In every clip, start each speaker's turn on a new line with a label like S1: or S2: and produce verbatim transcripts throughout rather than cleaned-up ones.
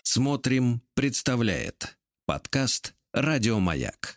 S1: Смотрим, представляет подкаст «Радио Маяк».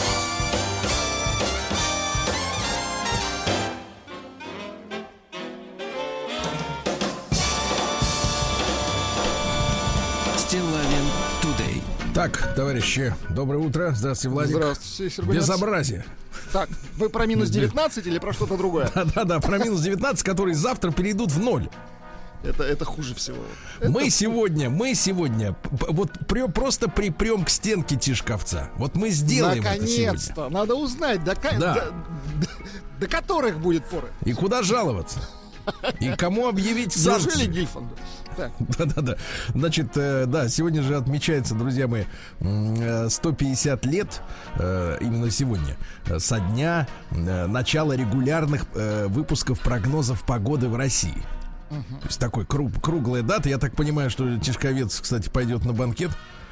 S1: Стиллавин Тудей.
S2: Так, товарищи, доброе утро. Здравствуйте, Владик.
S3: Здравствуйте, Сергей.
S2: Безобразие.
S3: Так, вы про минус девятнадцать или про что-то другое?
S2: Да-да-да, про минус девятнадцать, которые завтра перейдут в ноль.
S3: Это, это хуже всего.
S2: Мы
S3: это...
S2: сегодня, мы сегодня вот прё, просто припрем к стенке Тишковца. Вот мы сделаем это сегодня.
S3: Наконец-то. Надо узнать, до, да. до, до, до которых будет поры.
S2: И куда жаловаться. И кому объявить санкции.
S3: Неужели Гильфанду?
S2: Да-да-да. Значит, да, сегодня же отмечается, друзья мои, сто пятьдесят лет, именно сегодня, со дня начала регулярных выпусков прогнозов погоды в России. Uh-huh. То есть такой круг, круглая дата. Я так понимаю, что Тишковец, кстати, пойдет на банкет.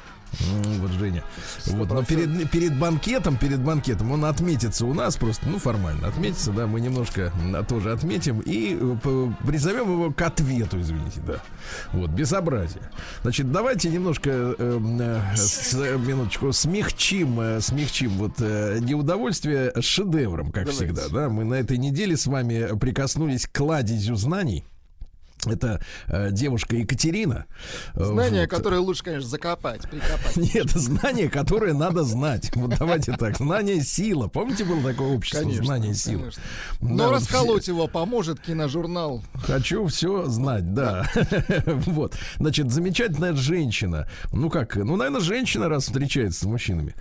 S2: Вот, Женя. Вот, но перед, перед банкетом, перед банкетом он отметится у нас просто, ну, формально отметится, да, мы немножко тоже отметим и призовем его к ответу, извините, да. Вот, безобразие. Значит, давайте немножко, э, с, минуточку, смягчим, э, смягчим вот э, неудовольствие шедевром, как давайте. Всегда, да. Мы на этой неделе с вами прикоснулись к кладезю знаний. Это э, девушка Екатерина.
S3: Знания,
S2: вот.
S3: Которые лучше, конечно, закопать, прикопать.
S2: Нет, знания, которые надо знать. Вот давайте так. Знание — сила. Помните, было такое общество?
S3: Конечно,
S2: знание — сила.
S3: Но
S2: да,
S3: расколоть
S2: все...
S3: его поможет киножурнал.
S2: Хочу все знать, да. Вот. Значит, замечательная женщина. Ну как, ну, наверное, женщина, раз встречается с мужчинами.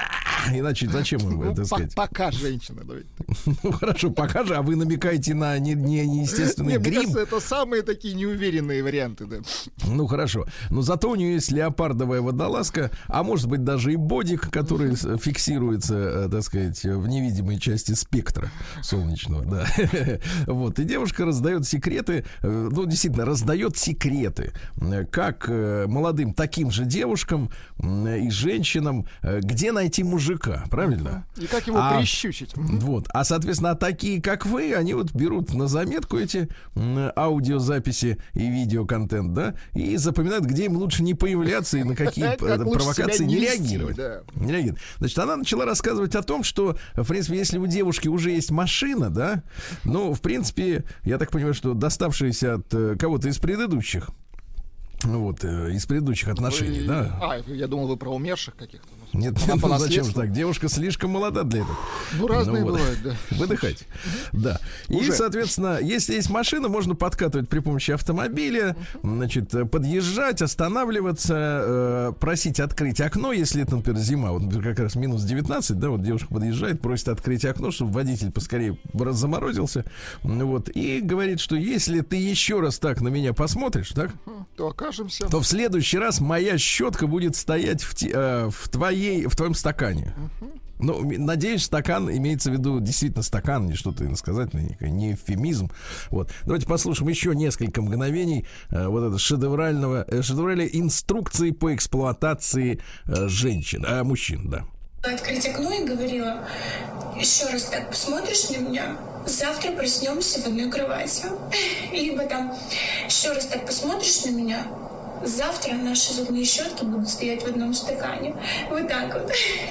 S2: Иначе зачем им это сказать?
S3: Пока женщина.
S2: Ну хорошо, пока же, а вы намекаете на неестественный грим.
S3: Мне кажется, это самые такие такие неуверенные варианты, да. Ну
S2: хорошо. Но зато у нее есть леопардовая водолазка, а может быть даже и бодик, который фиксируется, так сказать, в невидимой части спектра солнечного, да. Вот. И девушка раздает секреты, ну, действительно, раздает секреты, как молодым таким же девушкам и женщинам, где найти мужика, правильно?
S3: И как его
S2: а,
S3: прищучить.
S2: Вот. А, соответственно, такие, как вы, они вот берут на заметку эти аудиозаписи и видеоконтент, да, и запоминают, где им лучше не появляться и на какие провокации не реагировать. Не реагировать. Значит, она начала рассказывать о том, что, в принципе, если у девушки уже есть машина, да, ну, в принципе, я так понимаю, что доставшаяся от кого-то из предыдущих, вот, из предыдущих отношений,
S3: вы...
S2: да.
S3: А, я думал, вы про умерших каких-то.
S2: Нет, нет, ну зачем же так? Девушка слишком молода для этого.
S3: Ну, разные ну, вот. Бывают, да.
S2: Выдыхать. Да. И, соответственно, если есть машина, можно подкатывать при помощи автомобиля, значит, подъезжать, останавливаться, э, просить открыть окно, если это, например, зима, вот, например, как раз минус девятнадцать, да, вот девушка подъезжает, просит открыть окно, чтобы водитель поскорее заморозился, вот, и говорит, что если ты еще раз так на меня посмотришь, так,
S3: то окажемся,
S2: то в следующий раз моя щетка будет стоять в, те, э, в твоей в твоем стакане. Uh-huh. Ну, надеюсь, стакан имеется в виду действительно стакан, не что-то иносказательное, не эвфемизм. Вот. Давайте послушаем еще несколько мгновений э, вот это шедеврального, э, шедевральной инструкции по эксплуатации э, женщин, э, мужчин, да.
S4: Открыть окно и говорила: еще раз так посмотришь на меня, завтра проснемся в одной кровати. Либо там: еще раз так посмотришь на меня, завтра наши зубные щетки будут стоять в одном стакане. Вот так вот.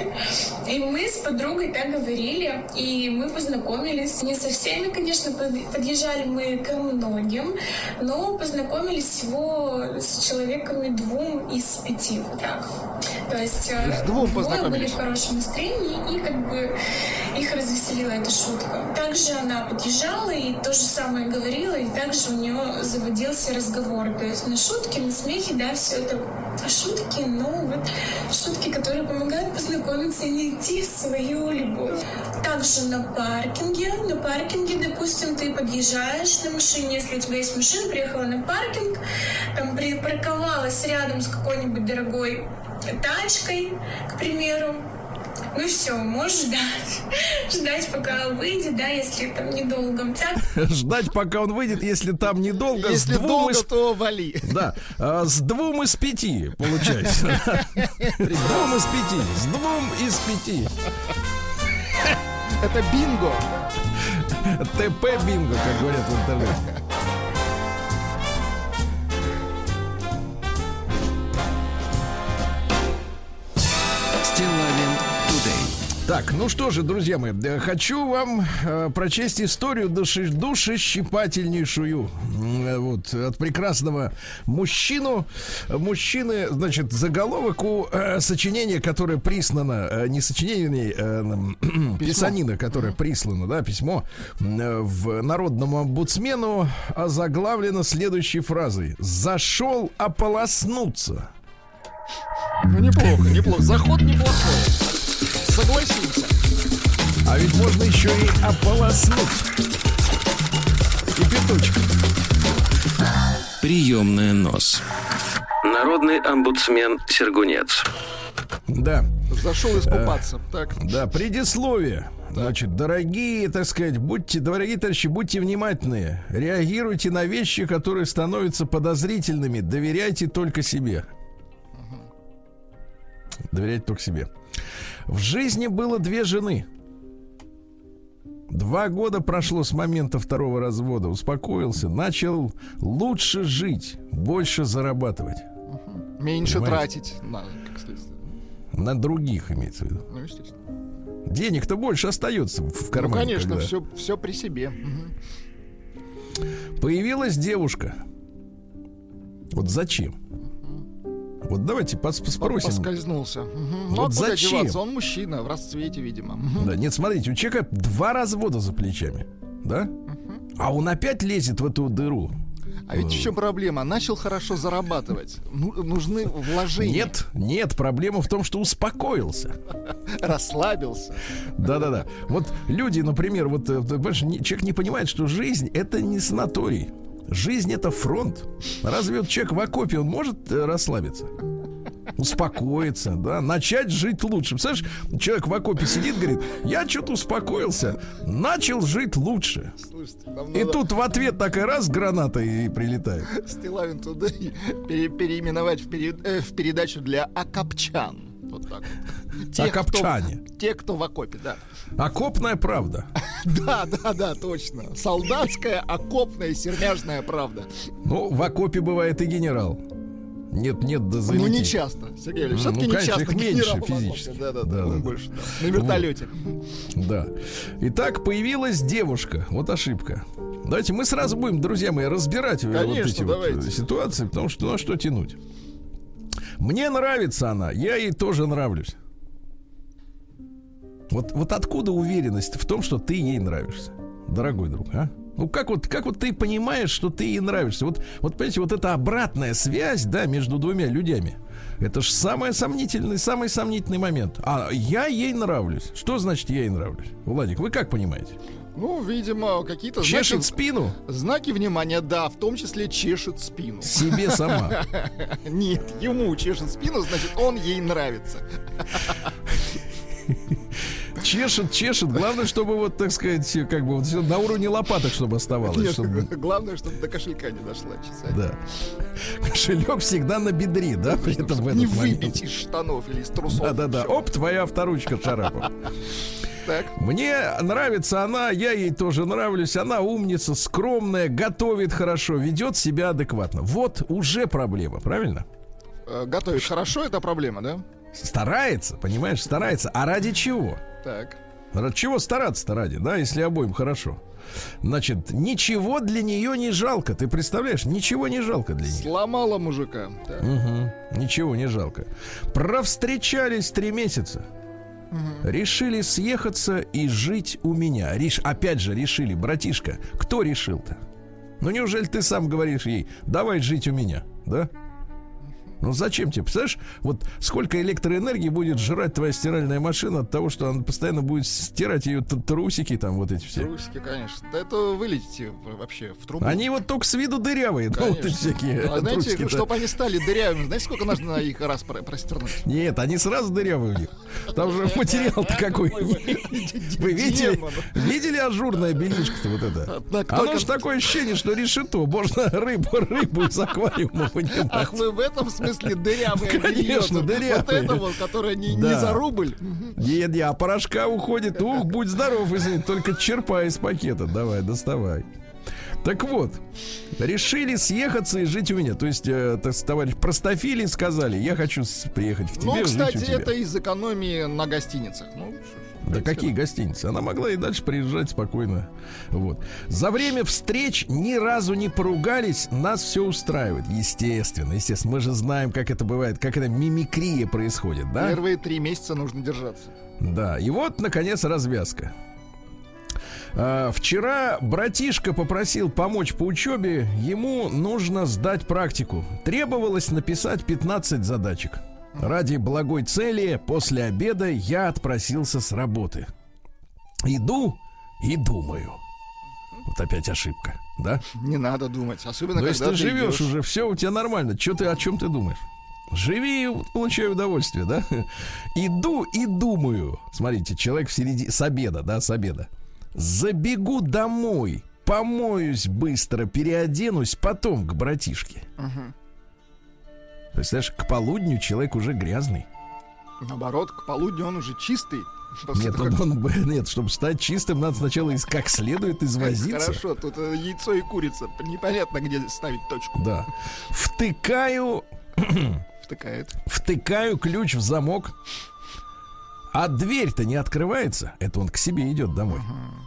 S4: И мы с подругой так говорили, и мы познакомились. Не со всеми, конечно, подъезжали мы ко многим, но познакомились всего с человеками двум из пяти. Вот так. То есть двое были в хорошем настроении, и как бы их развеселила эта шутка. Также она подъезжала и то же самое говорила, и также у нее заводился разговор. То есть на шутки, на смехи, да, все это шутки, но вот шутки, которые помогают познакомиться и найти свою любовь. Также на паркинге, на паркинге, допустим, ты подъезжаешь на машине, если у тебя есть машина, приехала на паркинг, там припарковалась рядом с какой-нибудь дорогой тачкой, к примеру. Ну все, можешь ждать. Ждать, пока он выйдет, да, если там недолго. Так?
S2: Ждать, пока он выйдет, если там недолго.
S3: Если
S2: с двум
S3: долго,
S2: из...
S3: то вали.
S2: Да, а, с двум из пяти, получается. С двум из пяти. С двум из пяти.
S3: Это бинго.
S2: ТП бинго, как говорят в интернете. Так, ну что же, друзья мои, хочу вам э, прочесть историю души, душещипательнейшую э, вот, от прекрасного мужчину. Мужчины, значит, заголовок у э, сочинения, которое прислано, э, не сочинение, э, писанина, которое прислано, да, письмо э, в Народному омбудсмену, озаглавлено следующей фразой: «Зашел ополоснуться».
S3: Ну, неплохо, неплохо. Заход неплохой. Согласимся.
S2: А ведь можно еще и ополоснуть. И пяточек.
S1: Приемная нос. Народный омбудсмен Сергунец.
S2: Да.
S3: Зашел искупаться. А, так.
S2: Да, предисловие. Значит, дорогие, так сказать, будьте, дорогие товарищи, будьте внимательны. Реагируйте на вещи, которые становятся подозрительными. Доверяйте только себе. Доверяйте только себе. В жизни было две жены. Два года прошло с момента второго развода. Успокоился, начал лучше жить, больше зарабатывать.
S3: Угу. Меньше Понимаете? Тратить на, как следствие.
S2: На других, имеется в виду.
S3: Ну, естественно.
S2: Денег-то больше остается в кармане.
S3: Ну, конечно,
S2: когда...
S3: все, все при себе. Угу.
S2: Появилась девушка. Вот зачем? Вот давайте пос- спросим.
S3: Поскользнулся. Угу.
S2: Вот
S3: ну,
S2: зачем?
S3: Одеваться? Он мужчина, в расцвете, видимо. Угу.
S2: Да, нет, смотрите, у человека два развода за плечами, да?
S3: Угу.
S2: А он опять лезет в эту дыру.
S3: А ведь в чем проблема? Начал хорошо зарабатывать. Ну, нужны вложения.
S2: Нет, нет, проблема в том, что успокоился.
S3: Расслабился.
S2: Да-да-да. Вот люди, например, вот понимаешь, человек не понимает, что жизнь — это не санаторий. Жизнь — это фронт. Разве вот человек в окопе, он может расслабиться? Успокоиться, да, начать жить лучше. Представляешь, человек в окопе сидит, говорит: я что-то успокоился, начал жить лучше. Слушайте, и надо... тут в ответ такая раз граната и прилетает.
S3: Стилавин туда пере- переименовать в, пере- э, в передачу для окопчан. Вот так вот. Те,
S2: Окопчане.
S3: Кто, те, кто в окопе, да.
S2: Окопная правда.
S3: Да, да, да, точно. Солдатская, окопная, сермяжная правда.
S2: Ну, в окопе бывает и генерал. Нет, нет, да залететь.
S3: Ну, не часто, Сергей Ильич, все-таки
S2: ну,
S3: не
S2: конечно,
S3: часто.
S2: Их меньше физически.
S3: Да, да,
S2: да,
S3: да,
S2: да,
S3: больше,
S2: да.
S3: да. На вертолете.
S2: Вот. Да. Итак, появилась девушка. Вот ошибка. Давайте мы сразу будем, друзья мои, разбирать Конечно, вот эти вот ситуации, потому что, ну, а что тянуть? Мне нравится она, я ей тоже нравлюсь. Вот, вот откуда уверенность в том, что ты ей нравишься, дорогой друг, а? Ну как вот, как вот ты понимаешь, что ты ей нравишься? Вот, вот понимаете, вот эта обратная связь, да, между двумя людьми, это же самый сомнительный, самый сомнительный момент. А я ей нравлюсь. Что значит я ей нравлюсь? Владик, вы как понимаете?
S3: Ну, видимо, какие-то
S2: чешет
S3: знаки,
S2: спину.
S3: Знаки внимания, да, в том числе чешет спину.
S2: Себе сама.
S3: Нет, ему чешет спину, значит, он ей нравится.
S2: Чешет, чешет. Главное, чтобы вот, так сказать, как бы вот все на уровне лопаток, чтобы оставалось.
S3: Нет,
S2: чтобы...
S3: Главное, чтобы до кошелька не дошла чесать.
S2: Да. Кошелек всегда на бедре, да? При этом в этот
S3: не
S2: момент.
S3: выбить из штанов или из трусов.
S2: Да-да-да. Оп, твоя авторучка, Шарапов. Так. Мне нравится она, я ей тоже нравлюсь. Она умница, скромная, готовит хорошо, ведет себя адекватно. Вот уже проблема, правильно?
S3: Готовит хорошо, это проблема, да?
S2: Старается, понимаешь, старается. А ради чего?
S3: Так.
S2: Ради чего стараться-то ради, да, если обоим хорошо? Значит, ничего для нее не жалко. Ты представляешь, ничего не жалко для нее.
S3: Сломала мужика.
S2: Угу, ничего не жалко. Провстречались три месяца. Угу. Решили съехаться и жить у меня. Реш... Опять же решили, братишка. Кто решил-то? Ну неужели ты сам говоришь ей: давай жить у меня, да? Ну зачем тебе? Представляешь, вот сколько электроэнергии будет жрать твоя стиральная машина от того, что она постоянно будет стирать ее трусики, там вот эти все.
S3: Трусики, конечно. Да это вылетите вообще в трубу.
S2: Они вот только с виду дырявые, ну вот эти всякие.
S3: А знаете,
S2: трусики,
S3: чтобы
S2: да.
S3: они стали дырявыми, знаете, сколько нужно на их раз простернуть?
S2: Нет, они сразу дырявые у них. Там же материал-то какой. Вы видели? Видели ажурное бельишко-то вот это? Оно же такое ощущение, что решето. Можно рыбу, рыбу из аквариума понимать.
S3: Ах, вы в этом смысле? В смысле дырявые.
S2: Конечно, дырявые.
S3: Вот это вот, которое не, да. не за рубль.
S2: Нет, а порошка уходит. Ух, будь здоров, извини, только черпай из пакета. Давай, доставай. Так вот, решили съехаться и жить у меня. То есть, э, так, товарищ простофили сказали, я хочу с- приехать к тебе,
S3: Ну,
S2: жить
S3: кстати,
S2: у тебя.
S3: это из экономии на гостиницах. Ну, что ж, в
S2: Да
S3: принципе,
S2: какие гостиницы? Она могла и дальше приезжать спокойно. Вот. За время встреч ни разу не поругались, нас все устраивает. Естественно, естественно. Мы же знаем, как это бывает, как это мимикрия происходит, да?
S3: Первые три месяца нужно держаться.
S2: Да. И вот, наконец, развязка. А, вчера братишка попросил помочь по учебе. Ему нужно сдать практику. Требовалось написать пятнадцать задачек. Ради благой цели после обеда я отпросился с работы. Иду и думаю. Вот опять ошибка, да?
S3: Не надо думать. Особенно,
S2: Но
S3: когда
S2: если ты живешь
S3: идешь.
S2: уже, все у тебя нормально. Че ты, о чем ты думаешь? Живи и получай удовольствие, да? Иду и думаю. Смотрите, человек в середине, с обеда, да, с обеда. Забегу домой, помоюсь быстро, переоденусь, потом к братишке.
S3: Мгм.
S2: Представляешь, к полудню человек уже грязный.
S3: Наоборот, к полудню он уже чистый. После
S2: Нет,
S3: того,
S2: он,
S3: как-
S2: он бы- нет, чтобы стать чистым, надо сначала из, как следует извозиться.
S3: Хорошо, тут э, яйцо и курица. Непонятно, где ставить точку.
S2: Да. Втыкаю,
S3: Втыкает.
S2: втыкаю ключ в замок, а дверь-то не открывается. Это он к себе идет домой.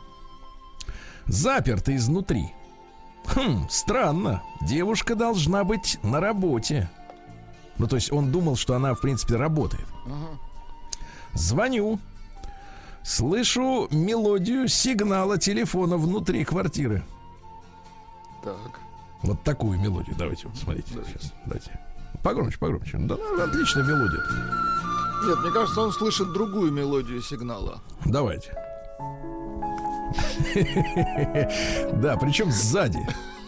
S2: Заперто изнутри. Хм, странно. Девушка должна быть на работе. Ну, то есть он думал, что она, в принципе, работает.
S3: Ага.
S2: Звоню. Слышу мелодию сигнала телефона внутри квартиры.
S3: Так.
S2: Вот такую мелодию. Давайте, вот смотрите. Сейчас, давайте. Погромче, погромче. Да, ну, отличная мелодия.
S3: Нет, мне кажется, он слышит другую мелодию сигнала.
S2: Давайте. Да, причем сзади.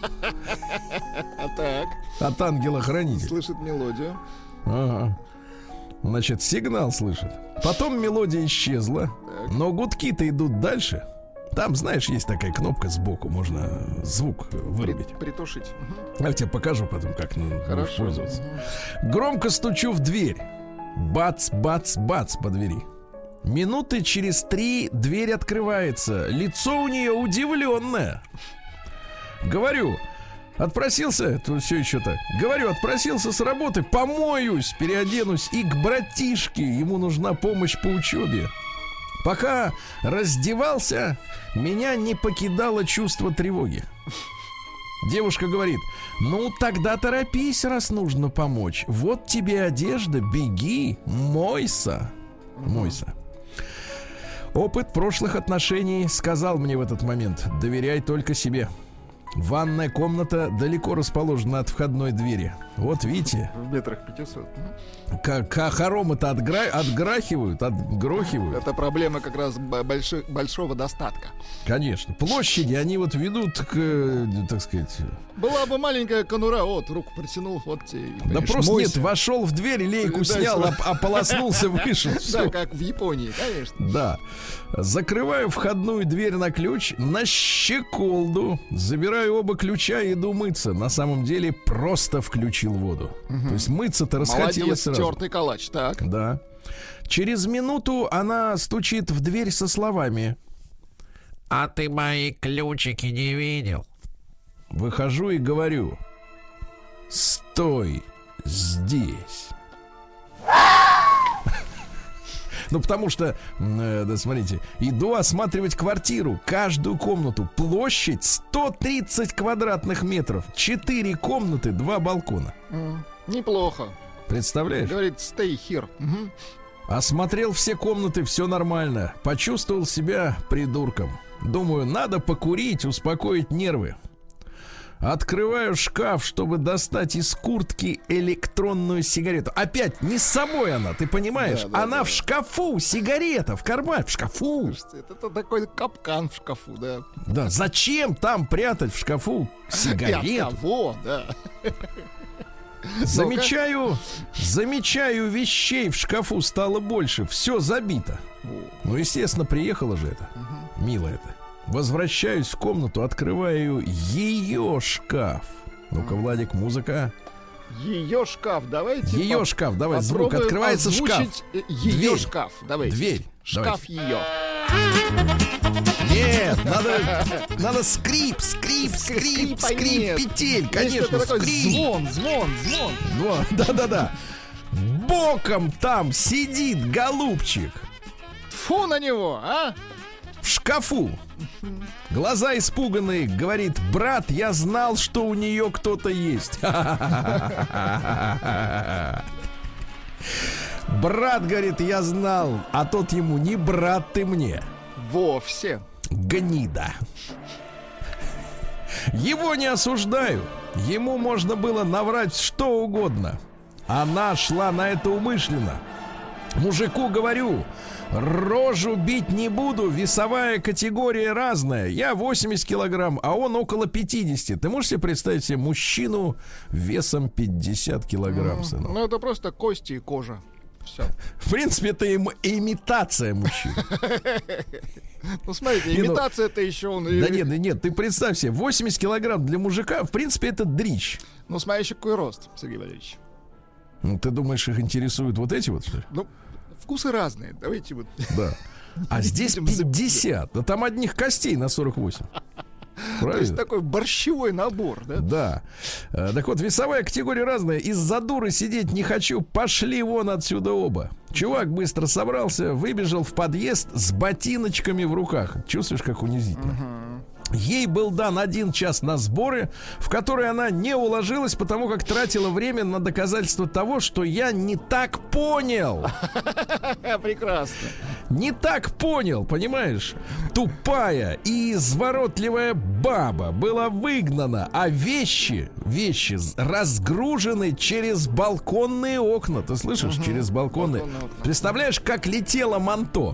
S3: А так,
S2: От ангела-хранителя.
S3: слышит мелодию.
S2: Ага. Значит, сигнал слышит. Потом мелодия исчезла.
S3: Так.
S2: Но гудки-то идут дальше. Там, знаешь, есть такая кнопка сбоку. Можно звук
S3: При-
S2: вырубить.
S3: притушить. Мгм.
S2: Я тебе покажу потом, как ну, будешь
S3: Хорошо.
S2: пользоваться.
S3: Мгм.
S2: Громко стучу в дверь. Бац, бац, бац по двери. Минуты через три дверь открывается. Лицо у нее удивленное. Говорю, отпросился, это все еще так. Говорю, отпросился с работы, помоюсь, переоденусь и к братишке. Ему нужна помощь по учебе. Пока раздевался, меня не покидало чувство тревоги. Девушка говорит: ну тогда торопись, раз нужно помочь. Вот тебе одежда, беги, мойся. Мойся. Опыт прошлых отношений сказал мне в этот момент: доверяй только себе. Ванная комната далеко расположена от входной двери. Вот видите,
S3: В метрах пятисот. Мгм.
S2: как, как хоромы-то отгра... отграхивают, отгрохивают.
S3: Это проблема как раз б- больши- большого достатка.
S2: Конечно. Площади, они вот ведут к, э, так сказать...
S3: Была бы маленькая конура, вот, руку протянул, вот тебе. и,
S2: Да
S3: понимаешь,
S2: просто
S3: мойся.
S2: нет, вошел в дверь, лейку
S3: Да,
S2: снял,
S3: сразу.
S2: оп- ополоснулся, вышел.
S3: Да,
S2: Всё.
S3: как в Японии, конечно.
S2: Да. Закрываю входную дверь на ключ, на щеколду, забираю оба ключа и иду мыться. На самом деле просто включил воду. То есть мыться-то расхотелось
S3: Молодец,
S2: сразу.
S3: тертый калач, так.
S2: Да. Через минуту она стучит в дверь со словами:
S5: А ты мои ключики не видел?
S2: выхожу и говорю: стой здесь. Ну, потому что, э, да, смотрите, иду осматривать квартиру, каждую комнату. Площадь сто тридцать квадратных метров. Четыре комнаты, два балкона.
S3: М, Неплохо.
S2: Представляешь?
S3: Говорит, stay here. Мгм.
S2: Осмотрел все комнаты, все нормально. Почувствовал себя придурком. Думаю, надо покурить, успокоить нервы. Открываю шкаф, чтобы достать из куртки электронную сигарету. Опять не с собой она, ты понимаешь?
S3: Да, да,
S2: она
S3: да.
S2: в шкафу, сигарета в кармане, в шкафу.
S3: Слушайте, это, это такой капкан в шкафу, да.
S2: Да, зачем там прятать в шкафу
S3: И от
S2: сигарету?
S3: кого, да.
S2: Замечаю, замечаю, вещей в шкафу стало больше, все забито. Ну, естественно, приехала же это, мило это. Возвращаюсь в комнату, открываю ее шкаф. Ну-ка, Владик, музыка.
S3: Ее шкаф, давайте.
S2: Ее
S3: поп-
S2: шкаф, давай, звук,
S3: попробуем
S2: открывается шкаф.
S3: озвучить, э, Ее
S2: Дверь.
S3: шкаф, давайте.
S2: Дверь.
S3: Шкаф
S2: Давайте.
S3: ее.
S2: Нет, надо, надо скрип, скрип, скрип,
S3: Скрипа
S2: скрип
S3: нет.
S2: петель,
S3: Есть
S2: конечно,
S3: такой
S2: скрип.
S3: звон, звон, звон.
S2: Вот, да-да-да. Боком там сидит голубчик
S3: Фу на него, а?
S2: в шкафу. Глаза испуганные, говорит: брат, я знал, что у нее кто-то есть. Брат, говорит, я знал, а тот ему: не брат ты мне.
S3: Вовсе.
S2: Гнида. Его не осуждаю. Ему можно было наврать что угодно. Она шла на это умышленно. Мужику говорю: рожу бить не буду, весовая категория разная. Я восемьдесят килограмм, а он около пятьдесят. Ты можешь себе представить себе мужчину весом пятьдесят килограмм, сынок?
S3: Ну, это просто кости и кожа. Все.
S2: В принципе, это им имитация мужчины.
S3: Ну, смотрите,
S2: Не, ну-
S3: имитация это еще он...
S2: Да нет, да нет, ты представь себе, восемьдесят килограмм для мужика, в принципе, это дрищ.
S3: Ну, смотри, еще какой рост, Сергей Валерьевич.
S2: Ну, ты думаешь, их интересуют вот эти вот, что ли?
S3: Ну, вкусы разные. Давайте вот...
S2: Да. А здесь
S3: Будем забыть.
S2: пятьдесят. Да там одних костей на сорок восемь.
S3: То есть
S2: Правильно?
S3: такой борщевой набор, да?
S2: Да. Э, Так вот, весовая категория разная. Из-за дуры сидеть не хочу. Пошли вон отсюда оба. Чувак быстро собрался, выбежал в подъезд с ботиночками в руках. Чувствуешь, как унизительно? Ей был дан один час на сборы, в которые она не уложилась, потому как тратила время на доказательство того, что я не так понял.
S3: Прекрасно.
S2: Не так понял, понимаешь? Тупая и изворотливая баба была выгнана, а вещи, вещи разгружены через балконные окна. Ты слышишь? Угу. Через балконные.
S3: Балконные окна.
S2: Представляешь, как летело манто?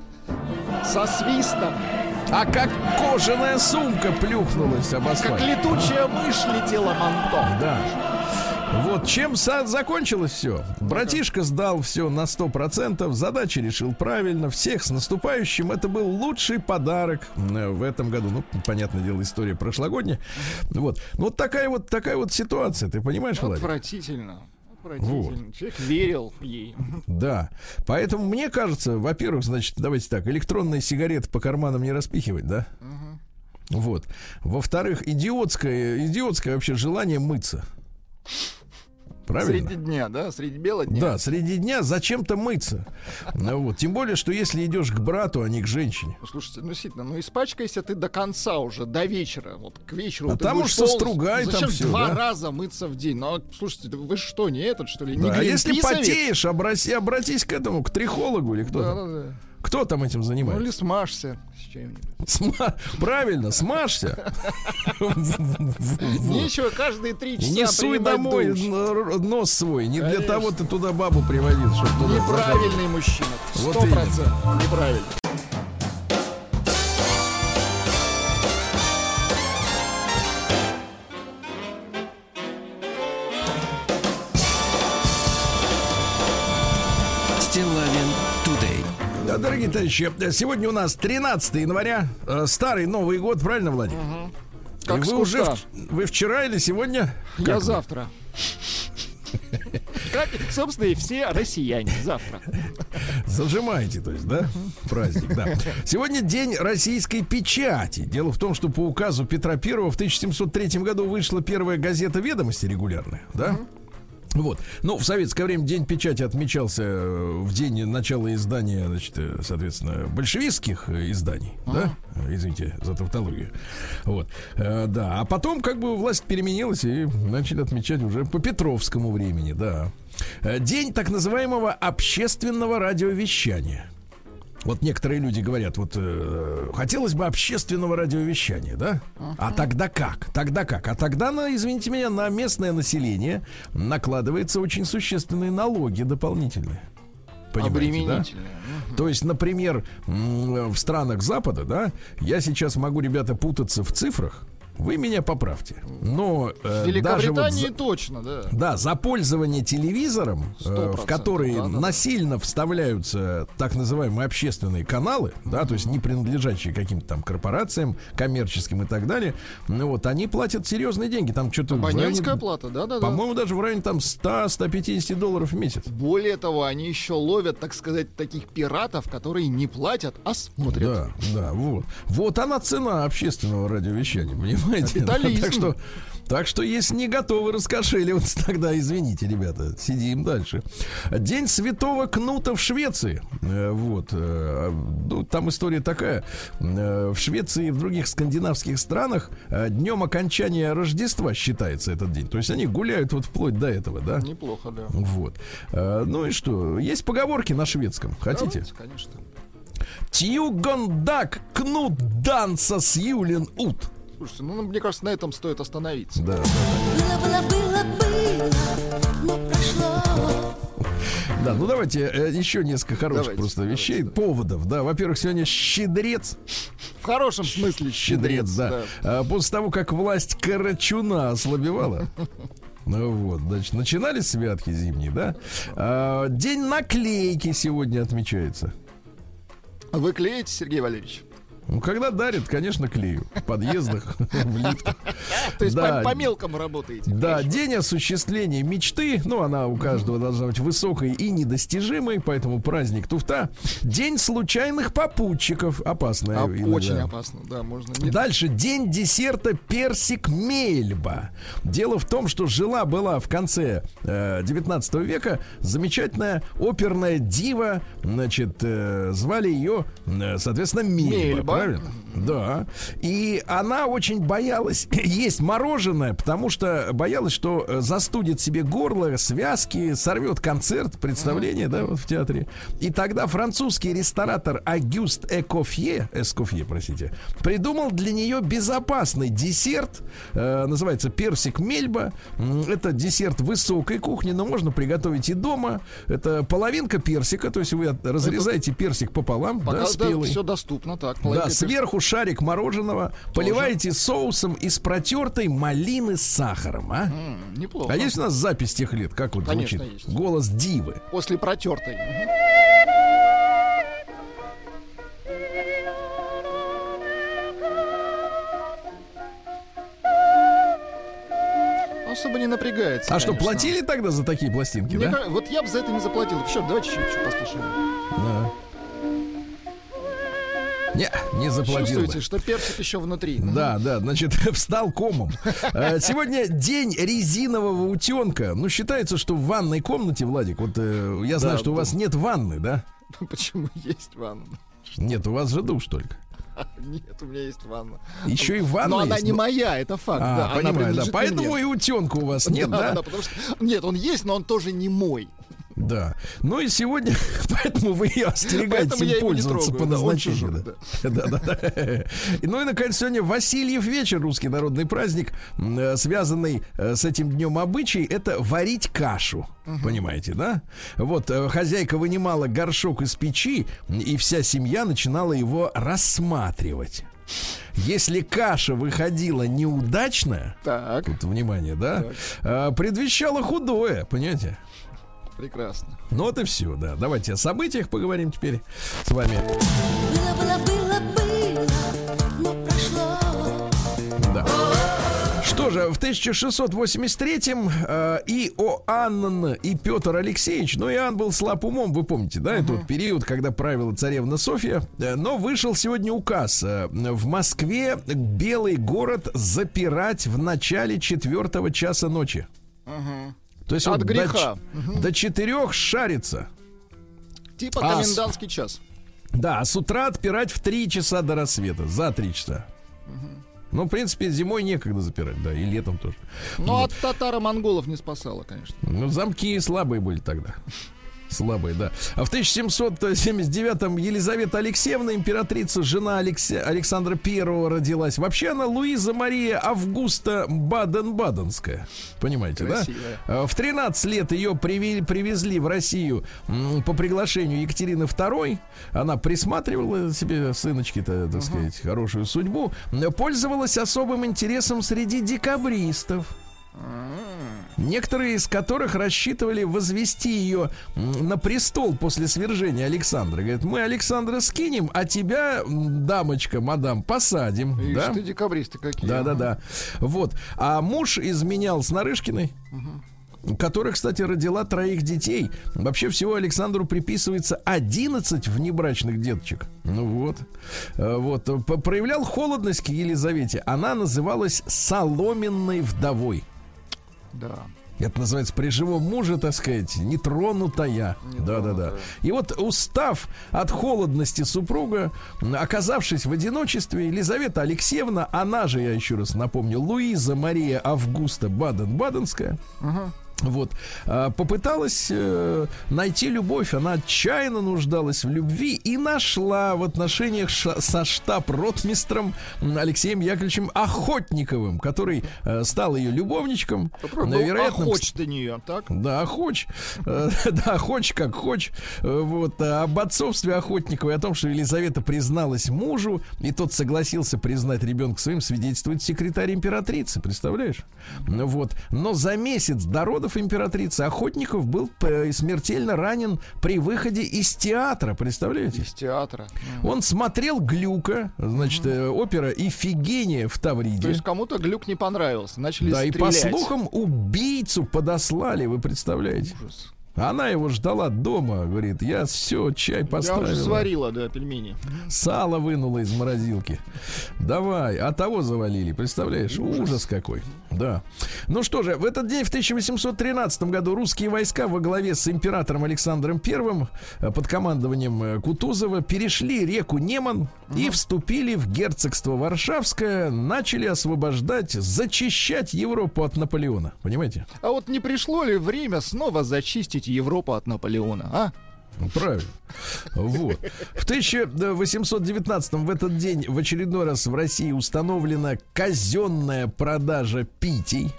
S3: Со свистом.
S2: А как кожаная сумка плюхнулась об асфальт.
S3: Как летучая мышь летела манто.
S2: Да. Вот чем са- закончилось все. Братишка сдал все на сто процентов, задачи решил правильно, всех с наступающим. Это был лучший подарок э, в этом году. Ну, понятное дело, история прошлогодняя. Вот. Ну, вот такая вот, такая вот ситуация, ты понимаешь, Владимир?
S3: Отвратительно. Отвратительно. Человек верил ей.
S2: Да. Поэтому мне кажется, во-первых, значит, давайте так, электронные сигареты по карманам не распихивать, да? Вот. Во-вторых, идиотское, идиотское вообще желание мыться. Правильно?
S3: Среди дня, да? Среди бела дня.
S2: Да, среди дня зачем-то мыться. Ну, вот. Тем более, что если идешь к брату, а не к женщине.
S3: Ну, слушайте, ну действительно, ну испачкайся ты до конца уже, до вечера. Вот к вечеру.
S2: А
S3: ты
S2: там
S3: будешь
S2: уж
S3: полностью-
S2: состругай там
S3: Зачем
S2: всё,
S3: два
S2: да?
S3: раза мыться в день? Ну, слушайте, да вы что, не этот, что ли? Не
S2: Да, а если
S3: Гринписовец?
S2: потеешь, обрати, обратись к этому, к трихологу или кто
S3: Да,
S2: там.
S3: да, да.
S2: Кто там этим
S3: Ну
S2: занимается?
S3: или смажься с чем-нибудь.
S2: Сма- Правильно, смажься.
S3: Нечего каждые три
S2: И
S3: часа
S2: не суй
S3: принимать
S2: домой
S3: душ.
S2: н- нос свой. Не для
S3: Конечно.
S2: того ты туда бабу приводил, чтобы туда
S3: Неправильный мужчина.
S2: Вот
S3: Сто процентов неправильно.
S1: Стилавин Тудей.
S2: Да, дорогие товарищи, сегодня у нас тринадцатое января, э, старый Новый год, правильно, Владимир?
S3: Как
S2: И
S3: с
S2: вы уже
S3: куста.
S2: в- вы вчера или сегодня?
S3: Я
S2: Как вы?
S3: завтра. Как, собственно, и все россияне. Завтра.
S2: Зажимаете, то есть, да? Праздник, да. Сегодня день российской печати. Дело в том, что по указу Петра Первого в тысяча семьсот третьем году вышла первая газета «Ведомости» регулярная, да? Вот. Ну, в советское время День печати отмечался э, в день начала издания, значит, э, соответственно, большевистских э, изданий, да? Э, Извините за тавтологию. Вот. Э, да. А потом, как бы, власть переменилась и начали отмечать уже по петровскому времени, да. Э, День так называемого общественного радиовещания. Вот некоторые люди говорят, вот э, хотелось бы общественного радиовещания, да? Uh-huh. А тогда как? Тогда как? А тогда, на, извините меня, на местное население накладываются очень существенные налоги дополнительные. Понимаете, да?
S3: Обременительные.
S2: То есть, например, м, в странах Запада, да, я сейчас могу, ребята, путаться в цифрах. вы меня поправьте. Но
S3: В
S2: э,
S3: Великобритании
S2: даже вот за,
S3: точно, да.
S2: да, за пользование телевизором, э, в который
S3: да, да.
S2: насильно вставляются так называемые общественные каналы, да, то есть не принадлежащие каким-то там корпорациям коммерческим и так далее, ну вот, они платят серьезные деньги. Там что-то
S3: Абонентская плата, да-да-да.
S2: По-моему, даже в районе там сто - сто пятьдесят долларов в месяц.
S3: Более того, они еще ловят, так сказать, таких пиратов, которые не платят, а смотрят.
S2: Да, да, вот. Вот она цена общественного радиовещания, понимаете?
S3: Капитализм.
S2: Так что, так что, если не готовы раскошеливаться, тогда извините, ребята, сидим дальше. День Святого Кнута в Швеции. Э, вот. Э, ну, там история такая. Э, в Швеции и в других скандинавских странах э, днем окончания Рождества считается этот день. То есть они гуляют вот вплоть до этого, да?
S3: Неплохо, да.
S2: Вот. Э, ну и что? Есть поговорки на шведском. Хотите?
S3: Давайте, конечно.
S2: Тьюгондак Кнут Данса с Юлин Ут.
S3: Слушайте, ну, мне кажется, на этом стоит остановиться.
S2: Да,
S6: Было, было, было, было, но прошло.
S2: да, ну давайте э, еще несколько хороших
S3: Давайте,
S2: просто
S3: давайте,
S2: вещей,
S3: да.
S2: поводов. Да, во-первых, сегодня щедрец.
S3: В хорошем смысле
S2: Щедрец, да. А, после того, как власть Карачуна ослабевала. Ну вот, значит, начинались святки зимние, да? А, день наклейки сегодня отмечается.
S3: Вы клеите, Сергей Валерьевич?
S2: Ну, когда дарят, конечно, клею. В подъездах, в лифтах.
S3: То есть
S2: Да.
S3: по, по мелкому работаете?
S2: Да,
S3: Хорошо.
S2: день осуществления мечты. Ну, она у каждого должна быть высокой и недостижимой, поэтому праздник туфта. День случайных попутчиков. Опасная
S3: А,
S2: иногда.
S3: очень опасно, да, можно... не-
S2: Дальше день десерта персик мельба. Дело в том, что жила-была в конце э, девятнадцатого века замечательная оперная дива. Значит, э, звали ее, э, соответственно, Мельба.
S3: Мельба.
S2: Правильно? Да. И она очень боялась есть мороженое, потому что боялась, что э, застудит себе горло, связки, сорвет концерт, представление, да, вот в театре. И тогда французский ресторатор Агюст Экофье, Эскофье, простите, придумал для нее безопасный десерт, э, называется персик мельба. М, Это десерт высокой кухни, но можно приготовить и дома. Это половинка персика, то есть вы от- разрезаете персик пополам,
S3: Пока
S2: да, спелый.
S3: все доступно, так.
S2: Да,
S3: половинка
S2: сверху шарик мороженого, поливаете соусом из протертой малины с сахаром, а?
S3: перца. М, Неплохо.
S2: А есть у нас запись тех лет, как вот
S3: Конечно,
S2: звучит?
S3: есть.
S2: Голос дивы.
S3: После протертой. Особо не напрягается.
S2: А что,
S3: конечно.
S2: платили тогда за такие пластинки,
S3: Мне
S2: да?
S3: кажется, вот я бы за это не заплатил. Черт, давайте чуть-чуть послушаем.
S2: Да. Не, не заплатил
S3: Чувствуете,
S2: бы.
S3: что персик еще внутри?
S2: Да, да, значит, встал комом. Э, Сегодня день резинового утенка. Ну, считается, что в ванной комнате, Владик, вот э, я знаю,
S3: Да,
S2: что у
S3: да.
S2: вас нет ванны, да?
S3: Почему есть ванна?
S2: Нет, у вас же душ только.
S3: Нет, у меня есть ванна.
S2: Еще и ванна
S3: Но она
S2: есть,
S3: не
S2: ну-
S3: моя, это факт.
S2: А,
S3: да, она
S2: понимаю, да.
S3: принадлежит
S2: Поэтому
S3: мне.
S2: и утенка у вас нет, да?
S3: да, потому что... Нет, он есть, но он тоже не мой.
S2: Да. Ну и сегодня, поэтому вы ее остерегаетесь
S3: Поэтому я
S2: им
S3: его не
S2: пользоваться
S3: трогаю,
S2: по
S3: да, он
S2: назначению.
S3: чужой,
S2: Да. Да, да, да. И, Ну и, наконец, сегодня Васильев вечер, русский народный праздник, м, э, связанный э, с этим днем обычай, это варить кашу. Понимаете, да? Вот, э, хозяйка вынимала горшок из печи, и вся семья начинала его рассматривать. Если каша выходила неудачная,
S3: Так,
S2: тут внимание, да, э, предвещало худое, понимаете?
S3: прекрасно.
S2: Ну вот и все, да. Давайте о событиях поговорим теперь с вами.
S6: Было, было, было, было, но прошло.
S2: Да. Что же, в тысяча шестьсот восемьдесят третьем э, Иоанн и Петр Алексеевич, ну, Иоанн был слаб умом, вы помните, да, это вот период, когда правила царевна Софья, э, но вышел сегодня указ э, в Москве Белый город запирать в начале четвертого часа ночи.
S3: Мгм.
S2: То есть
S3: От
S2: вот
S3: греха.
S2: До, ч- до четырех шарится.
S3: Типа
S2: А,
S3: комендантский час.
S2: Да, а с утра отпирать в три часа до рассвета, за три часа. Ну, в принципе, зимой некогда запирать, да, и летом тоже.
S3: Но от татаро-монголов не спасало, конечно.
S2: Ну, замки слабые были тогда. Слабые, да. А в тысяча семьсот семьдесят девятом Елизавета Алексеевна, императрица, жена Алексе... Александра Первого, родилась. Вообще она Луиза Мария Августа Баден-Баденская. Понимаете, красивая, да? В тринадцать лет ее привели, привезли в Россию м, по приглашению Екатерины Второй. Она присматривала себе сыночки-то, так uh-huh. сказать, хорошую судьбу. Пользовалась особым интересом среди декабристов. Некоторые из которых рассчитывали возвести ее на престол после свержения Александра. Говорят, мы Александра скинем, а тебя, дамочка, мадам, посадим.
S3: Ишь
S2: да?
S3: ты, декабристы какие.
S2: Да-да-да. Вот. А муж изменял с Нарышкиной, угу. которая, кстати, родила троих детей. Вообще всего Александру приписывается одиннадцать внебрачных деточек. Ну вот. Вот. Проявлял холодность к Елизавете. Она называлась соломенной вдовой.
S3: Да.
S2: Это называется при живом муже, так сказать, нетронутая. Да-да-да. И вот, устав от холодности супруга, оказавшись в одиночестве, Елизавета Алексеевна, она же, я еще раз напомню, Луиза Мария Августа Баден-Баденская, угу. Вот, попыталась э, найти любовь. Она отчаянно нуждалась в любви и нашла в отношениях ш- со штаб-ротмистром Алексеем Яковлевичем Охотниковым, который э, стал ее любовничком.
S3: Вероятно, охоч до нее, так?
S2: Да, охоч. Э, да, охоч как хоч. Э, вот, об отцовстве Охотникова и о том, что Елизавета призналась мужу, и тот согласился признать ребенка своим, свидетельствует секретарь императрицы. Представляешь? Mm-hmm. Вот. Но за месяц до родов императрицы Охотников был смертельно ранен при выходе из театра, представляете?
S3: Из театра.
S2: Он смотрел Глюка, значит, mm-hmm. опера «Ифигения» в Тавриде.
S3: То есть кому-то Глюк не понравился, начали
S2: да,
S3: стрелять.
S2: И по слухам убийцу подослали, вы представляете?
S3: Ужас.
S2: Она его ждала дома, говорит, я все, чай поставила.
S3: Я уже сварила, да, пельмени.
S2: Сало вынула из морозилки. Давай, а того завалили, представляешь? Ужас, Ужас какой. Да. Ну что же, в этот день, в тысяча восемьсот тринадцатом году, русские войска во главе с императором Александром Первым под командованием Кутузова перешли реку Неман угу. и вступили в герцогство Варшавское, начали освобождать, зачищать Европу от Наполеона. Понимаете?
S3: А вот не пришло ли время снова зачистить Европу от Наполеона, а?
S2: Правильно. Вот. В тысяча восемьсот девятнадцатом в этот день в очередной раз в России установлена казенная продажа питий.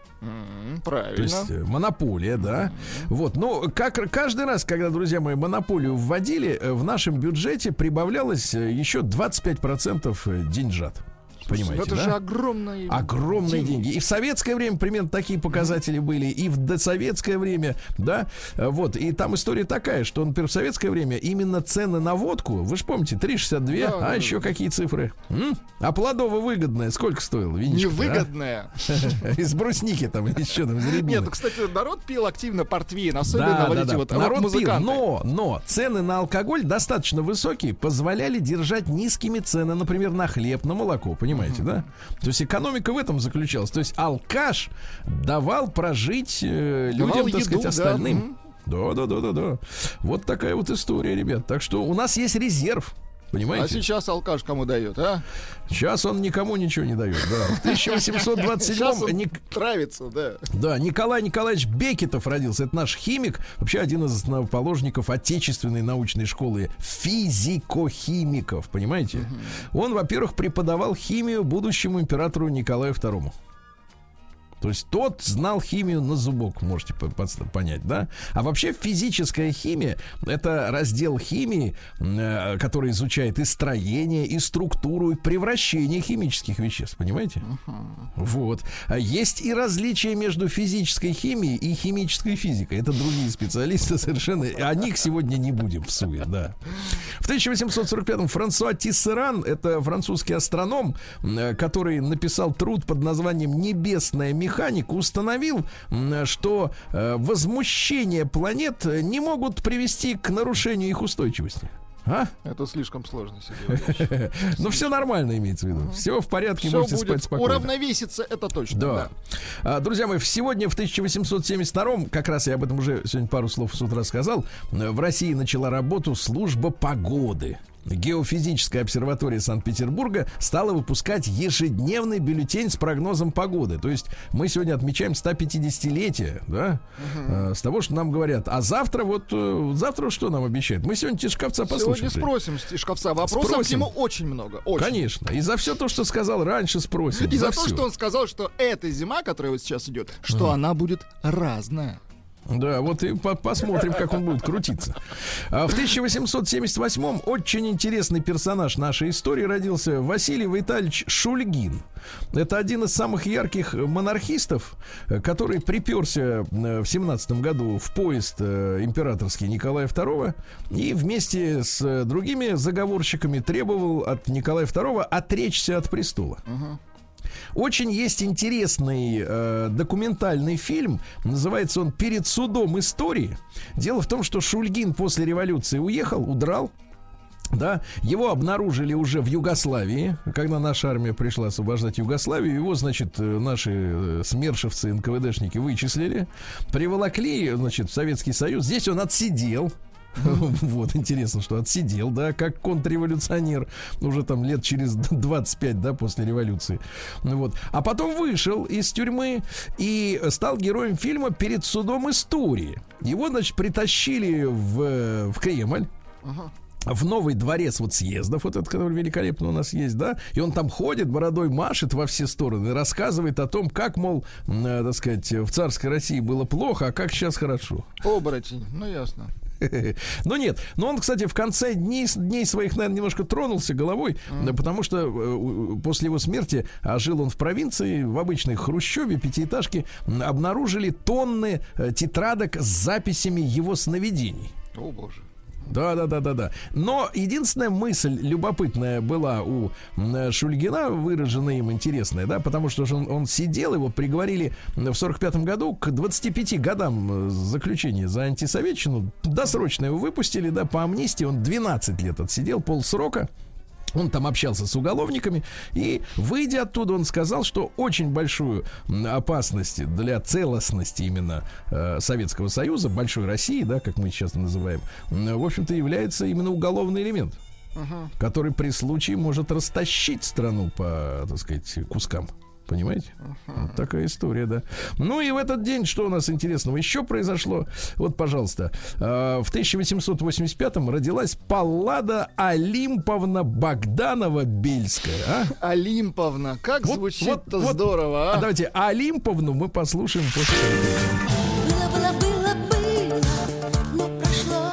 S3: Mm, правильно.
S2: То есть монополия, да. Mm-hmm. Вот. Но как каждый раз, когда, друзья мои, монополию вводили, в нашем бюджете прибавлялось еще двадцать пять процентов деньжат. Понимаете,
S3: это
S2: да?
S3: же огромные,
S2: огромные деньги. деньги. И в советское время примерно такие показатели были, и в досоветское время, да. Вот. И там история такая, что, например, в советское время именно цены на водку, вы же помните, три шестьдесят два, да, а да, еще да. какие цифры? М? А плодово-выгодная сколько стоила?
S3: Невыгодная.
S2: Из брусники там, еще там, из рябины.
S3: Нет, кстати, народ пил активно портвейн, особенно вот эти вот
S2: рок-музыканты. Но, но цены на алкоголь достаточно высокие, позволяли держать низкими цены, например, на хлеб, на молоко, понимаете? Понимаете, да? То есть экономика в этом заключалась. То есть алкаш давал прожить э, людям, так сказать, остальным. Да, да, да, да, да. Вот такая вот история, ребят. Так что у нас есть резерв. Понимаете?
S3: А сейчас алкаш кому дает, а?
S2: Сейчас он никому ничего не дает, да. В тысяча восемьсот двадцать седьмом...
S3: Сейчас он Ник... травится, да.
S2: Да, Николай Николаевич Бекетов родился. Это наш химик, вообще один из основоположников отечественной научной школы физико-химиков, понимаете? Угу. Он, во-первых, преподавал химию будущему императору Николаю Второму. То есть тот знал химию на зубок, можете понять, да? А вообще физическая химия — это раздел химии, э, который изучает и строение, и структуру, и превращение химических веществ, понимаете? Uh-huh. Вот. А есть и различия между физической химией и химической физикой. Это другие специалисты совершенно. О них сегодня не будем в суе, да. В тысяча восемьсот сорок пятом Франсуа Тиссеран, это французский астроном, который написал труд под названием «Небесная механика», установил, что э, возмущение планет не могут привести к нарушению их устойчивости. А?
S3: Это слишком сложно себе.
S2: Но все нормально имеется в виду. Все в порядке, можете спать спокойно.
S3: Уравновеситься, это точно.
S2: Да. Да. Друзья мои, сегодня в тысяча восемьсот семьдесят втором, как раз я об этом уже сегодня пару слов с утра сказал, в России начала работу служба погоды. геофизическая обсерватория Санкт-Петербурга стала выпускать ежедневный бюллетень с прогнозом погоды. То есть мы сегодня отмечаем сто пятидесятилетие, да, uh-huh. с того, что нам говорят. А завтра вот, завтра что нам обещают? Мы сегодня Тишковца послушаем.
S3: Сегодня спросим Тишковца. Вопросов спросим. К нему очень много. Очень.
S2: Конечно. И за все то, что сказал раньше, спросим.
S3: И за,
S2: за
S3: то,
S2: все.
S3: что он сказал, что эта зима, которая вот сейчас идет, что uh-huh. она будет разная.
S2: Да, вот и по- посмотрим, как он будет крутиться. А в тысяча восемьсот семьдесят восьмом очень интересный персонаж нашей истории родился. Василий Витальевич Шульгин. Это один из самых ярких монархистов, который приперся в семнадцатом году в поезд императорский Николая второго и вместе с другими заговорщиками требовал от Николая второго отречься от престола. Uh-huh. Очень есть интересный э, документальный фильм. Называется он «Перед судом истории». Дело в том, что Шульгин после революции уехал, удрал. Да, его обнаружили уже в Югославии, когда наша армия пришла освобождать Югославию. Его, значит, наши смершевцы, эн ка вэ дэшники вычислили, приволокли, значит, в Советский Союз. Здесь он отсидел. Вот, интересно, что отсидел, да, как контрреволюционер уже там лет через двадцать пять, да, после революции. Вот. А потом вышел из тюрьмы и стал героем фильма «Перед судом истории». Его, значит, притащили в, в Кремль. В новый дворец вот съездов, вот этот, который великолепно у нас есть, да, и он там ходит, бородой машет во все стороны, рассказывает о том, как, мол, э, так сказать, в царской России было плохо, а как сейчас хорошо.
S3: Оборотень, ну ясно.
S2: Ну нет, но он, кстати, в конце дней, дней своих, наверное, немножко тронулся головой, mm. да, потому что э, после его смерти, а жил он в провинции, в обычной хрущеве, пятиэтажке, обнаружили тонны э, тетрадок с записями его сновидений.
S3: О, боже.
S2: Да, да, да, да, да. Но единственная мысль любопытная была у Шульгина, выраженная им интересная, да, потому что он, он сидел, его приговорили в сорок пятом году к двадцати пяти годам заключения за антисоветчину. Досрочно его выпустили, да, по амнистии. Он двенадцать лет отсидел, полсрока. Он там общался с уголовниками, и, выйдя оттуда, он сказал, что очень большую опасность для целостности именно э, Советского Союза, большой России, да, как мы сейчас называем, в общем-то, является именно уголовный элемент, uh-huh. который при случае может растащить страну по, так сказать, кускам. Понимаете? Uh-huh. Вот такая история, да. Ну и в этот день, что у нас интересного еще произошло? Вот, пожалуйста, э, в тысяча восемьсот восемьдесят пятом родилась Паллада Олимповна Богданова-Бельская. А?
S3: Олимповна, как вот, звучит-то
S2: вот,
S3: здорово,
S2: вот,
S3: а?
S2: а давайте Олимповну мы послушаем после этого.
S6: Было-было-было-было, но прошло.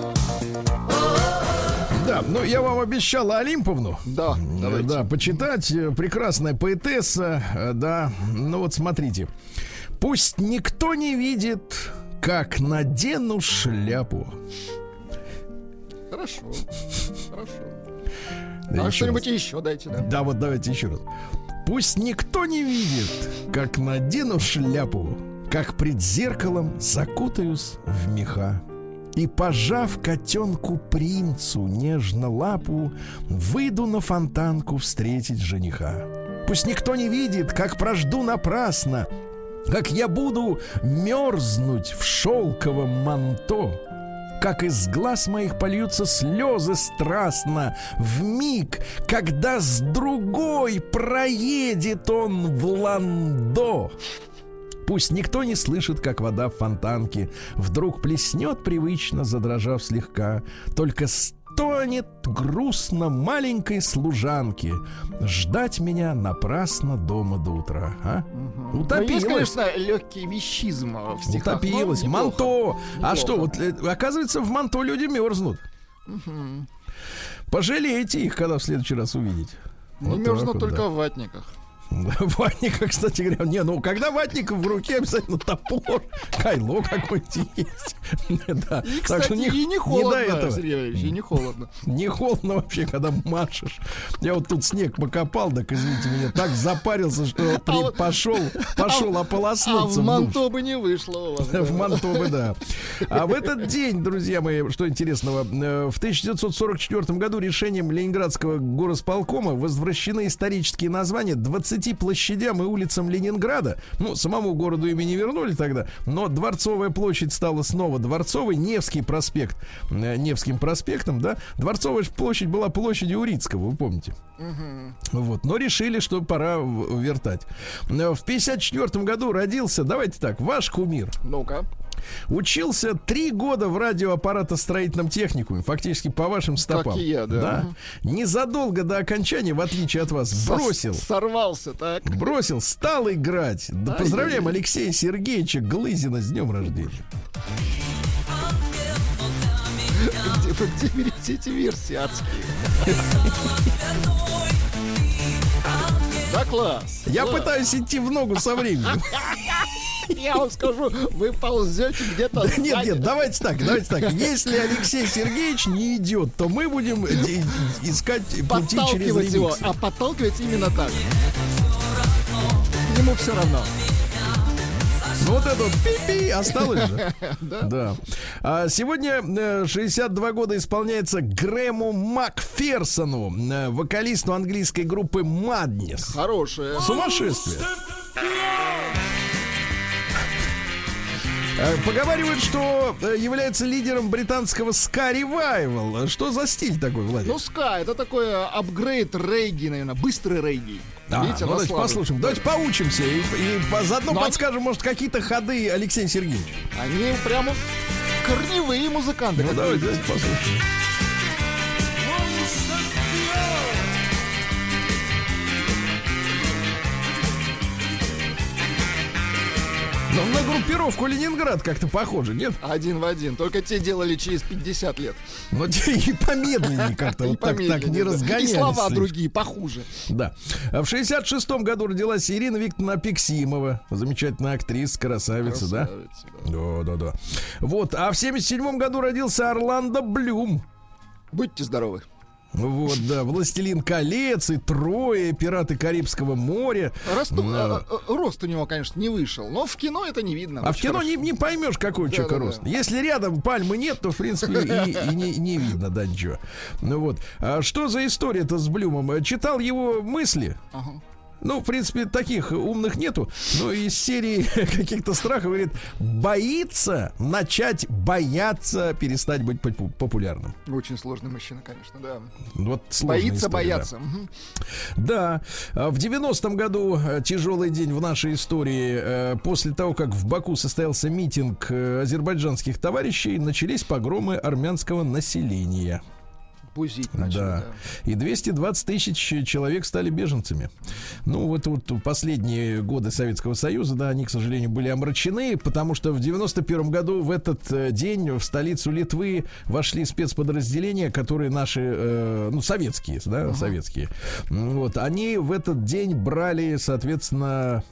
S2: Да, ну я вам обещал Олимповну.
S3: Да, давайте.
S2: Да, почитать. Прекрасная поэтесса. Да, ну вот смотрите. Пусть никто не видит, как надену шляпу.
S3: Хорошо, хорошо.
S2: Да,
S3: а что-нибудь раз. еще дайте, да?
S2: Да, вот давайте еще раз. Пусть никто не видит, как надену шляпу, как пред зеркалом закутаюсь в меха. И, пожав котенку принцу нежно лапу, выйду на фонтанку встретить жениха. Пусть никто не видит, как прожду напрасно, как я буду мерзнуть в шелковом манто, как из глаз моих польются слезы страстно в миг, когда с другой проедет он в ландо. Пусть никто не слышит, как вода в фонтанке вдруг плеснет привычно, задрожав слегка. Только стонет грустно маленькой служанке ждать меня напрасно дома до утра. А? Угу. Утопилась.
S3: Ну, есть, конечно, легкий вещизм в стихах.
S2: Утопилась.
S3: Но
S2: манто.
S3: Неплохо.
S2: А что, вот оказывается, в манто люди мерзнут.
S3: Угу.
S2: Пожалейте их, когда в следующий раз увидите.
S3: Не
S2: вот
S3: мерзнут
S2: вот,
S3: только
S2: да.
S3: в ватниках.
S2: Ватника, кстати говоря, не, ну когда ватник в руке, обязательно топор, кайло какое-нибудь есть. Да.
S3: И, кстати,
S2: так что не,
S3: и не холодно,
S2: не до этого.
S3: Сергей Валерьевич, и не холодно.
S2: Не холодно вообще, когда машешь. Я вот тут снег покопал, так извините меня, так запарился, что при, а вот, пошел, пошел ополоснуться.
S3: А в манто бы не вышло у вас.
S2: В манто бы, да. А в этот день, друзья мои, что интересного, в тысяча девятьсот сорок четвёртом году решением Ленинградского горосполкома возвращены исторические названия двадцати тридцати площадям и улицам Ленинграда. Ну, самому городу имя не вернули тогда, но Дворцовая площадь стала снова Дворцовой, Невский проспект э, Невским проспектом, да. Дворцовая площадь была площадью Урицкого, вы помните. Угу. Вот, но решили, что пора в- вертать. В пятьдесят четвёртом году родился, давайте так, ваш кумир.
S3: Ну-ка.
S2: Учился три года в радиоаппаратостроительном техникуме, фактически по вашим стопам.
S3: Как и я, да.
S2: Незадолго до окончания, в отличие от вас, бросил.
S3: Сос- Сорвался, так.
S2: Бросил, стал играть. Да,
S3: Ай,
S2: поздравляем
S3: ай, ай.
S2: Алексея Сергеевича Глызина с днем рождения.
S3: Где, где берете эти версии адские? Да, класс.
S2: Я
S3: класс.
S2: пытаюсь идти в ногу со временем.
S3: Я вам скажу, вы ползете где-то
S2: Да нет,
S3: сзади.
S2: нет, давайте так, давайте так. Если Алексей Сергеевич не идет, то мы будем э, искать пути через
S3: Подталкивать его,
S2: ремиксы.
S3: а подталкивать именно так. Ему все равно.
S2: Ну, вот это вот пи-пи осталось же. Да. А сегодня э, шестьдесят два года исполняется Грэму Макферсону, э, вокалисту английской группы Madness.
S3: Хорошее.
S2: Сумасшествие. Э, Поговаривают, что э, является лидером британского ска-ревайвал. Что за стиль такой, Владимир?
S3: Ну, ска, это такой э, апгрейд регги, наверное, быстрый регги.
S2: А,
S3: Видите,
S2: ну, давайте
S3: наслаживает.
S2: послушаем. Давайте поучимся и, и по- заодно
S3: Ну, а-
S2: подскажем, может, какие-то ходы Алексея Сергеевича.
S3: Они прямо корневые музыканты.
S2: Ну,
S3: как
S2: давайте,
S3: видите.
S2: давайте послушаем. Но на группировку Ленинград как-то похоже, нет?
S3: Один в один. Только те делали через пятьдесят лет.
S2: Но те и помедленнее как-то,
S3: И
S2: вот так, так не
S3: помедленнее, да.
S2: разгонялись.
S3: И слова
S2: слишком.
S3: другие, похуже.
S2: Да. А в шестьдесят шестом году родилась Ирина Викторовна Апексимова. Замечательная актриса, красавица, да?
S3: Красавица,
S2: Да, да, да. Вот. А в семьдесят седьмом году родился Орландо Блюм.
S3: Будьте здоровы.
S2: Вот, да. «Властелин колец» и «Троя», «Пираты Карибского моря».
S3: Росту-
S2: Да.
S3: э, э, рост у него, конечно, не вышел, но в кино это не видно.
S2: А в
S3: Очень
S2: кино не,
S3: хорошо.
S2: не поймешь, какой у
S3: Да,
S2: человека
S3: да,
S2: рост.
S3: да.
S2: Если рядом пальмы нет, то, в принципе, и, и не, не видно, да, ничего. Ну вот. А что за история-то с Блюмом? Читал его мысли.
S3: Ага.
S2: Ну, в принципе, таких умных нету. Но из серии каких-то страхов, говорит, боится начать бояться перестать быть попу- популярным.
S3: Очень сложный мужчина, конечно, да.
S2: Вот сложная
S3: Боится
S2: история,
S3: бояться. Мгм.
S2: Да. Да. В девяностом году э, тяжелый день в нашей истории. Э, После того, как в Баку состоялся митинг э, азербайджанских товарищей, начались погромы армянского населения.
S3: Бузить начали,
S2: Да.
S3: да.
S2: И двести двадцать тысяч человек стали беженцами. Ну, вот, вот последние годы Советского Союза, да, они, к сожалению, были омрачены, потому что в девяносто первом году в этот э, день в столицу Литвы вошли спецподразделения, которые наши, э, ну, советские, да, uh-huh. советские. Вот, они в этот день брали, соответственно,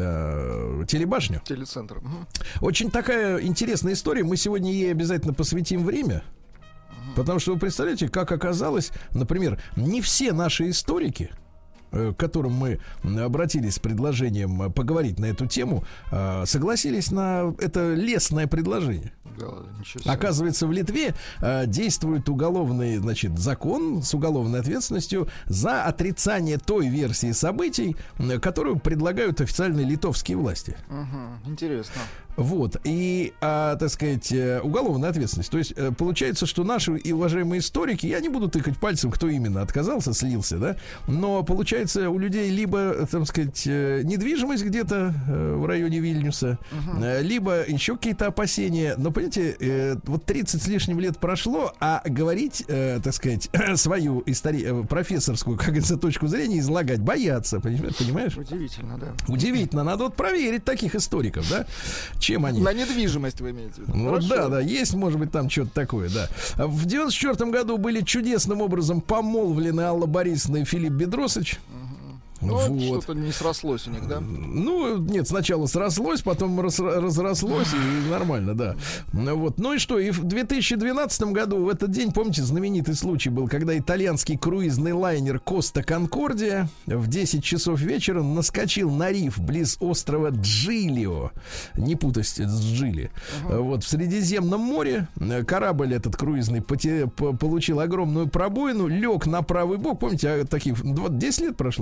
S2: э, телебашню.
S3: Телецентр. Мгм.
S2: Очень такая интересная история. Мы сегодня ей обязательно посвятим время. Потому что вы представляете, как оказалось, например, не все наши историки, э, к которым мы обратились с предложением э, поговорить на эту тему, э, согласились на это лестное предложение.
S3: Да, ничего себе.
S2: Оказывается, в Литве э, действует уголовный, значит, закон с уголовной ответственностью за отрицание той версии событий, э, которую предлагают официальные литовские власти.
S3: Мгм. Интересно.
S2: Вот, и, а, так сказать, э, уголовная ответственность. То есть, э, получается, что наши и уважаемые историки, я не буду тыкать пальцем, кто именно отказался, слился, да, но, получается, у людей либо, так сказать, э, недвижимость где-то э, в районе Вильнюса,
S3: Мгм.
S2: э, либо еще какие-то опасения. Но, понимаете, э, вот тридцать с лишним лет прошло, а говорить, э, так сказать, свою истори- э, профессорскую, как говорится, точку зрения излагать боятся, понимаешь? понимаешь?
S3: Удивительно, да.
S2: Удивительно, надо вот проверить таких историков, да, чем они.
S3: На недвижимость вы имеете в виду?
S2: Ну,
S3: Хорошо.
S2: да, да, есть, может быть, там что-то такое, да. В девяносто четвёртом году были чудесным образом помолвлены Алла Борисовна и Филипп Бедросович.
S3: Ну,
S2: Вот.
S3: что-то не срослось у них, да?
S2: Ну, нет, сначала срослось, потом раз- разрослось, и нормально, да. Ну, вот. Ну и что, и в две тысячи двенадцатом году, в этот день, помните, знаменитый случай был, когда итальянский круизный лайнер Коста Конкордия в десять часов вечера наскочил на риф близ острова Джилио. Не путайте с Джили. Uh-huh. Вот, в Средиземном море корабль этот круизный поте- по- получил огромную пробоину, лег на правый бок. Помните, а таких десять лет прошло, ребята? Uh-huh.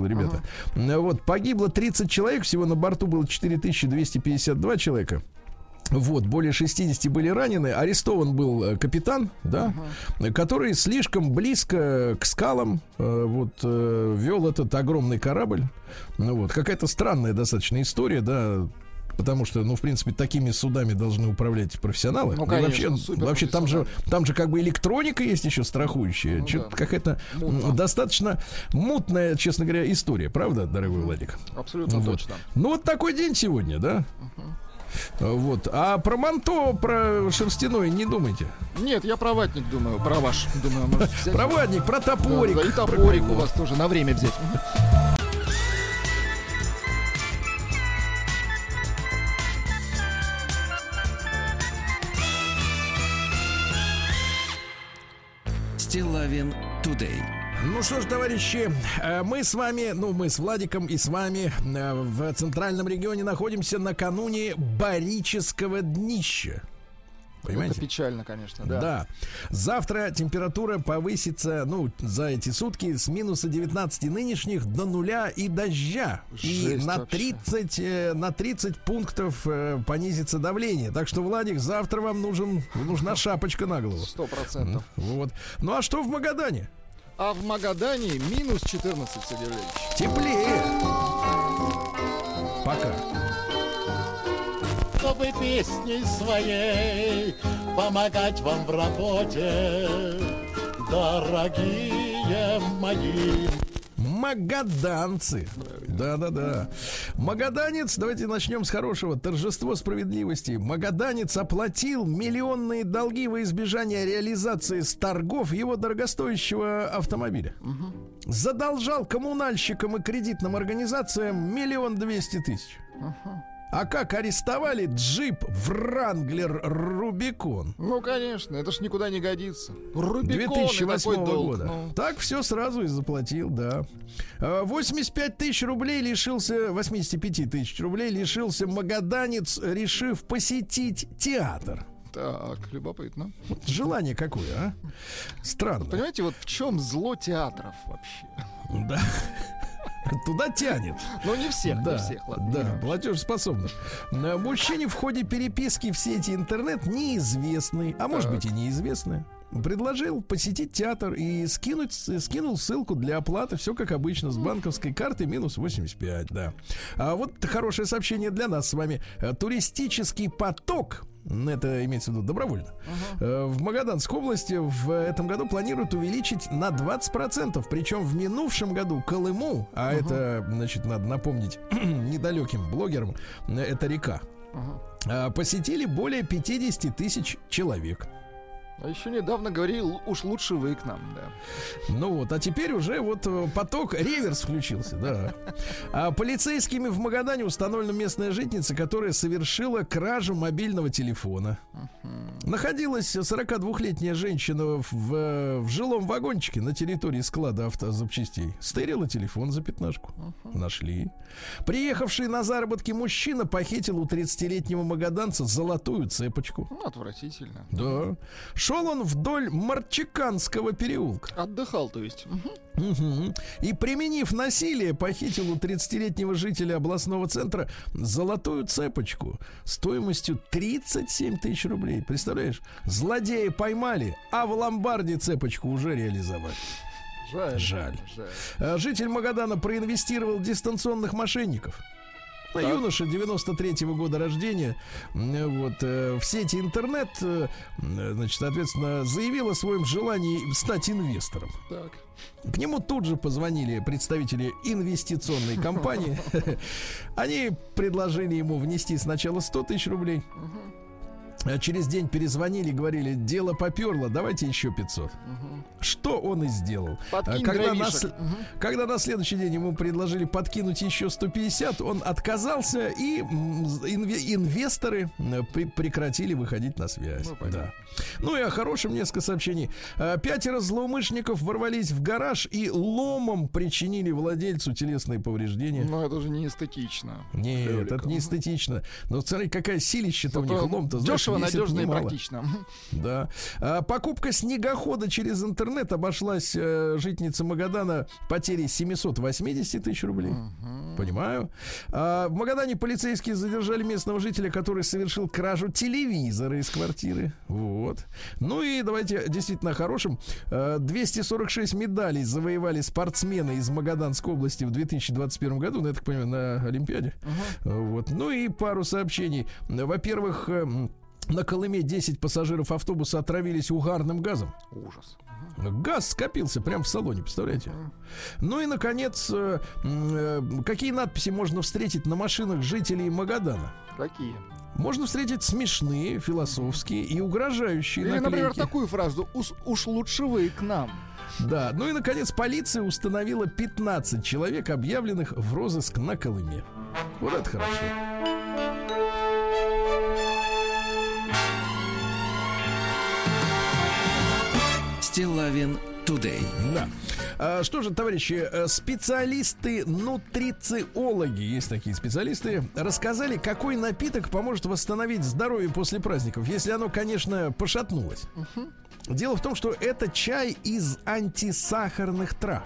S2: Вот, погибло тридцать человек, всего на борту было четыре тысячи двести пятьдесят два человека. Вот, более шестьдесят были ранены. Арестован был капитан, да, uh-huh. который слишком близко к скалам э, вот, э, вел этот огромный корабль. Ну, вот, какая-то странная достаточно история, да. Потому что, ну, в принципе, такими судами должны управлять профессионалы. Ну, конечно, вообще, вообще там же, там же как бы электроника есть еще страхующая. Ну, Что-то да. какая-то Мутно. достаточно мутная, честно говоря, история. Правда, дорогой Владик?
S3: Абсолютно
S2: вот.
S3: точно.
S2: Ну, вот такой день сегодня, да? Uh-huh. Вот. А про манто, про шерстяное не думайте.
S3: Нет, я про ватник думаю, про ваш. Думаю, может взять.
S2: Про ватник, про топорик.
S3: Да, да, и топорик про... у вас тоже на время взять.
S1: Стиллавин Today.
S2: Ну что ж, товарищи, мы с вами, ну мы с Владиком и с вами в центральном регионе находимся накануне барического днища. Понимаете?
S3: Это печально, конечно, да.
S2: Да. Завтра температура повысится, ну, за эти сутки с минуса девятнадцати нынешних до нуля и дождя. Жесть и на тридцать, э, на тридцать пунктов э, понизится давление. Так что, Владик, завтра вам нужен, нужна шапочка на голову.
S3: Сто процентов.
S2: Вот. Ну а что в Магадане?
S3: А в Магадане минус четырнадцать, Сергей Валерьевич.
S2: Теплее. Пока.
S7: Чтобы песней своей помогать вам в работе, дорогие мои.
S2: Магаданцы. Да-да-да. Магаданец, давайте начнем с хорошего. Торжество справедливости. Магаданец оплатил миллионные долги во избежание реализации с торгов его дорогостоящего автомобиля. Угу. Задолжал коммунальщикам и кредитным организациям миллион двести тысяч. Угу. А как арестовали джип Вранглер Рубикон?
S3: Ну, конечно, это ж никуда не годится. Рубикон,
S2: две тысячи восьмого года.
S3: Ну.
S2: Так все сразу и заплатил, да. восемьдесят пять тысяч рублей лишился, восемьдесят пять тысяч рублей лишился магаданец, решив посетить театр.
S3: Так, любопытно.
S2: Вот желание какое, а? Странно.
S3: Вы понимаете, вот в чем зло театров вообще?
S2: Да. Туда тянет.
S3: Ну, не всех,
S2: да,
S3: не всех, ладно.
S2: Да, платежеспособных. Мужчине в ходе переписки в сети интернет неизвестный, а так. может быть и неизвестный, предложил посетить театр и скинуть, скинул ссылку для оплаты. Все как обычно, с банковской карты минус восемьдесят пять, да. А вот хорошее сообщение для нас с вами. Туристический поток, это имеется в виду добровольно, uh-huh. в Магаданской области в этом году планируют увеличить на двадцать процентов. Причем в минувшем году Колыму, а uh-huh. это, значит, надо напомнить недалеким блогерам, это река, uh-huh. посетили более пятьдесят тысяч человек.
S3: А еще недавно говорил, уж лучше вы к нам, да.
S2: Ну вот, а теперь уже вот поток, реверс включился, да. А полицейскими в Магадане установлена местная жительница, которая совершила кражу мобильного телефона. Uh-huh. Находилась сорокадвухлетняя женщина в, в, в жилом вагончике на территории склада автозапчастей. Стырила телефон за пятнашку. Uh-huh. Нашли. Приехавший на заработки мужчина похитил у тридцатилетнего магаданца золотую цепочку.
S3: Ну, отвратительно.
S2: Да. Шел он вдоль Марчиканского переулка.
S3: Отдыхал, то есть.
S2: Угу. Угу. И, применив насилие, похитил у тридцатилетнего жителя областного центра золотую цепочку стоимостью тридцать семь тысяч рублей. Представляешь? Злодея поймали, а в ломбарде цепочку уже реализовали.
S3: Жаль.
S2: Жаль.
S3: Жаль.
S2: Житель Магадана проинвестировал в дистанционных мошенников. Так. Юноша девяносто третьего года рождения, вот, в сети интернет, значит, соответственно, заявил о своем желании стать инвестором.
S3: Так.
S2: К нему тут же позвонили представители инвестиционной компании. Они предложили ему внести сначала сто тысяч рублей. Через день перезвонили, говорили, дело поперло, давайте еще пятьсот. Угу. Что он и сделал. Когда на, угу. когда на следующий день ему предложили подкинуть еще сто пятьдесят, он отказался, и инве- инвесторы при- прекратили выходить на связь. Ну, да. Ну и о хорошем несколько сообщений. Пятеро злоумышленников ворвались в гараж и ломом причинили владельцу телесные повреждения.
S3: Ну это же не эстетично.
S2: Нет, Лёлика. Это не эстетично. Но смотри, какая силища-то у них лом-то. Знаешь,
S3: Дешево,
S2: весит
S3: надежно и
S2: немало.
S3: практично.
S2: Да. А, покупка снегохода через интернет обошлась э, житнице Магадана потерей семьсот восемьдесят тысяч рублей.
S3: Мгм.
S2: Понимаю. А, в Магадане полицейские задержали местного жителя, который совершил кражу телевизора из квартиры. Вот. Ну и давайте действительно о хорошем. А, двести сорок шесть медалей завоевали спортсмены из Магаданской области в две тысячи двадцать первом году, ну, я так понимаю, на Олимпиаде. Вот. Ну и пару сообщений. Во-первых, эм, на Колыме десять пассажиров автобуса отравились угарным газом.
S3: Ужас.
S2: Газ скопился прямо в салоне, представляете? Ну и, наконец, э, э, какие надписи можно встретить на машинах жителей Магадана?
S3: Какие?
S2: Можно встретить смешные, философские и угрожающие
S3: Или,
S2: наклейки.
S3: например, такую фразу: «Уж, уж лучше вы к нам».
S2: Да, ну и, наконец, полиция установила пятнадцать человек, объявленных в розыск на Колыме. Вот это хорошо.
S1: Стиллавин Today.
S2: Да. А, что же, товарищи, э, специалисты-нутрициологи, есть такие специалисты, рассказали, какой напиток поможет восстановить здоровье после праздников, если оно, конечно, пошатнулось. Дело в том, что это чай из антисахарных трав.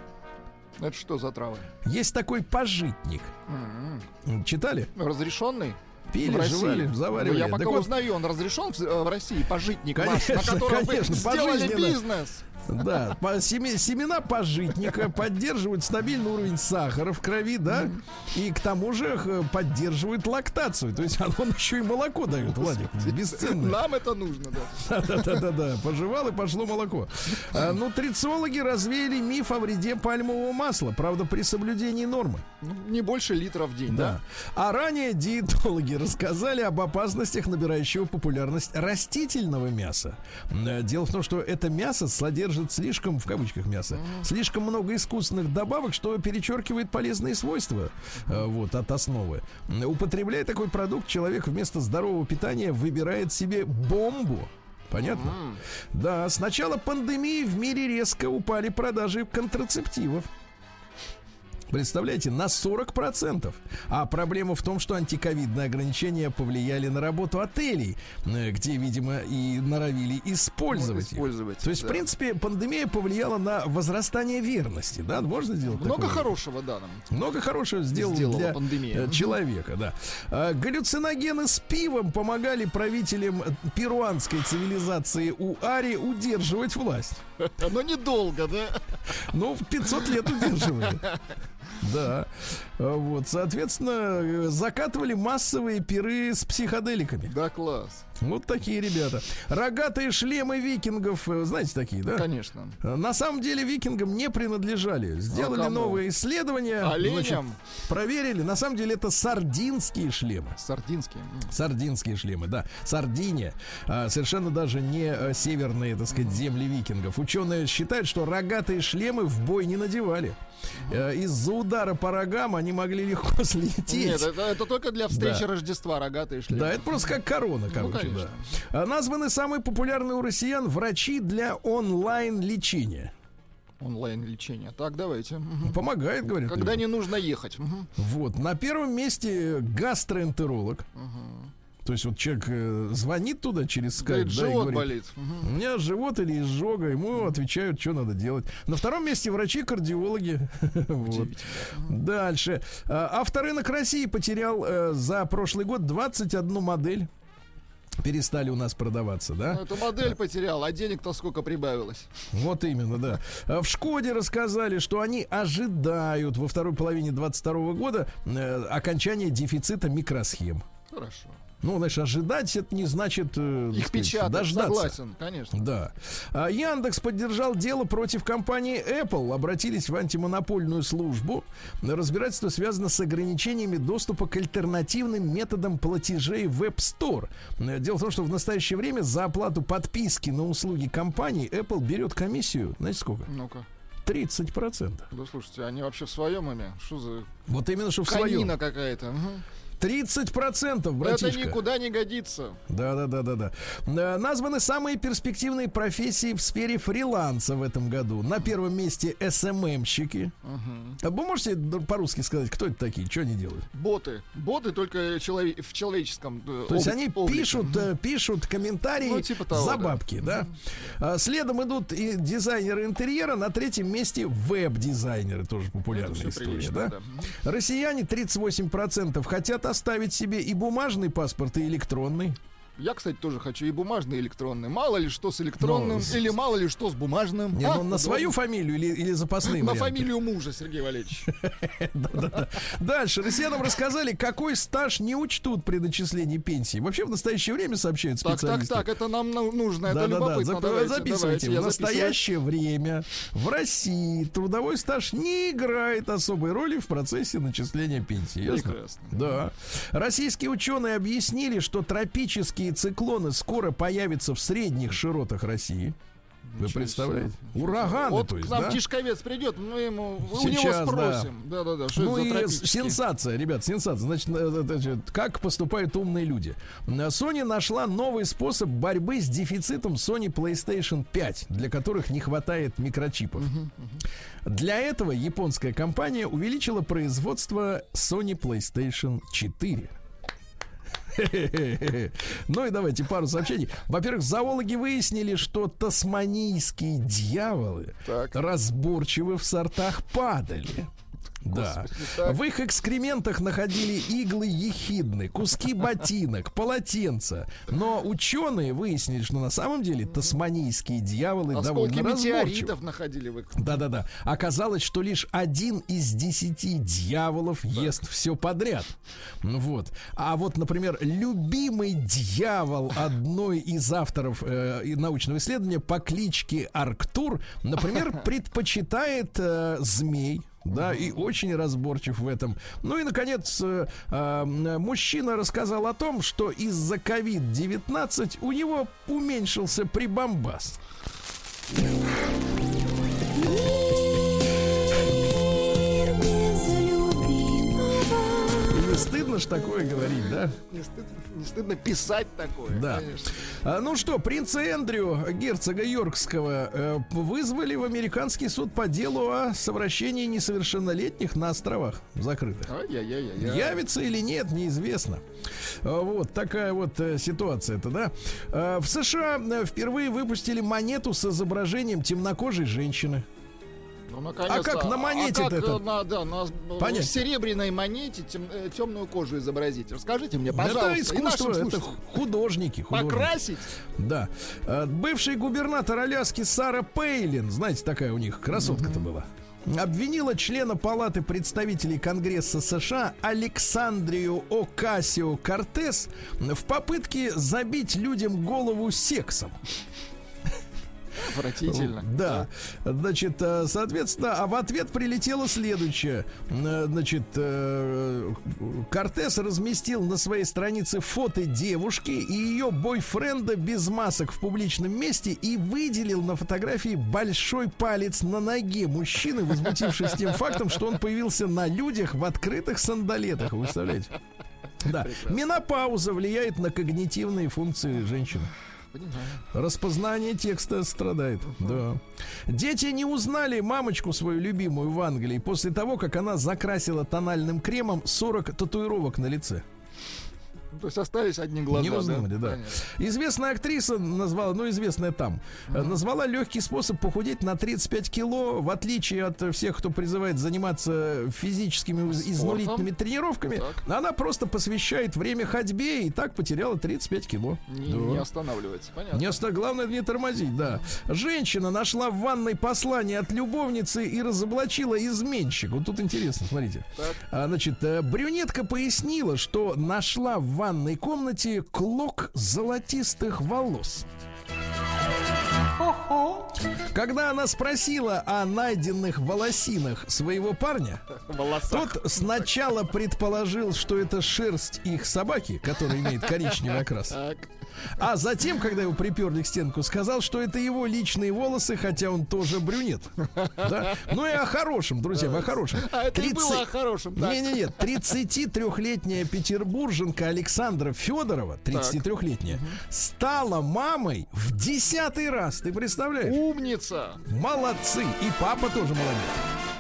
S3: Это что за травы?
S2: Есть такой пожитник.
S3: М-м.
S2: Читали?
S3: Разрешенный?
S2: Пили,
S3: В России?
S2: жевали, заваривали.
S3: Ну, я пока
S2: Так вот,
S3: узнаю, он разрешен в, э, в России, пожитник ваш,
S2: Конечно,
S3: на котором
S2: конечно,
S3: вы сделали
S2: пожизненно.
S3: бизнес.
S2: Да, по семи- семена пожитника поддерживают стабильный уровень сахара в крови, да, и к тому же э, поддерживают лактацию. То есть он еще и молоко дает, Владик, бесценное.
S3: Нам это нужно, да.
S2: Да-да-да-да, пожевал и пошло молоко. А, нутрициологи развеяли миф о вреде пальмового масла, правда, при соблюдении нормы.
S3: Ну, не больше литра в день, да?
S2: Да. А ранее диетологи рассказали об опасностях набирающего популярность растительного мяса. Э, Дело в том, что это мясо содержит слишком, в кавычках мясо, слишком много искусственных добавок, что перечеркивает полезные свойства э, вот, от основы. Употребляя такой продукт, человек вместо здорового питания выбирает себе бомбу. Понятно? Да, с начала пандемии в мире резко упали продажи контрацептивов. Представляете, на сорок процентов. А проблема в том, что антиковидные ограничения повлияли на работу отелей, э, где, видимо, и норовили использовать их.
S3: Использовать,
S2: То есть,
S3: да.
S2: в принципе, пандемия повлияла на возрастание верности, да? Можно сделать
S3: Много
S2: такое?
S3: хорошего, да, нам.
S2: Много хорошего сделал
S3: Сделала
S2: для
S3: пандемия.
S2: э, человека, да. А, галлюциногены с пивом помогали правителям перуанской цивилизации Уари удерживать власть.
S3: Но недолго, да?
S2: Ну, в пятьсот лет удерживали. Да. А, Вот, соответственно, э, закатывали массовые пиры с психоделиками.
S3: Да, класс.
S2: Вот такие ребята. Рогатые шлемы викингов, э, знаете, такие, да?
S3: Конечно.
S2: На самом деле викингам не принадлежали. Сделали
S3: А кому?
S2: новые исследования.
S3: Оленям?
S2: значит, проверили. На самом деле это сардинские шлемы.
S3: Сардинские. М.
S2: Сардинские шлемы, да. Сардиния. А, совершенно даже не а, северные, так сказать, земли викингов. Ученые считают, что рогатые шлемы в бой не надевали. А, из-за удара по рогам они могли легко слететь.
S3: Нет, это, это только для встречи
S2: Да.
S3: Рождества, рогатые шлемы.
S2: Да, это просто как корона, короче,
S3: конечно.
S2: да. А, названы самые популярные у россиян врачи для онлайн-лечения.
S3: Онлайн-лечение. Так, давайте. Мгм.
S2: Помогает, говорят.
S3: Когда
S2: люди.
S3: не нужно ехать. Мгм.
S2: Вот. На первом месте гастроэнтеролог. То есть вот человек э, звонит туда через скайп,
S3: Говорит,
S2: да, и
S3: живот
S2: говорит,
S3: болит. Мгм.
S2: у меня живот или изжога, ему отвечают, что надо делать. На втором месте врачи-кардиологи. Вот. Дальше. А, Авторынок России потерял э, за прошлый год двадцать одну модель. Перестали у нас продаваться, да?
S3: Ну, эту модель потерял, а денег-то сколько прибавилось.
S2: Вот именно, да. А В Шкоде рассказали, что они ожидают во второй половине двадцать второго года э, окончания дефицита микросхем.
S3: Хорошо.
S2: Ну, знаешь, ожидать это не значит э, так
S3: Их
S2: сказать,
S3: печатать,
S2: дождаться.
S3: согласен, конечно.
S2: Да. А Яндекс поддержал дело против компании Apple. Обратились в антимонопольную службу. Разбирательство связано с ограничениями доступа к альтернативным методам платежей в App Store. Дело в том, что в настоящее время за оплату подписки на услуги компании Apple берет комиссию, знаете сколько?
S3: Ну-ка.
S2: тридцать процентов.
S3: Да слушайте, они вообще в своем уме? Что за
S2: Вот именно, что в своем.
S3: конина какая-то? Мгм.
S2: тридцать процентов, братишка.
S3: Это никуда не годится.
S2: Да, да, да, да, да. Э, Названы самые перспективные профессии в сфере фриланса в этом году. На первом месте эс эм эм-щики. А вы можете по-русски сказать, кто это такие, что они делают?
S3: Боты. Боты только челове- в человеческом э,
S2: То есть
S3: об-
S2: они
S3: облике.
S2: пишут, э, пишут комментарии
S3: Ну, типа того,
S2: за
S3: да.
S2: бабки, да. А следом идут и дизайнеры интерьера, на третьем месте веб-дизайнеры, тоже популярная
S3: Это всё
S2: история,
S3: прилично,
S2: да?
S3: да.
S2: Россияне тридцать восемь процентов хотят оставить себе и бумажный паспорт, и электронный.
S3: Я, кстати, тоже хочу и бумажный, и электронный. Мало ли что с электронным,
S2: Ну, с-
S3: или мало ли что с бумажным.
S2: Не,
S3: А,
S2: ну, на свою
S3: удобно.
S2: фамилию или, или запасные
S3: На
S2: варианты?
S3: фамилию мужа, Сергей Валерьевич.
S2: Да-да-да. Дальше. Россиянам рассказали, какой стаж не учтут при начислении пенсии. Вообще в настоящее время сообщают
S3: Так, так,
S2: специалисты.
S3: так, это нам ну- нужно, это
S2: Да-да-да,
S3: любопытно.
S2: зап-
S3: Давайте,
S2: записывайте.
S3: давайте, я
S2: В
S3: записываю.
S2: настоящее время в России трудовой стаж не играет особой роли в процессе начисления пенсии. Ясно?
S3: Прекрасно.
S2: Да. Российские ученые объяснили, что тропические циклоны скоро появятся в средних широтах России. Вы
S3: Ничего
S2: представляете?
S3: себе.
S2: Ураганы,
S3: Вот
S2: то есть,
S3: к нам
S2: да?
S3: Тишковец придет, мы ему у
S2: Сейчас,
S3: него спросим. Да-да-да, что
S2: Ну
S3: это за
S2: и
S3: тропические?
S2: сенсация, ребят, сенсация. Значит, э, э, значит, как поступают умные люди? Sony нашла новый способ борьбы с дефицитом Sony PlayStation пять, для которых не хватает микрочипов. Для этого японская компания увеличила производство Sony PlayStation четыре. Ну и давайте пару сообщений. Во-первых, зоологи выяснили, что тасманийские дьяволы
S3: Так.
S2: разборчивы в сортах падали. Да.
S3: так.
S2: В их экскрементах находили иглы ехидны, куски ботинок, полотенца. Но ученые выяснили, что на самом деле тасманийские дьяволы
S3: Осколки
S2: довольно разборчивы.
S3: метеоритов находили в их.
S2: Да-да-да. Оказалось, что лишь один из десяти дьяволов ест все подряд. Ну вот. А вот, например, любимый дьявол одной из авторов э, и научного исследования по кличке Арктур, например, предпочитает э, змей. Да, и очень разборчив в этом. Ну и, наконец, э, э, мужчина рассказал о том, что из-за ковид девятнадцать у него уменьшился прибамбас.
S6: Мир без любимого.
S2: Не стыдно ж такое говорить, да?
S3: Не стыдно, не стыдно писать такое,
S2: Да.
S3: конечно.
S2: А, ну что, принца Эндрю, герцога Йоркского, э, вызвали в американский суд по делу о совращении несовершеннолетних на островах закрытых.
S3: Ай-яй-яй-яй.
S2: Явится или нет, неизвестно. А, Вот такая вот э, ситуация-то, да. А, в США э, впервые выпустили монету с изображением темнокожей женщины.
S3: Ну, наконец-то.
S2: А как на монете-то
S3: а как,
S2: это?
S3: э, на, да, на
S2: Понятно.
S3: в серебряной монете тем- э, темную кожу изобразить. Расскажите мне,
S2: Это
S3: пожалуйста, и
S2: искусство,
S3: нашим
S2: это
S3: слушателям.
S2: художники, художники.
S3: Покрасить?
S2: Да. А, Бывший губернатор Аляски Сара Пейлин, знаете, такая у них красотка-то была, обвинила члена Палаты представителей Конгресса США Александрию Окасио-Кортес в попытке забить людям голову сексом.
S3: Отвратительно.
S2: Да. Значит, э, соответственно, а в ответ прилетело следующее. Э, Значит, э, Кортес разместил на своей странице фото девушки и ее бойфренда без масок в публичном месте и выделил на фотографии большой палец на ноге мужчины, возмутившись тем фактом, что он появился на людях в открытых сандалетах. Вы представляете? Да. Менопауза влияет на когнитивные функции женщины. Распознание текста страдает. Да. Дети не узнали мамочку свою любимую в Англии после того, как она закрасила тональным кремом сорок татуировок на лице.
S3: То есть остались одни глаза.
S2: Не узнали, да.
S3: Понятно.
S2: Известная актриса назвала, ну, известная там, э, назвала легкий способ похудеть на тридцать пять кило, в отличие от всех, кто призывает заниматься физическими из- изнурительными тренировками.
S3: Так.
S2: Она просто посвящает время ходьбе и так потеряла тридцать пять кило.
S3: Не,
S2: Да.
S3: не останавливается. Понятно.
S2: Не оста... Главное не тормозить, да. Женщина нашла в ванной послание от любовницы и разоблачила изменщика. Вот тут интересно, смотрите.
S3: Так.
S2: А, значит, э, брюнетка пояснила, что нашла в ванной комнате клок золотистых волос. Когда она спросила о найденных волосинах своего парня,
S3: Волосах.
S2: тот сначала предположил, что это шерсть их собаки, которая имеет коричневый окрас.
S3: Так.
S2: А затем, когда его приперли к стенку, сказал, что это его личные волосы, хотя он тоже брюнет. Да? Ну и о хорошем, друзья, о хорошем.
S3: А это и
S2: тридцать
S3: было о хорошем, так.
S2: Не-не-не, тридцатитрёхлетняя петербурженка Александра Федорова, тридцатитрёхлетняя, стала мамой в десятый раз. Ты представляешь?
S3: Умница.
S2: Молодцы. И папа тоже молодец.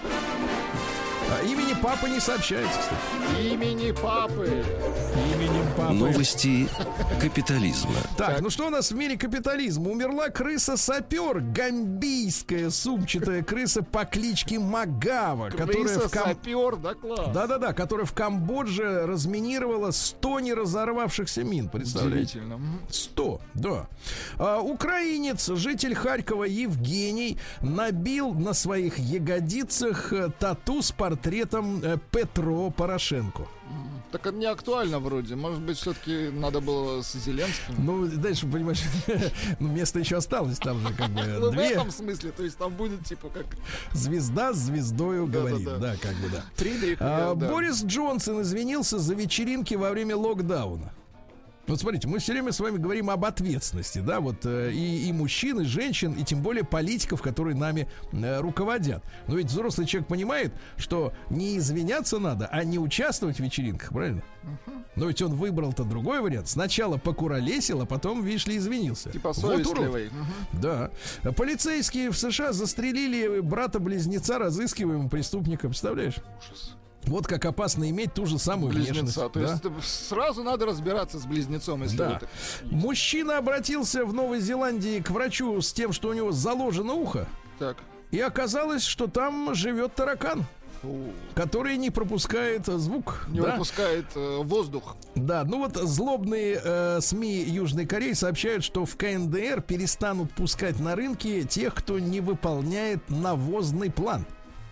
S2: А имени папы не сообщается, кстати.
S3: Имени папы.
S2: Именем папы.
S1: Новости капитализма.
S2: Так, ну что у нас в мире капитализма? Умерла крыса-сапер, гамбийская сумчатая крыса по кличке Магава, которая в Кам...
S3: Крыса-сапер, да, класс.
S2: Да-да-да, которая в Камбодже разминировала сто неразорвавшихся мин, представляете?
S3: Удивительно.
S2: сто, да. А, украинец, житель Харькова Евгений, набил на своих ягодицах э, тату с портретом э, Петро Порошенко.
S3: Так это не актуально вроде. Может быть, все-таки надо было с Зеленским.
S2: Ну, дальше, понимаешь, ну, место еще осталось, там же как бы
S3: Ну, в
S2: две.
S3: этом смысле, то есть там будет типа как
S2: Звезда с звездою
S3: Да,
S2: говорит,
S3: да,
S2: да,
S3: да.
S2: как бы, да.
S3: Фридрих.
S2: А,
S3: я, да.
S2: Борис Джонсон извинился за вечеринки во время локдауна. Вот смотрите, мы все время с вами говорим об ответственности, да, вот э, и, и мужчин, и женщин, и тем более политиков, которые нами э, руководят. Но ведь взрослый человек понимает, что не извиняться надо, а не участвовать в вечеринках, правильно? Uh-huh. Но ведь он выбрал-то другой вариант. Сначала покуролесил, а потом, видишь ли, извинился.
S3: Типа
S2: Вот
S3: совестливый.
S2: урод. Да. Полицейские в США застрелили брата-близнеца разыскиваемого преступника, представляешь?
S3: Ужас.
S2: Вот как опасно иметь ту же самую внешность.
S3: Близнеца. То
S2: да?
S3: есть это сразу надо разбираться с близнецом, если
S2: Да.
S3: вы так...
S2: Мужчина обратился в Новой Зеландии к врачу с тем, что у него заложено ухо.
S3: Так.
S2: И оказалось, что там живет таракан, который не пропускает звук.
S3: Не
S2: да?
S3: выпускает э, воздух.
S2: Да, ну вот злобные э, СМИ Южной Кореи сообщают, что в КНДР перестанут пускать на рынки тех, кто не выполняет навозный план.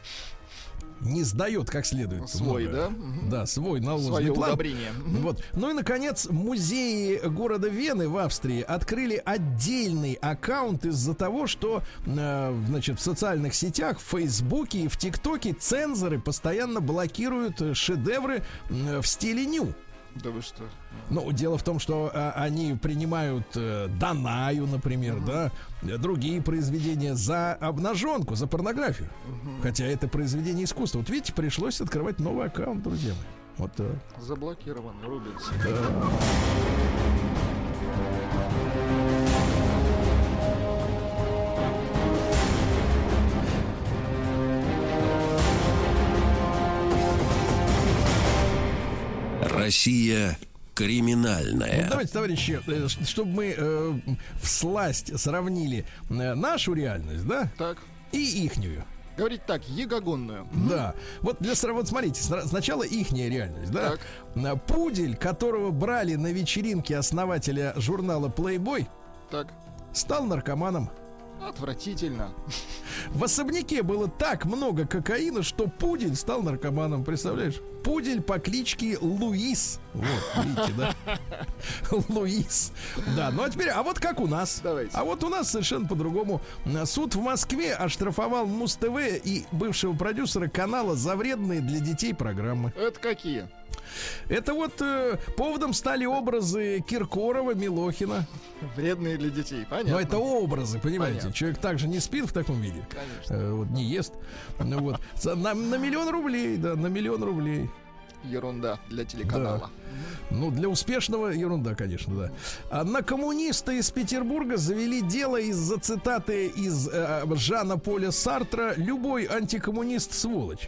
S2: Не сдает как следует.
S3: Свой,
S2: много.
S3: да? Угу.
S2: Да, свой навозный
S3: Свое
S2: план.
S3: удобрение. Угу.
S2: Вот. Ну и, наконец, музеи города Вены в Австрии открыли отдельный аккаунт из-за того, что, э, значит, в социальных сетях, в Фейсбуке и в ТикТоке цензоры постоянно блокируют шедевры э, в стиле ню.
S3: Да вы что?
S2: Ну, дело в том, что а, они принимают э, Данаю, например, uh-huh. да, другие произведения за обнаженку, за порнографию. Uh-huh. Хотя это произведение искусства. Вот видите, пришлось открывать новый аккаунт, друзья мои. Вот так.
S3: Заблокирован, рубится.
S2: Да.
S1: Россия криминальная.
S2: Ну, давайте, товарищи, э, ш- чтобы мы э, всласть сравнили э, нашу реальность, да,
S3: Так.
S2: и ихнюю.
S3: Говорить так, ягогонную.
S2: Да. Вот для сра- вот смотрите, сра- сначала ихняя реальность, да.
S3: Так.
S2: На Пудель, которого брали на вечеринке основателя журнала Playboy,
S3: Так.
S2: стал наркоманом.
S3: Отвратительно.
S2: В особняке было так много кокаина, что Пудель стал наркоманом. Представляешь? Пудель по кличке Луис. Вот, видите, да? Луис. Да, ну а теперь, а вот как у нас?
S3: Давайте.
S2: А вот у нас совершенно по-другому. Суд в Москве оштрафовал Муз-ТВ и бывшего продюсера канала за вредные для детей программы.
S3: Это какие?
S2: Это вот э, поводом стали образы Киркорова, Милохина.
S3: Вредные для детей, понятно.
S2: Но это образы, понимаете?
S3: Понятно.
S2: Человек также не спит в таком виде.
S3: Конечно.
S2: Э, вот не ест. Ну, вот. За- На, на миллион рублей, да, на миллион рублей.
S3: Ерунда для телеканала.
S2: Ну, для успешного ерунда, конечно, да. А на коммуниста из Петербурга завели дело из-за цитаты из э, Жана Поля Сартра: «Любой антикоммунист сволочь».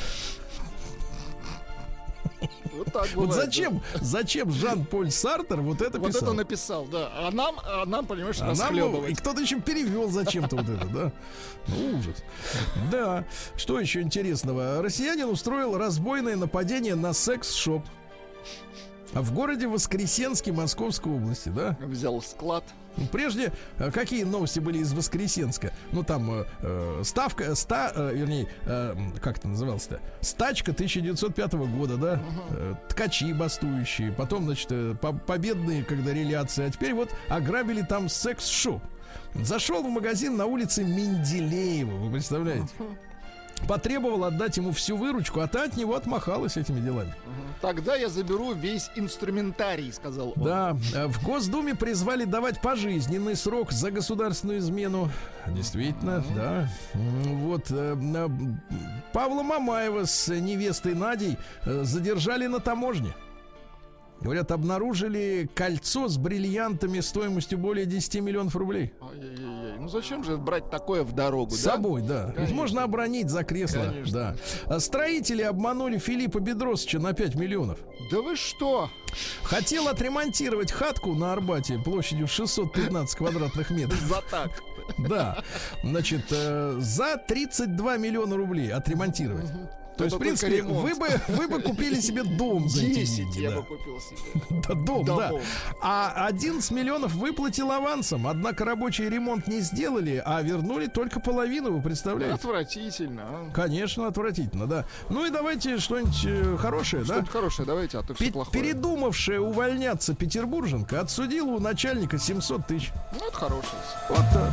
S3: Вот так
S2: Вот
S3: бывает,
S2: зачем, зачем Жан-Поль Сартр вот это
S3: да. Вот
S2: писал?
S3: это написал, да. А нам, а нам, понимаешь,
S2: А нам,
S3: расхлебывать.
S2: и кто-то еще перевел зачем-то вот это, да? Ну, ужас. Да. Что еще интересного? Россиянин устроил разбойное нападение на секс-шоп в городе Воскресенске Московской области, да?
S3: Взял склад.
S2: Прежде, э, какие новости были из Воскресенска? Ну, там э, э, ставка, ста, э, вернее, э, как это называлось-то? Стачка тысяча девятьсот пятого года, да? Э, ткачи бастующие. Потом, значит, э, по- победные, когда реляции. А теперь вот ограбили там секс-шоп. Зашел в магазин на улице Менделеева, вы представляете? потребовал отдать ему всю выручку, а та от него отмахалась этими делами.
S3: Тогда я заберу весь инструментарий, сказал он.
S2: Да, в Госдуме призвали давать пожизненный срок за государственную измену. Действительно, mm-hmm. да. Вот Павла Мамаева с невестой Надей задержали на таможне. Говорят, обнаружили кольцо с бриллиантами стоимостью более десять миллионов рублей.
S3: Ай-яй-яй. Ну зачем же брать такое в дорогу,
S2: с
S3: да?
S2: собой, да. Ведь можно обронить за кресло.
S3: Конечно.
S2: Да. Строители обманули Филиппа Бедросовича на пять миллионов.
S3: Да вы что?
S2: Хотел отремонтировать хатку на Арбате площадью шестьсот пятнадцать квадратных метров.
S3: За так.
S2: Да. Значит, э, за тридцать два миллиона рублей отремонтировать. То есть, в принципе, вы бы, вы бы купили себе дом за эти деньги.
S3: Я
S2: да.
S3: бы купил себе.
S2: Да, дом,
S3: Домов.
S2: да. А одиннадцать миллионов выплатил авансом. Однако рабочий ремонт не сделали, а вернули только половину, вы представляете?
S3: Отвратительно. А?
S2: Конечно, отвратительно, да. Ну и давайте что-нибудь э, хорошее,
S3: Что-нибудь
S2: да?
S3: хорошее, давайте, а то все
S2: Пе-
S3: плохое.
S2: Передумавшая увольняться петербурженка отсудила у начальника семьсот тысяч.
S3: Ну, это хорошее.
S2: Вот так.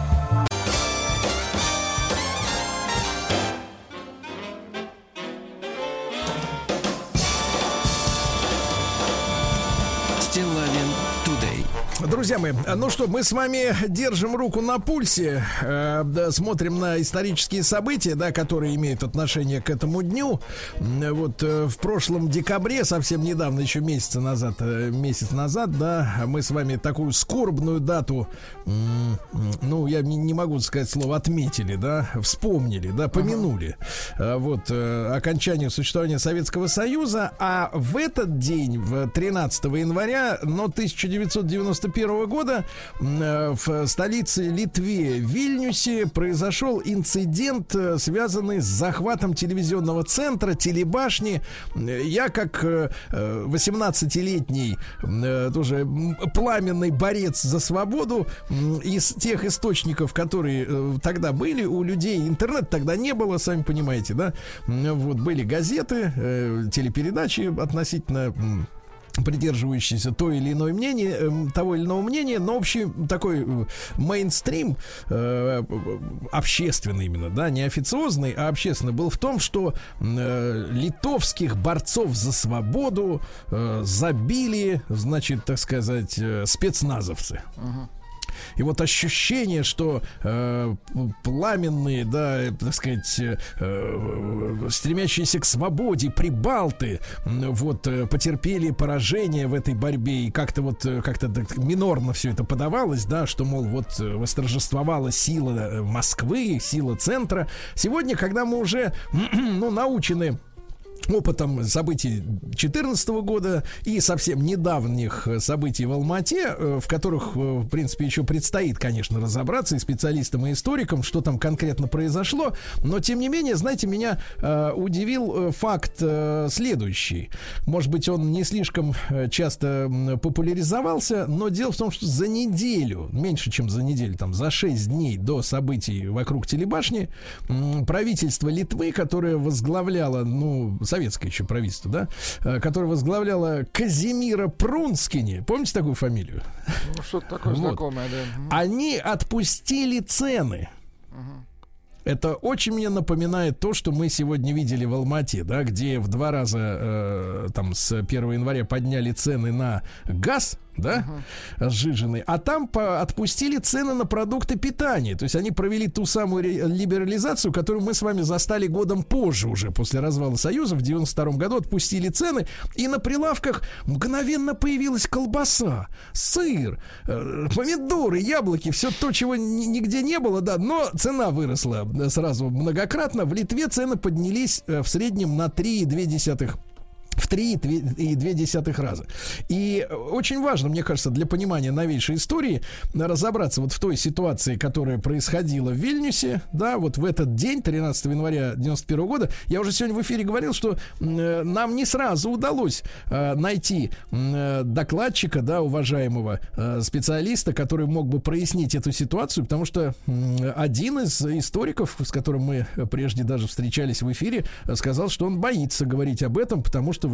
S2: Друзья мои, ну что, мы с вами держим руку на пульсе, э, да, смотрим на исторические события, да, которые имеют отношение к этому дню. Вот э, в прошлом декабре, совсем недавно, еще месяц назад, э, месяц назад, да, мы с вами такую скорбную дату, э, ну, я не, не могу сказать слово отметили, да, вспомнили, да, помянули. Uh-huh. Вот э, окончание существования Советского Союза, а в этот день, в тринадцатого января, но тысяча девятьсот девяносто первого года в столице Литве, Вильнюсе, произошел инцидент, связанный с захватом телевизионного центра, телебашни. Я, как восемнадцатилетний тоже пламенный борец за свободу, из тех источников, которые тогда были у людей, интернет тогда не было, сами понимаете, да, вот были газеты, телепередачи относительно придерживающиеся то или иное мнение, того или иного мнения, но общий такой мейнстрим, э, общественный именно, да, не официозный, а общественный, был в том, что э, литовских борцов за свободу э, забили, значит, так сказать, э, спецназовцы. Uh-huh. И вот ощущение, что э, пламенные, да, так сказать, э, стремящиеся к свободе прибалты, э, вот, э, потерпели поражение в этой борьбе, и как-то вот, э, как-то так минорно все это подавалось, да, что, мол, вот, восторжествовала сила Москвы, сила центра. Сегодня, когда мы уже, ну, научены опытом событий две тысячи четырнадцатого года и совсем недавних событий в Алма-Ате, в которых, в принципе, еще предстоит, конечно, разобраться и специалистам, и историкам, что там конкретно произошло. Но, тем не менее, знаете, меня э, удивил факт э, следующий. Может быть, он не слишком часто популяризовался, но дело в том, что за неделю, меньше, чем за неделю, там, за шесть дней до событий вокруг телебашни, э, правительство Литвы, которое возглавляло, ну, советское еще правительство, да, которое возглавляло Казимира Прунскини. Помните такую фамилию?
S3: Ну, что-то такое вот. Знакомое, да.
S2: Они отпустили цены. Угу. Это очень мне напоминает то, что мы сегодня видели в Алма-Ате, да, где в два раза э, там с первого января подняли цены на газ, да, uh-huh. сжиженный, а там по- отпустили цены на продукты питания. То есть они провели ту самую ре- либерализацию, которую мы с вами застали годом позже уже, после развала Союза. В девяносто втором году отпустили цены, и на прилавках мгновенно появилась колбаса, сыр, э, помидоры, яблоки, все то, чего н- нигде не было, да, но цена выросла сразу многократно. В Литве цены поднялись э, в среднем на три и две десятых в три и две десятых раза. И очень важно, мне кажется, для понимания новейшей истории разобраться вот в той ситуации, которая происходила в Вильнюсе, да, вот в этот день, тринадцатого января девяносто первого года. Я уже сегодня в эфире говорил, что э, нам не сразу удалось э, найти э, докладчика, да, уважаемого э, специалиста, который мог бы прояснить эту ситуацию, потому что э, один из историков, с которым мы прежде даже встречались в эфире, сказал, что он боится говорить об этом, потому что в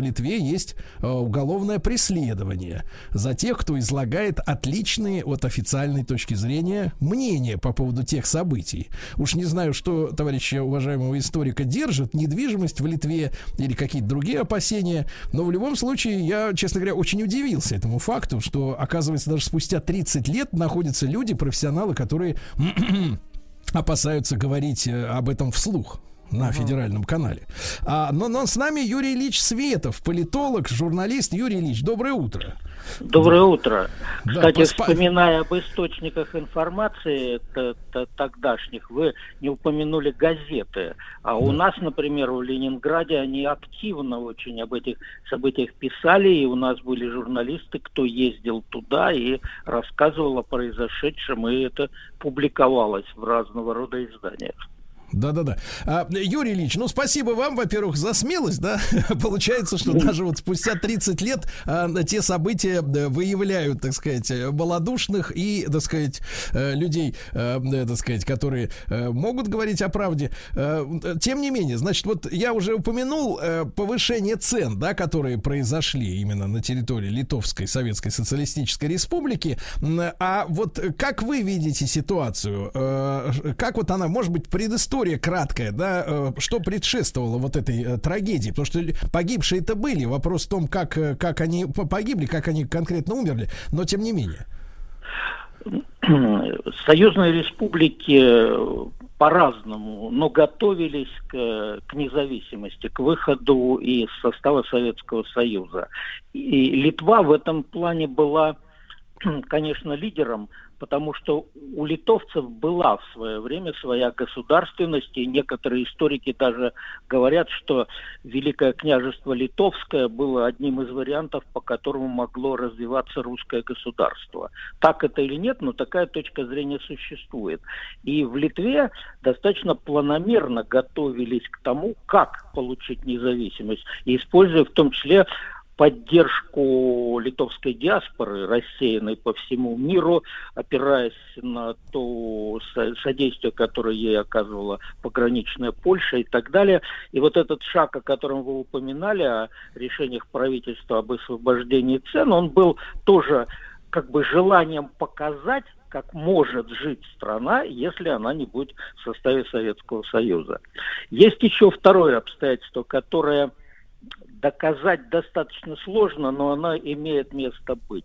S2: Литве есть э, уголовное преследование за тех, кто излагает отличные от официальной точки зрения мнения по поводу тех событий. Уж не знаю, что товарища уважаемого историка держит, недвижимость в Литве или какие-то другие опасения, но в любом случае я, честно говоря, очень удивился этому факту, что, оказывается, даже спустя тридцать лет находятся люди, профессионалы, которые опасаются говорить об этом вслух на федеральном канале. А, но, но с нами Юрий Ильич Светов, политолог, журналист. Юрий Ильич, доброе утро.
S8: Доброе утро.
S2: Да,
S8: Кстати,
S2: поспа...
S8: вспоминая об источниках информации т- т- тогдашних, вы не упомянули газеты. А у
S2: да.
S8: нас, например, в Ленинграде они активно очень об этих событиях писали, и у нас были журналисты, кто ездил туда и рассказывал о произошедшем, и это публиковалось в разного рода изданиях.
S2: Да-да-да. А, Юрий Ильич, ну спасибо вам, во-первых, за смелость, да. Получается, что даже вот спустя тридцать лет а, те события выявляют, так сказать, малодушных и, так сказать, людей, а, так сказать, которые а, могут говорить о правде. А, тем не менее, значит, вот я уже упомянул а, повышение цен, да, которые произошли именно на территории Литовской Советской Социалистической Республики. А вот как вы видите ситуацию? А, как вот она, может быть, предыстория краткая, да, что предшествовало вот этой трагедии, потому что погибшие-то были, вопрос в том, как, как они погибли, как они конкретно умерли, но тем не менее.
S8: Союзные республики по-разному, но готовились к, к независимости, к выходу из состава Советского Союза. И Литва в этом плане была, конечно, лидером, потому что у литовцев была в свое время своя государственность, и некоторые историки даже говорят, что Великое княжество Литовское было одним из вариантов, по которому могло развиваться русское государство. Так это или нет, но такая точка зрения существует. И в Литве достаточно планомерно готовились к тому, как получить независимость, и используя в том числе поддержку литовской диаспоры, рассеянной по всему миру, опираясь на то содействие, которое ей оказывала пограничная Польша и так далее. И вот этот шаг, о котором вы упоминали, о решениях правительства об освобождении цен, он был тоже как бы желанием показать, как может жить страна, если она не будет в составе Советского Союза. Есть еще второе обстоятельство, которое доказать достаточно сложно, но оно имеет место быть.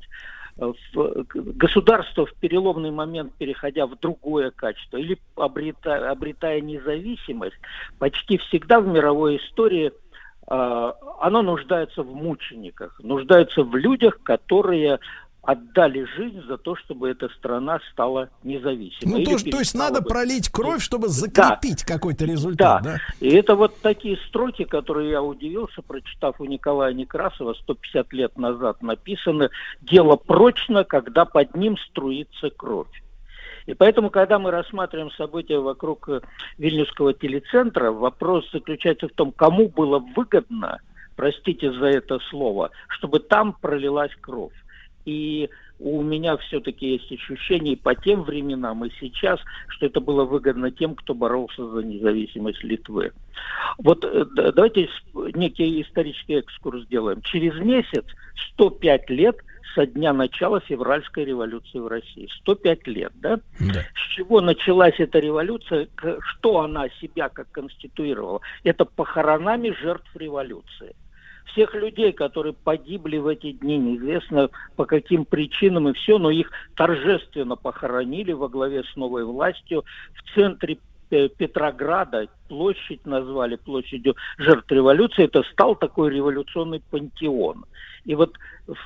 S8: Государство в переломный момент, переходя в другое качество или обретая, обретая независимость, почти всегда в мировой истории э, оно нуждается в мучениках, нуждается в людях, которые отдали жизнь за то, чтобы эта страна стала независимой.
S2: Ну, то, то есть надо быть... пролить кровь, чтобы закрепить да. какой-то результат. Да. да, и
S8: это вот такие строки, которые я удивился, прочитав у Николая Некрасова, сто пятьдесят лет назад написаны: «Дело прочно, когда под ним струится кровь». И поэтому, когда мы рассматриваем события вокруг Вильнюсского телецентра, вопрос заключается в том, кому было выгодно, простите за это слово, чтобы там пролилась кровь. И у меня все-таки есть ощущение и по тем временам, и сейчас, что это было выгодно тем, кто боролся за независимость Литвы. Вот давайте некий исторический экскурс сделаем. Через месяц сто пять лет со дня начала февральской революции в России. сто пять лет, да? Да. С чего началась эта революция, что она себя как конституировала? Это похоронами жертв революции. Всех людей, которые погибли в эти дни, неизвестно по каким причинам и все, но их торжественно похоронили во главе с новой властью в центре Петрограда. Площадь назвали площадью жертв революции. Это стал такой революционный пантеон. И вот в,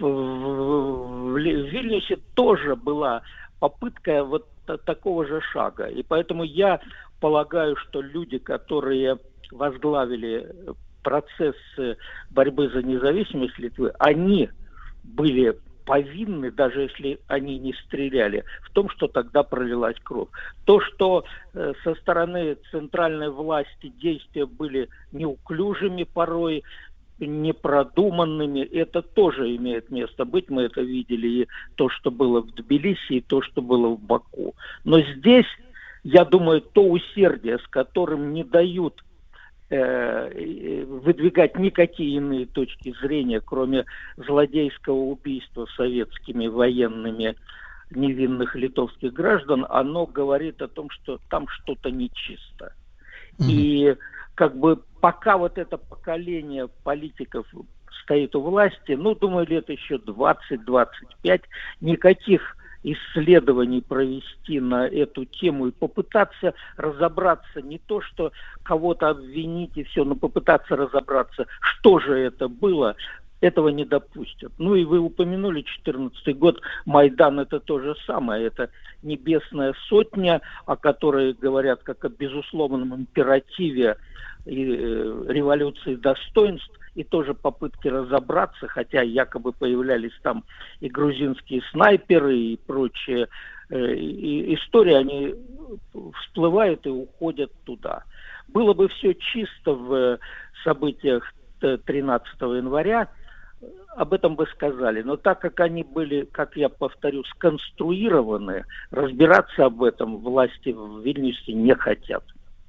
S8: в, в Вильнюсе тоже была попытка вот такого же шага. И поэтому я полагаю, что люди, которые возглавили процессы борьбы за независимость Литвы, они были повинны, даже если они не стреляли, в том, что тогда пролилась кровь. То, что э, со стороны центральной власти действия были неуклюжими порой, непродуманными, это тоже имеет место быть. Мы это видели, и то, что было в Тбилиси, и то, что было в Баку. Но здесь, я думаю, то усердие, с которым не дают э, выдвигать никакие иные точки зрения, кроме злодейского убийства советскими военными невинных литовских граждан, оно говорит о том, что там что-то нечисто. Mm-hmm. И как бы пока вот это поколение политиков стоит у власти, ну, думаю, лет еще двадцать-двадцать пять, никаких исследований провести на эту тему и попытаться разобраться, не то, что кого-то обвинить и все, но попытаться разобраться, что же это было, этого не допустят. Ну и вы упомянули четырнадцатый год, Майдан — это то же самое, это небесная сотня, о которой говорят как о безусловном императиве и, э, революции достоинств, и тоже попытки разобраться, хотя якобы появлялись там и грузинские снайперы и прочие э, и истории, они всплывают и уходят туда. Было бы все чисто в событиях тринадцатого января, об этом бы сказали. Но так как они были, как я повторю, сконструированы, разбираться об этом власти в Вильнюсе не хотят.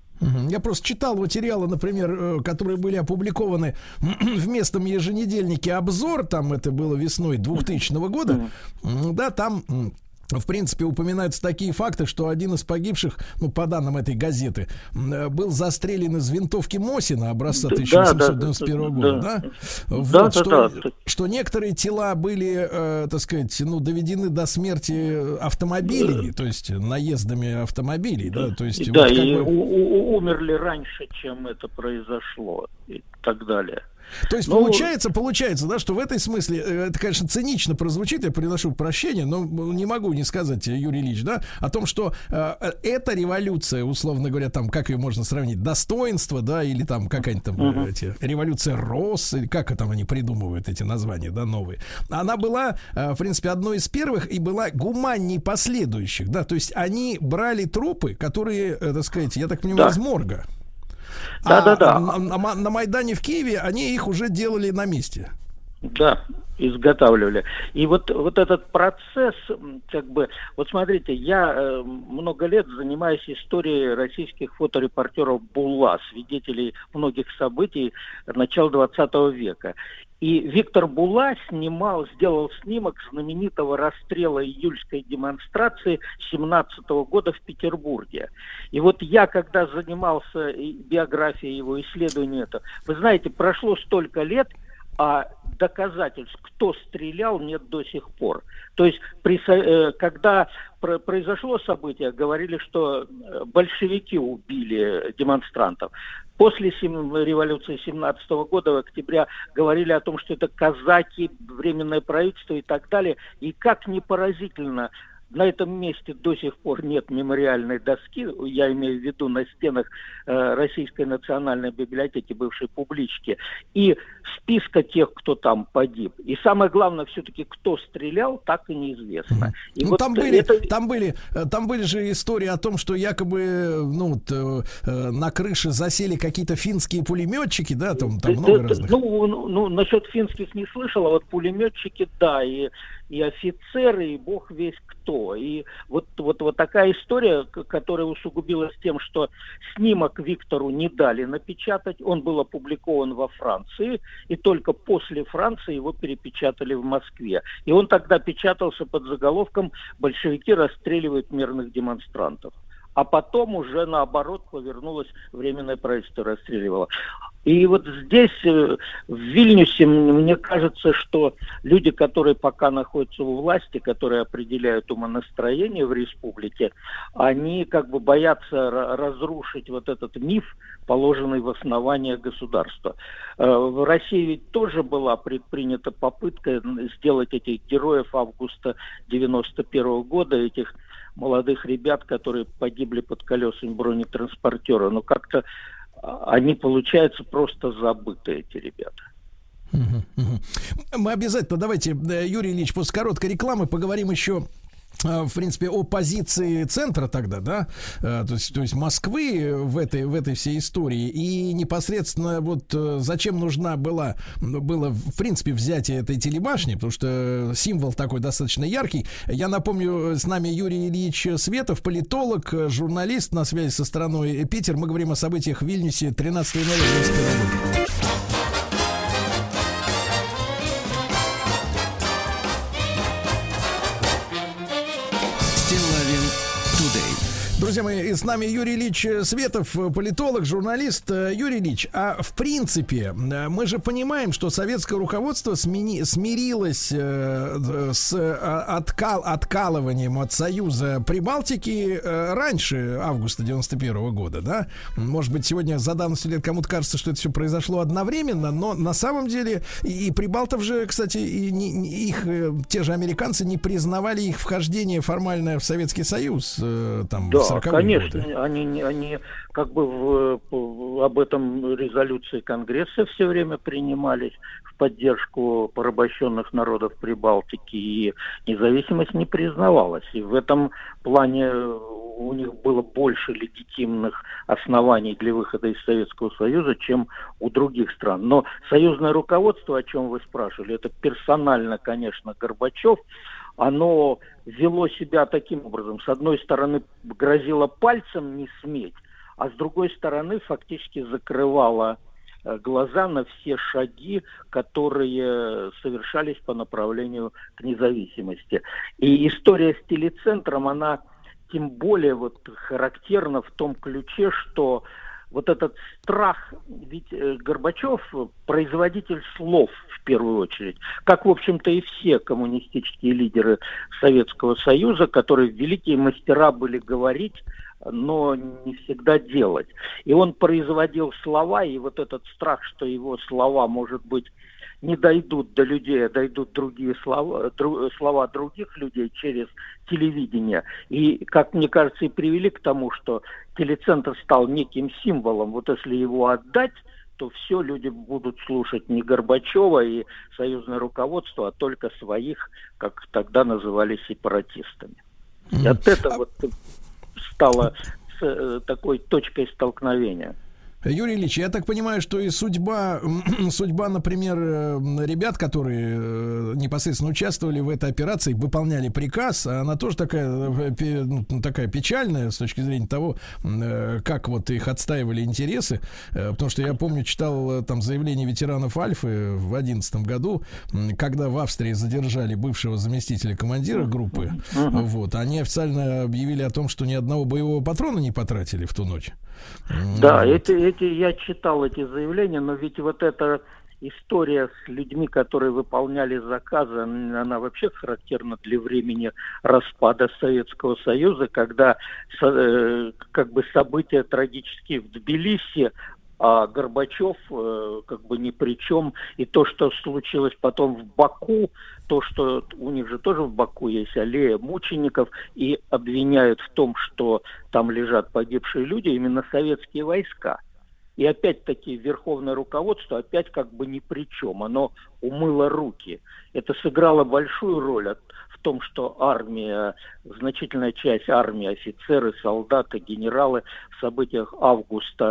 S2: Я просто читал материалы, например, которые были опубликованы в местном еженедельнике «Обзор», там это было весной двухтысячного года, да, там... В принципе, упоминаются такие факты, что один из погибших, ну, по данным этой газеты, был застрелен из винтовки Мосина образца тысяча восемьсот девяносто первого года, да? да? Вот,
S8: да,
S2: что,
S8: да, да.
S2: что некоторые тела были, э, так сказать, ну, доведены до смерти автомобилями, то есть наездами автомобилей, да? То есть,
S8: да,
S2: вот
S8: и
S2: бы...
S8: у- у- умерли раньше, чем это произошло, и так далее.
S2: То есть, ну, получается, получается, да, что в этой смысле, это, конечно, цинично прозвучит, я приношу прощения, но не могу не сказать, Юрий Ильич, да, о том, что э, эта революция, условно говоря, там, как ее можно сравнить, достоинство, да, или там какая-нибудь там uh-huh. эти, революция Росс, или как там они придумывают эти названия, да, новые, она была, э, в принципе, одной из первых и была гуманней последующих, да, то есть они брали трупы, которые, э, так сказать, я так понимаю, да. из морга.
S8: Да,
S2: а
S8: да, да.
S2: На, на, на Майдане в Киеве они их уже делали на месте.
S8: Да, изготавливали. И вот, вот этот процесс, как бы, вот смотрите, я э, много лет занимаюсь историей российских фоторепортеров Булла, свидетелей многих событий начала двадцатого века. И Виктор Булла снимал, сделал снимок знаменитого расстрела июльской демонстрации семнадцатого года в Петербурге. И вот я, когда занимался биографией его, исследованием этого, вы знаете, прошло столько лет, а доказательств, кто стрелял, нет до сих пор. То есть, при, э, когда про, произошло событие, говорили, что большевики убили демонстрантов. После сем, революции семнадцатого года, в октябре, говорили о том, что это казаки, временное правительство и так далее. И как ни поразительно, на этом месте до сих пор нет мемориальной доски, я имею в виду на стенах э, Российской национальной библиотеки, бывшей публички, и списка тех, кто там погиб. И самое главное, все-таки, кто стрелял, так и неизвестно. И
S2: ну,
S8: вот
S2: там, были,
S8: это...
S2: там, были, там были же истории о том, что якобы ну, т, э, на крыше засели какие-то финские пулеметчики, да, там, там много
S8: да,
S2: разных.
S8: Ну, ну, ну, насчет финских не слышал, а вот пулеметчики, да, и, и офицеры, и бог весь кто. И вот, вот, вот такая история, которая усугубилась тем, что снимок Виктору не дали напечатать, он был опубликован во Франции, и только после Франции его перепечатали в Москве. И он тогда печатался под заголовком «Большевики расстреливают мирных демонстрантов». А потом уже наоборот повернулось, временное правительство расстреливало. И вот здесь, в Вильнюсе, мне кажется, что люди, которые пока находятся у власти, которые определяют умонастроение в республике, они как бы боятся разрушить вот этот миф, положенный в основание государства. В России ведь тоже была предпринята попытка сделать этих героев августа девяносто первого года, этих молодых ребят, которые погибли под колесами бронетранспортера. Но как-то они, получается, просто забыты, эти ребята.
S2: Мы обязательно, давайте, Юрий Ильич, после короткой рекламы поговорим еще в принципе, о позиции центра тогда, да, то есть, то есть Москвы в этой, в этой всей истории, и непосредственно вот зачем нужна была, было, в принципе, взятие этой телебашни, потому что символ такой достаточно яркий. Я напомню, с нами Юрий Ильич Светов, политолог, журналист, на связи со страной Питер. Мы говорим о событиях в Вильнюсе тринадцатого января девяносто первого года. Друзья мои, с нами Юрий Ильич Светов, политолог, журналист. Юрий Ильич, а в принципе, мы же понимаем, что советское руководство смени, смирилось э, с откал, откалыванием от Союза Прибалтики э, раньше августа девяносто первого года, да? Может быть, сегодня за давностью лет кому-то кажется, что это все произошло одновременно, но на самом деле и, и прибалтов же, кстати, и, и, их, те же американцы не признавали их вхождение формальное в Советский Союз, э, там,
S8: да.
S2: в
S8: Конечно,
S2: годы.
S8: они, они как бы в, в, об этом резолюции Конгресса все время принимались в поддержку порабощенных народов Прибалтики, и независимость не признавалась. И в этом плане у них было больше легитимных оснований для выхода из Советского Союза, чем у других стран. Но союзное руководство, о чем вы спрашивали, это персонально, конечно, Горбачев, оно вело себя таким образом. С одной стороны, грозило пальцем не сметь, а с другой стороны, фактически закрывало глаза на все шаги, которые совершались по направлению к независимости. И история с телецентром, она тем более вот характерна в том ключе, что вот этот страх, ведь Горбачев производитель слов в первую очередь, как, в общем-то, и все коммунистические лидеры Советского Союза, которые великие мастера были говорить, но не всегда делать. И он производил слова, и вот этот страх, что его слова, может быть, не дойдут до людей, а дойдут другие слова, дру, слова других людей через телевидение. И, как мне кажется, и привели к тому, что телецентр стал неким символом. Вот если его отдать, то все, люди будут слушать не Горбачева и союзное руководство, а только своих, как тогда называли, сепаратистами. И от этого вот стало с, такой точкой столкновения.
S2: Юрий Ильич, я так понимаю, что и судьба, судьба, например, ребят, которые непосредственно участвовали в этой операции, выполняли приказ, она тоже такая, такая печальная с точки зрения того, как вот их отстаивали интересы, потому что я помню, читал там заявление ветеранов Альфы в одиннадцатом году, когда в Австрии задержали бывшего заместителя командира группы, uh-huh. вот, они официально объявили о том, что ни одного боевого патрона не потратили в ту ночь.
S8: Да,
S2: вот.
S8: эти, эти, я читал эти заявления, но ведь вот эта история с людьми, которые выполняли заказы, она вообще характерна для времени распада Советского Союза, когда э, как бы события трагические в Тбилиси, а Горбачев э, как бы ни при чем. И то, что случилось потом в Баку, то, что у них же тоже в Баку есть аллея мучеников, и обвиняют в том, что там лежат погибшие люди, именно советские войска. И опять-таки верховное руководство опять как бы ни при чем. Оно умыло руки. Это сыграло большую роль в том, что армия, значительная часть армии, офицеры, солдаты, генералы в событиях августа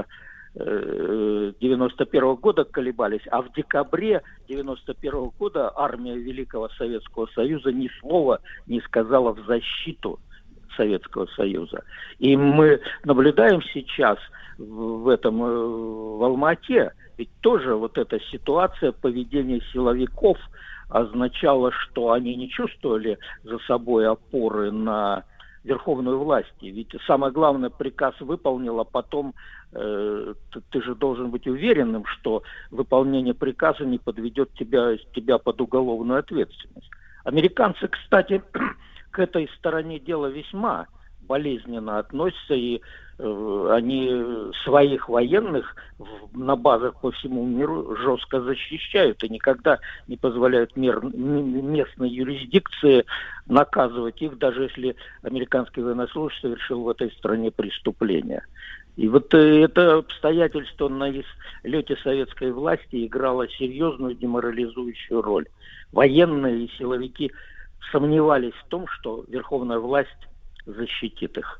S8: девяносто первого года колебались, а в декабре девяносто первого года армия Великого Советского Союза ни слова не сказала в защиту Советского Союза. И мы наблюдаем сейчас в этом, в Алма-Ате, ведь тоже вот эта ситуация поведения силовиков означала, что они не чувствовали за собой опоры на верховную власть. Ведь самое главное, приказ выполнил, а потом э, ты, ты же должен быть уверенным, что выполнение приказа не подведет тебя, тебя под уголовную ответственность. Американцы, кстати, к этой стороне дела весьма болезненно относятся, и э, они своих военных в, на базах по всему миру жестко защищают и никогда не позволяют мер, местной юрисдикции наказывать их, даже если американский военнослужащий совершил в этой стране преступление. И вот э, это обстоятельство на излете советской власти играло серьезную деморализующую роль. Военные и силовики сомневались в том, что верховная власть защитит их.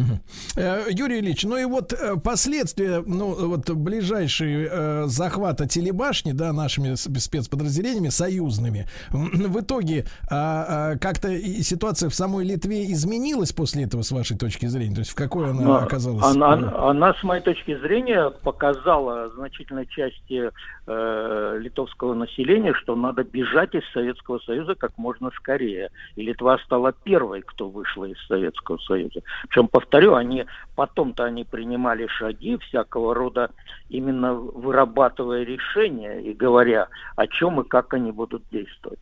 S2: Юрий Ильич, ну и вот последствия, ну вот ближайшие э, захвата телебашни, да, нашими спецподразделениями союзными, в итоге а, а, как-то и ситуация в самой Литве изменилась после этого, с вашей точки зрения? То есть в какой она
S8: Но
S2: оказалась?
S8: Она, она, с моей точки зрения, показала значительной части э, литовского населения, что надо бежать из Советского Союза как можно скорее. И Литва стала первой, кто вышла из Советского Союза. Причем, повторю, они потом-то они принимали шаги всякого рода, именно вырабатывая решения и говоря, о чем и как они будут действовать.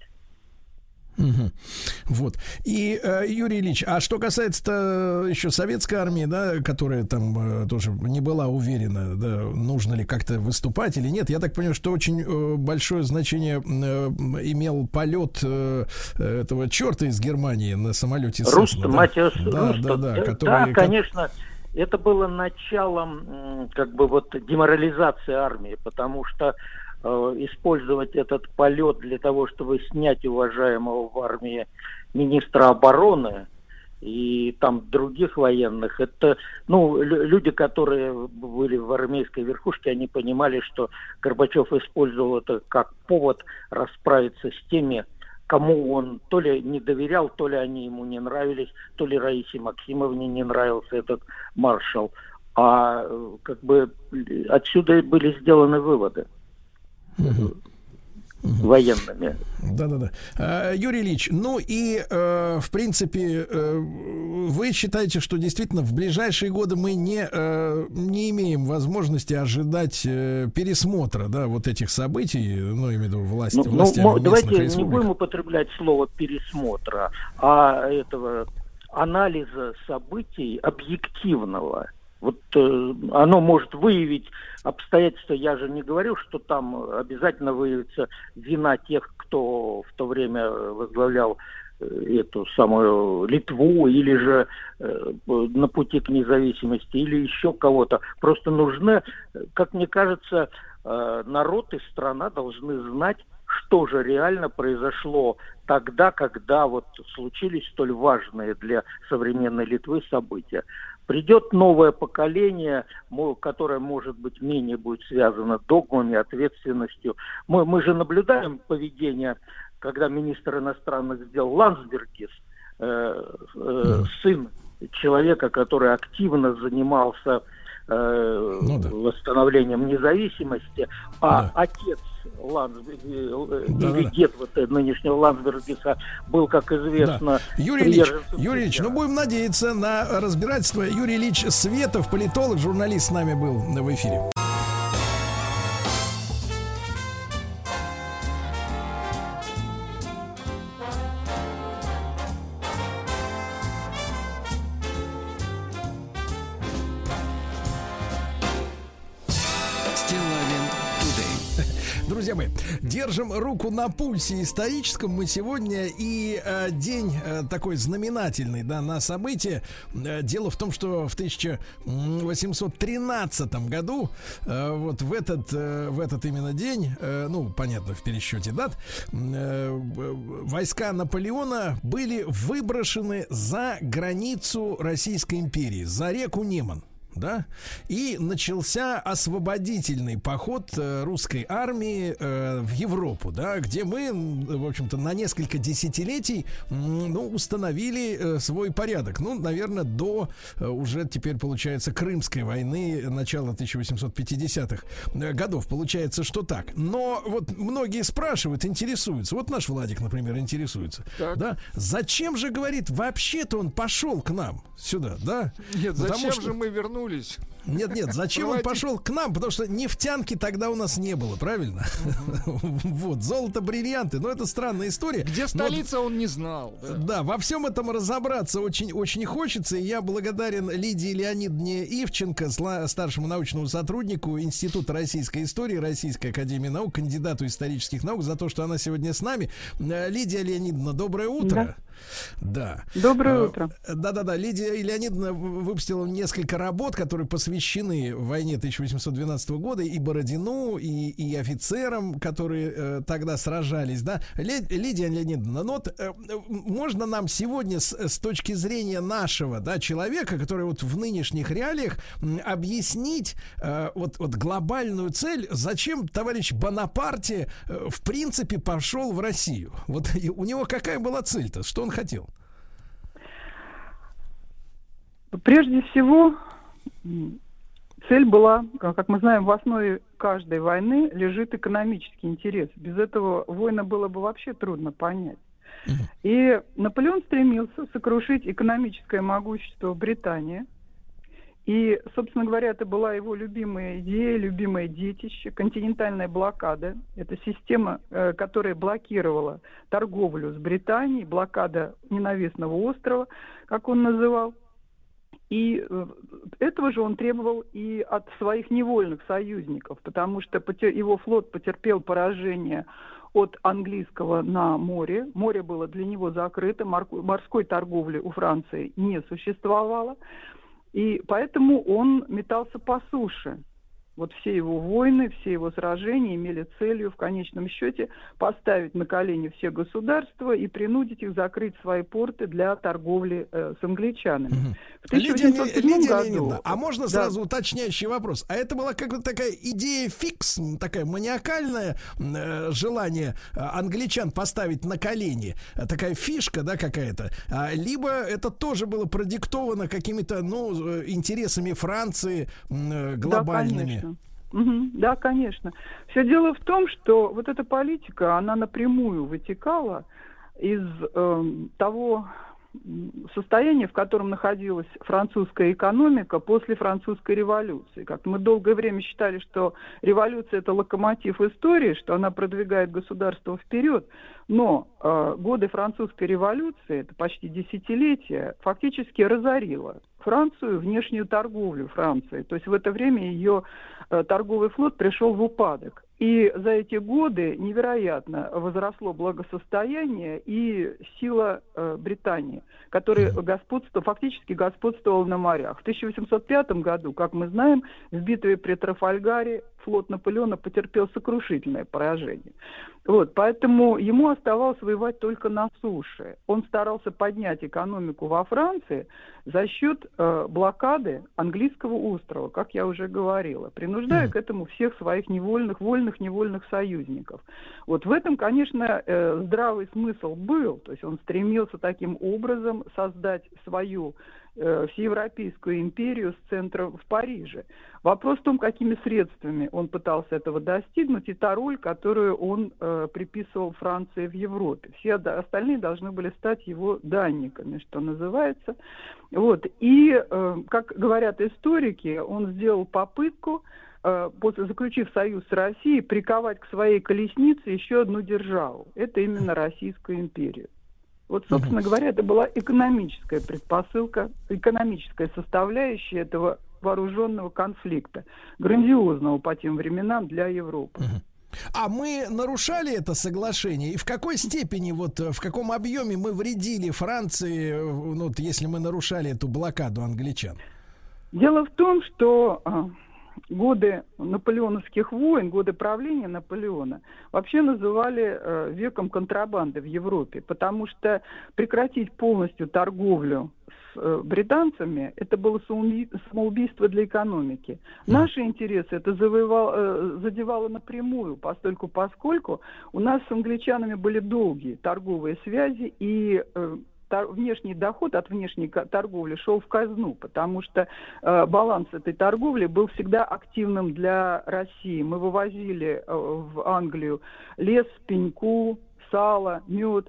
S2: Угу. Вот. И, э, Юрий Ильич, а что касается еще советской армии, да, которая там э, тоже не была уверена, да, нужно ли как-то выступать или нет, я так понимаю, что очень э, большое значение э, имел полет э, этого черта из Германии на самолете
S8: Руст,
S2: да?
S8: Матиас
S2: да,
S8: Руст.
S2: да, да,
S8: Да,
S2: который,
S8: да, конечно, это было началом как бы вот деморализации армии, потому что использовать этот полет для того, чтобы снять уважаемого в армии министра обороны и там других военных, это, ну, люди, которые были в армейской верхушке, они понимали, что Горбачев использовал это как повод расправиться с теми, кому он то ли не доверял, то ли они ему не нравились, то ли Раисе Максимовне не нравился этот маршал. А как бы отсюда были сделаны выводы. Угу. Военными.
S2: Да-да-да. А, Юрий Ильич, ну и, э, в принципе, э, вы считаете, что действительно в ближайшие годы мы не, э, не имеем возможности ожидать э, пересмотра, да, вот этих событий, ну, имею в виду власть,
S8: ну,
S2: властями
S8: ну,
S2: местных
S8: давайте
S2: республик.
S8: Не будем употреблять слово пересмотра, а этого анализа событий объективного. Вот э, оно может выявить обстоятельства, я же не говорю, что там обязательно выявится вина тех, кто в то время возглавлял э, эту самую Литву, или же э, на пути к независимости, или еще кого-то. Просто нужно, как мне кажется, э, народ и страна должны знать, что же реально произошло тогда, когда вот случились столь важные для современной Литвы события. Придет новое поколение, которое, может быть, менее будет связано догмами, ответственностью. Мы, мы же наблюдаем поведение, когда министр иностранных дел Ландсбергис, э, э, сын человека, который активно занимался э, ну, да. восстановлением независимости, а да. отец Ландсбергиса, да, или да, дед да. вот нынешнего Ландсбергиса был, как известно...
S2: Да. Юрий Ильич, Юрий Ильич, ну будем надеяться на разбирательство. Юрий Ильич Светов, политолог, журналист, с нами был в эфире. Друзья мои, держим руку на пульсе историческом мы сегодня, и э, день э, такой знаменательный, да, на событие. Э, дело в том, что в тысяча восемьсот тринадцатом году, э, вот в этот, э, в этот именно день, э, ну, понятно, в пересчете дат, э, войска Наполеона были выброшены за границу Российской империи, за реку Неман. Да, и начался освободительный поход э, русской армии э, в Европу, да, где мы, в общем-то, на несколько десятилетий, м, ну, установили э, свой порядок. Ну, наверное, до э, уже теперь, получается, Крымской войны, начала тысяча восемьсот пятидесятых годов. Получается, что так. Но вот многие спрашивают, интересуются. Вот наш Владик, например, интересуется. Так. Да, зачем же, говорит, вообще-то он пошел к нам сюда, да?
S3: Нет,
S2: Потому
S3: зачем
S2: что...
S3: же мы вернулись?
S2: Нет, нет, зачем он пошел к нам? Потому что нефтянки тогда у нас не было, правильно? Uh-huh. Вот, золото, бриллианты. Но это странная история.
S3: Где столица, но... он не знал. Да.
S2: да, во всем этом разобраться очень, очень хочется. И я благодарен Лидии Леонидовне Ивченко, старшему научному сотруднику Института российской истории Российской академии наук, кандидату исторических наук, за то, что она сегодня с нами. Лидия Леонидовна, доброе утро. Да.
S9: Да. Доброе утро.
S2: Да-да-да. Лидия Леонидовна выпустила несколько работ, которые посвящены посвящены войне тысяча восемьсот двенадцатого года и Бородину, и, и офицерам, которые э, тогда сражались, да. Лидия Леонидовна, ну вот э, можно нам сегодня с, с точки зрения нашего, да, человека, который вот в нынешних реалиях, м, объяснить э, вот, вот глобальную цель, зачем товарищ Бонапарте э, в принципе пошел в Россию? Вот у него какая была цель-то? Что он хотел?
S9: Прежде всего, цель была, как мы знаем, в основе каждой войны лежит экономический интерес. Без этого войны было бы вообще трудно понять. И Наполеон стремился сокрушить экономическое могущество Британии. И, собственно говоря, это была его любимая идея, любимое детище, континентальная блокада. Это система, которая блокировала торговлю с Британией, блокада ненавистного острова, как он называл. И этого же он требовал и от своих невольных союзников, потому что его флот потерпел поражение от английского на море. Море было для него закрыто, морской торговли у Франции не существовало. И поэтому он метался по суше. Вот все его войны, все его сражения имели целью в конечном счете поставить на колени все государства и принудить их закрыть свои порты для торговли э, с англичанами. Угу. В тысяча восемьсот седьмом
S2: Лидия
S9: году...
S2: Леонидовна, а можно
S9: да.
S2: сразу уточняющий вопрос? А это была как бы такая идея фикс, такая маниакальное э, желание э, англичан поставить на колени, э, такая фишка, да, какая-то, а, либо это тоже было продиктовано какими-то, ну, интересами Франции э, глобальными?
S9: Да, Угу, да, конечно. Все дело в том, что вот эта политика, она напрямую вытекала из э, того состояния, в котором находилась французская экономика после французской революции. Как мы долгое время считали, что революция — это локомотив истории, что она продвигает государство вперед, но э, годы французской революции, это почти десятилетия, фактически разорило Францию, внешнюю торговлю Франции. То есть в это время ее э, торговый флот пришел в упадок. И за эти годы невероятно возросло благосостояние и сила э, Британии, которая господство, фактически господствовала на морях. В тысяча восемьсот пятом году, как мы знаем, в битве при Трафальгаре флот Наполеона потерпел сокрушительное поражение. Вот, поэтому ему оставалось воевать только на суше. Он старался поднять экономику во Франции за счет э, блокады английского острова, как я уже говорила, принуждая mm. к этому всех своих невольных, вольных, невольных союзников. Вот в этом, конечно, э, здравый смысл был. То есть он стремился таким образом создать свою э, всеевропейскую империю с центром в Париже. Вопрос в том, какими средствами он пытался этого достигнуть, и та роль, которую он э, приписывал Франции в Европе. Все остальные должны были стать его данниками, что называется. Вот. И, э, как говорят историки, он сделал попытку, э, после, заключив союз с Россией, приковать к своей колеснице еще одну державу. Это именно Российскую империю. Вот, собственно говоря, это была экономическая предпосылка, экономическая составляющая этого вооруженного конфликта, грандиозного по тем временам для Европы.
S2: А мы нарушали это соглашение? И в какой степени, вот в каком объеме мы вредили Франции, ну, вот, если мы нарушали эту блокаду англичан?
S9: Дело в том, что а, годы наполеоновских войн, годы правления Наполеона вообще называли а, веком контрабанды в Европе, потому что прекратить полностью торговлю британцами, это было самоубийство для экономики. Наши интересы это завоевало, задевало напрямую, постольку, поскольку у нас с англичанами были долгие торговые связи, и э, тор, внешний доход от внешней торговли шел в казну, потому что э, баланс этой торговли был всегда активным для России. Мы вывозили э, в Англию лес, пеньку, сало, мед,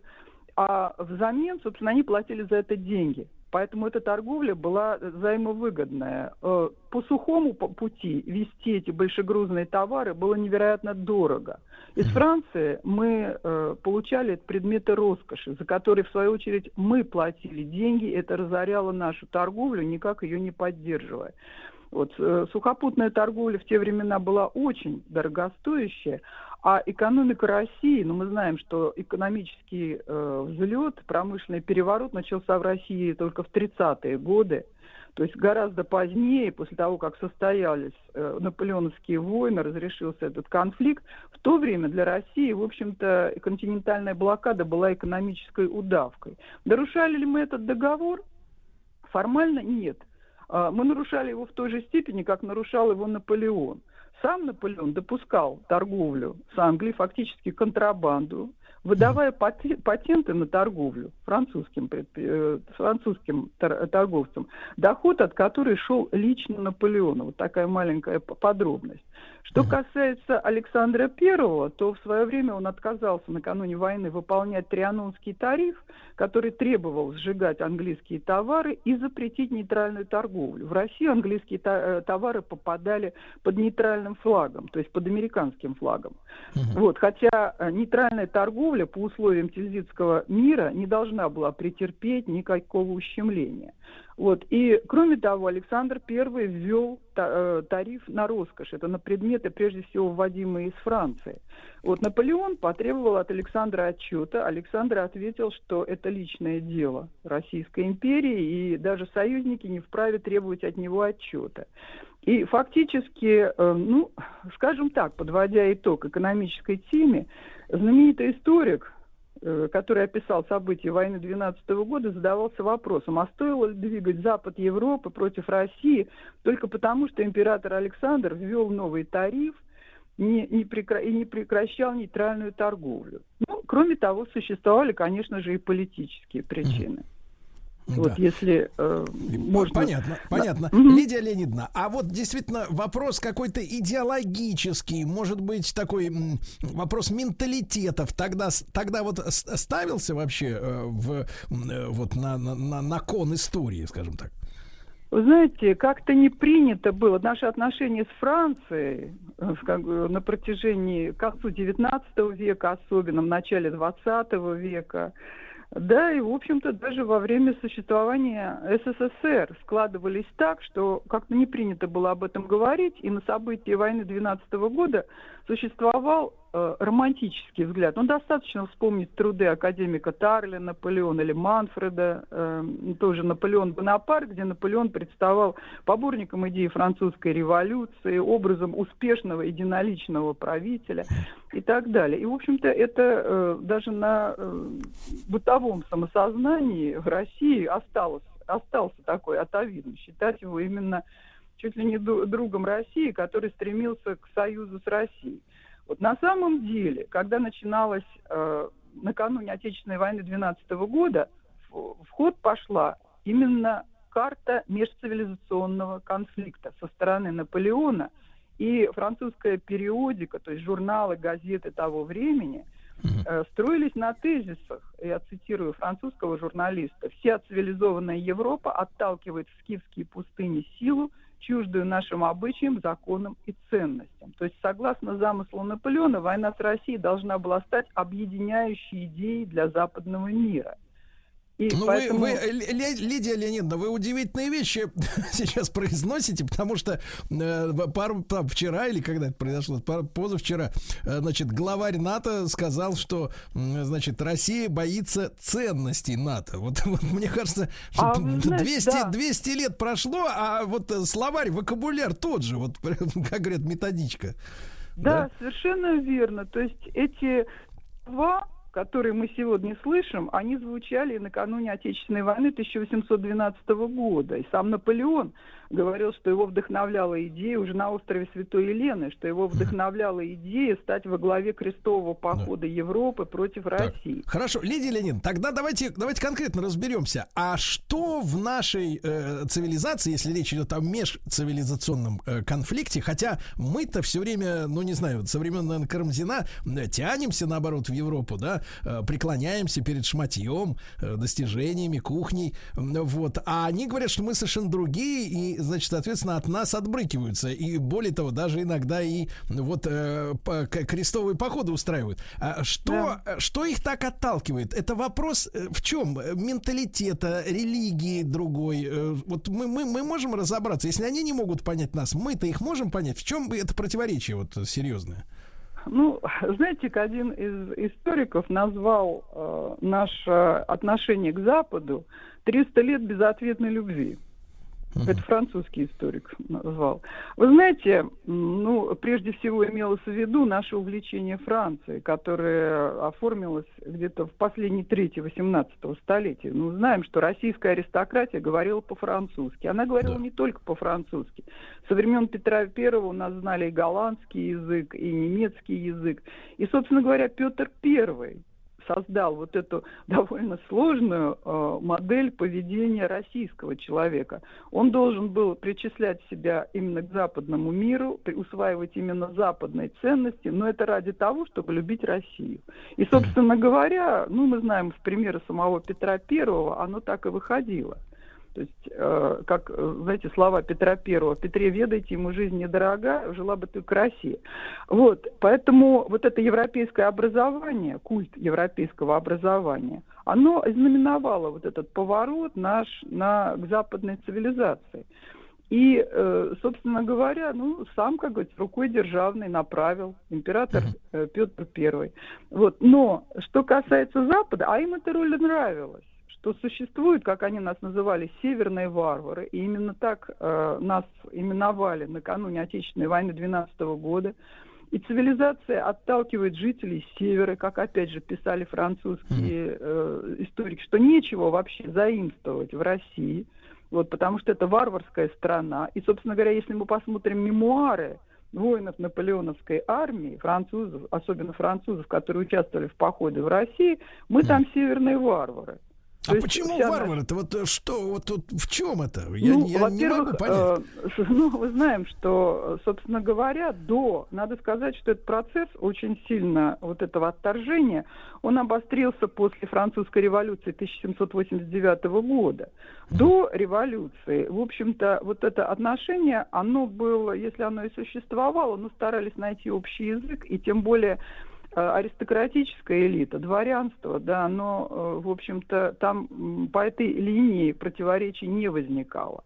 S9: а взамен, собственно, они платили за это деньги. Поэтому эта торговля была взаимовыгодная. По сухому пути везти эти большегрузные товары было невероятно дорого. Из Франции мы получали предметы роскоши, за которые, в свою очередь, мы платили деньги. Это разоряло нашу торговлю, никак ее не поддерживая. Вот, сухопутная торговля в те времена была очень дорогостоящая, а экономика России, ну мы знаем, что экономический э, взлет, промышленный переворот начался в России только в тридцатые годы. То есть гораздо позднее, после того, как состоялись э, наполеоновские войны, разрешился этот конфликт, в то время для России, в общем-то, континентальная блокада была экономической удавкой. Нарушали ли мы этот договор? Формально нет. Э, мы нарушали его в той же степени, как нарушал его Наполеон. Сам Наполеон допускал торговлю с Англией, фактически контрабанду, выдавая патенты на торговлю французским, французским торговцам, доход от которой шел лично Наполеону. Вот такая маленькая подробность. Что касается Александра Первого, то в свое время он отказался накануне войны выполнять Трианонский тариф, который требовал сжигать английские товары и запретить нейтральную торговлю. В Россию английские товары попадали под нейтральным флагом, то есть под американским флагом. Uh-huh. Вот, хотя нейтральная торговля по условиям Тильзитского мира не должна была претерпеть никакого ущемления. Вот. И, кроме того, Александр Первый ввел тариф на роскошь. Это на предметы, прежде всего, вводимые из Франции. Вот. Наполеон потребовал от Александра отчета. Александр ответил, что это личное дело Российской империи, и даже союзники не вправе требовать от него отчета. И фактически, ну, скажем так, подводя итог экономической теме, знаменитый историк, который описал события войны двенадцатого года, задавался вопросом, а стоило ли двигать Запад Европы против России только потому, что император Александр ввел новый тариф не, не прекра... и не прекращал нейтральную торговлю. Ну, кроме того, существовали, конечно же, и политические причины. Вот, да. Если э, можно...
S2: Понятно, понятно.
S9: Да.
S2: Лидия Леонидовна, а вот действительно вопрос какой-то идеологический, может быть, такой м, вопрос менталитетов тогда, тогда вот ставился вообще э, в, э, вот на, на, на кон истории, скажем так?
S9: Вы знаете, как-то не принято было. Наши отношения с Францией как бы, на протяжении к концу девятнадцатого века, особенно в начале двадцатого века, да, и, в общем-то, даже во время существования СССР складывались так, что как-то не принято было об этом говорить, и на события войны двенадцатого года существовал э, романтический взгляд. Ну, достаточно вспомнить труды академика Тарля, Наполеона или Манфреда, э, тоже Наполеон Бонапарт, где Наполеон представал поборником идеи французской революции, образом успешного единоличного правителя и так далее. И, в общем-то, это э, даже на э, бытовом самосознании в России осталось, остался такой атовизм, считать его именно чуть ли не другом России, который стремился к союзу с Россией. Вот на самом деле, когда начиналась э, накануне Отечественной войны двенадцатого года, в, в ход пошла именно карта межцивилизационного конфликта со стороны Наполеона, и французская периодика, то есть журналы, газеты того времени, э, строились на тезисах, я цитирую французского журналиста: «Вся цивилизованная Европа отталкивает в скифские пустыни силу, чуждую нашим обычаям, законам и ценностям». То есть, согласно замыслу Наполеона, война с Россией должна была стать объединяющей идеей для западного мира. И
S2: ну,
S9: поэтому...
S2: вы, вы, Лидия Леонидовна, вы удивительные вещи сейчас произносите, потому что э, пару, там, вчера или когда это произошло, пар, позавчера, э, значит, главарь НАТО сказал, что, э, значит, Россия боится ценностей НАТО. Вот, вот мне кажется, что
S9: а знаете,
S2: двести,
S9: да.
S2: двести лет прошло, а вот словарь, вокабуляр тот же, вот, как говорят, методичка.
S9: Да,
S2: да,
S9: совершенно верно. То есть эти два, которые мы сегодня слышим, они звучали накануне Отечественной войны тысяча восемьсот двенадцатого года. И сам Наполеон говорил, что его вдохновляла идея уже на острове Святой Елены, что его вдохновляла идея стать во главе крестового похода да. Европы против так. России.
S2: Хорошо, Лидия Леонидовна, тогда давайте, давайте конкретно разберемся. А что в нашей э, цивилизации, если речь идет о межцивилизационном э, конфликте, хотя мы-то все время, ну не знаю, со времен, наверное, Карамзина э, тянемся, наоборот, в Европу, да, э, преклоняемся перед шматьем, э, достижениями, кухней, э, вот. А они говорят, что мы совершенно другие, и, значит, соответственно, от нас отбрыкиваются. И более того, даже иногда и вот э, по, крестовые походы устраивают. А что, да. что их так отталкивает? Это вопрос в чем? Менталитета, религии другой. Вот мы, мы, мы можем разобраться, если они не могут понять нас, мы-то их можем понять. В чем это противоречие вот серьезное?
S9: Ну, знаете, один из историков назвал э, наше отношение к Западу триста лет безответной любви. Это французский историк назвал. Вы знаете, ну, прежде всего имелось в виду наше увлечение Францией, которое оформилось где-то в последней трети восемнадцатого столетия. Ну, знаем, что российская аристократия говорила по-французски. Она говорила да. не только по-французски. Со времен Петра Первого у нас знали и голландский язык, и немецкий язык. И, собственно говоря, Петр Первый создал вот эту довольно сложную э, модель поведения российского человека. Он должен был причислять себя именно к западному миру, при, усваивать именно западные ценности, но это ради того, чтобы любить Россию. И, собственно говоря, ну, мы знаем с примера самого Петра Первого, оно так и выходило. То есть, э, как, знаете, слова Петра Первого: «Петре, ведайте, ему жизнь недорога, жила бы ты в России». Вот, поэтому вот это европейское образование, культ европейского образования, оно знаменовало вот этот поворот наш на, к западной цивилизации. И, э, собственно говоря, ну, сам, как говорится, рукой державной направил император э, Петр Первый. Вот. Но что касается Запада, а им эта роль нравилась, что существуют, как они нас называли, северные варвары, и именно так э, нас именовали накануне Отечественной войны двенадцатого года. И цивилизация отталкивает жителей севера, как опять же писали французские э, историки, что нечего вообще заимствовать в России, вот, потому что это варварская страна. И, собственно говоря, если мы посмотрим мемуары воинов наполеоновской армии, французов, особенно французов, которые участвовали в походе в России, мы там северные варвары.
S2: А то почему вся... варвары-то? Вот что, вот тут в чем это? Я,
S9: ну,
S2: я не могу понять.
S9: Э, ну, мы знаем, что, собственно говоря, до, надо сказать, что этот процесс очень сильно, вот этого отторжения, он обострился после французской революции тысяча семьсот восемьдесят девятого года. До революции, в общем-то, вот это отношение, оно было, если оно и существовало, ну, старались найти общий язык, и тем более аристократическая элита, дворянство, да, оно, в общем-то, там по этой линии противоречий не возникало.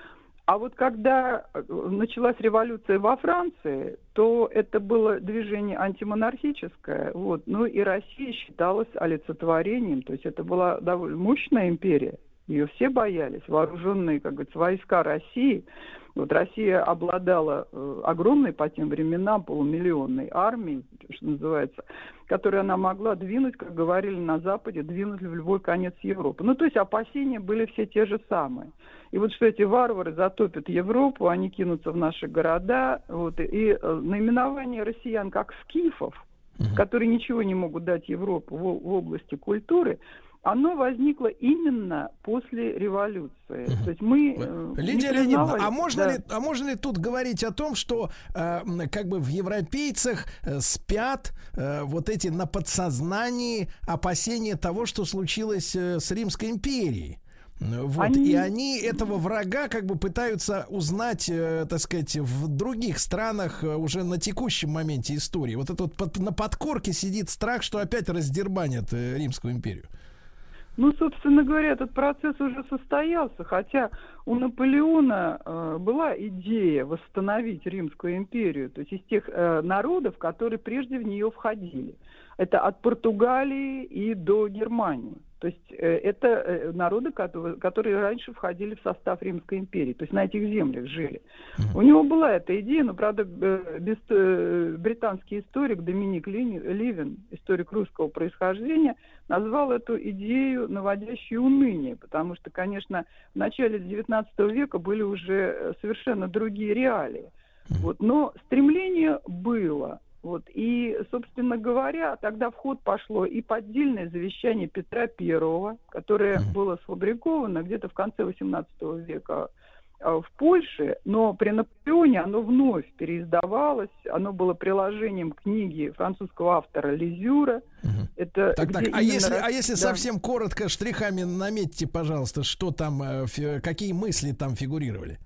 S9: А вот когда началась революция во Франции, то это было движение антимонархическое, вот, ну и Россия считалась олицетворением, то есть это была довольно мощная империя, ее все боялись, вооруженные, как говорится, войска России. Вот Россия обладала э, огромной по тем временам полумиллионной армией, что называется, которую она могла двинуть, как говорили на Западе, двинуть в любой конец Европы. Ну, то есть опасения были все те же самые. И вот что эти варвары затопят Европу, они кинутся в наши города, вот, и, и э, наименование россиян как скифов, mm-hmm. которые ничего не могут дать Европу в, в области культуры, оно возникло именно после революции. То есть мы э,
S2: Лидия Леонидовна, а можно, да. ли, а можно ли тут говорить о том, что э, как бы в европейцах э, спят э, вот эти на подсознании опасения того, что случилось э, с Римской империей? Вот. Они... И они этого врага как бы пытаются узнать, э, так сказать, в других странах э, уже на текущем моменте истории. Вот это вот под, на подкорке сидит страх, что опять раздербанят э, Римскую империю.
S9: Ну, собственно говоря, этот процесс уже состоялся, хотя у Наполеона э, была идея восстановить Римскую империю, то есть из тех э, народов, которые прежде в нее входили. Это от Португалии и до Германии. То есть э, это э, народы, которые, которые раньше входили в состав Римской империи, то есть на этих землях жили. У него была эта идея, но, правда, э, без, э, британский историк Доминик Ливен, историк русского происхождения, назвал эту идею наводящей уныние, потому что, конечно, в начале девятнадцатого века были уже совершенно другие реалии. Вот, но стремление было. Вот, и, собственно говоря, тогда в ход пошло и поддельное завещание Петра Первого, которое было сфабриковано где-то в конце восемнадцатого века в Польше, но при Наполеоне оно вновь переиздавалось, оно было приложением книги французского автора Лизюра.
S2: Угу. Это так, так, а если, а если да. совсем коротко штрихами наметьте, пожалуйста, что там, какие мысли там фигурировали?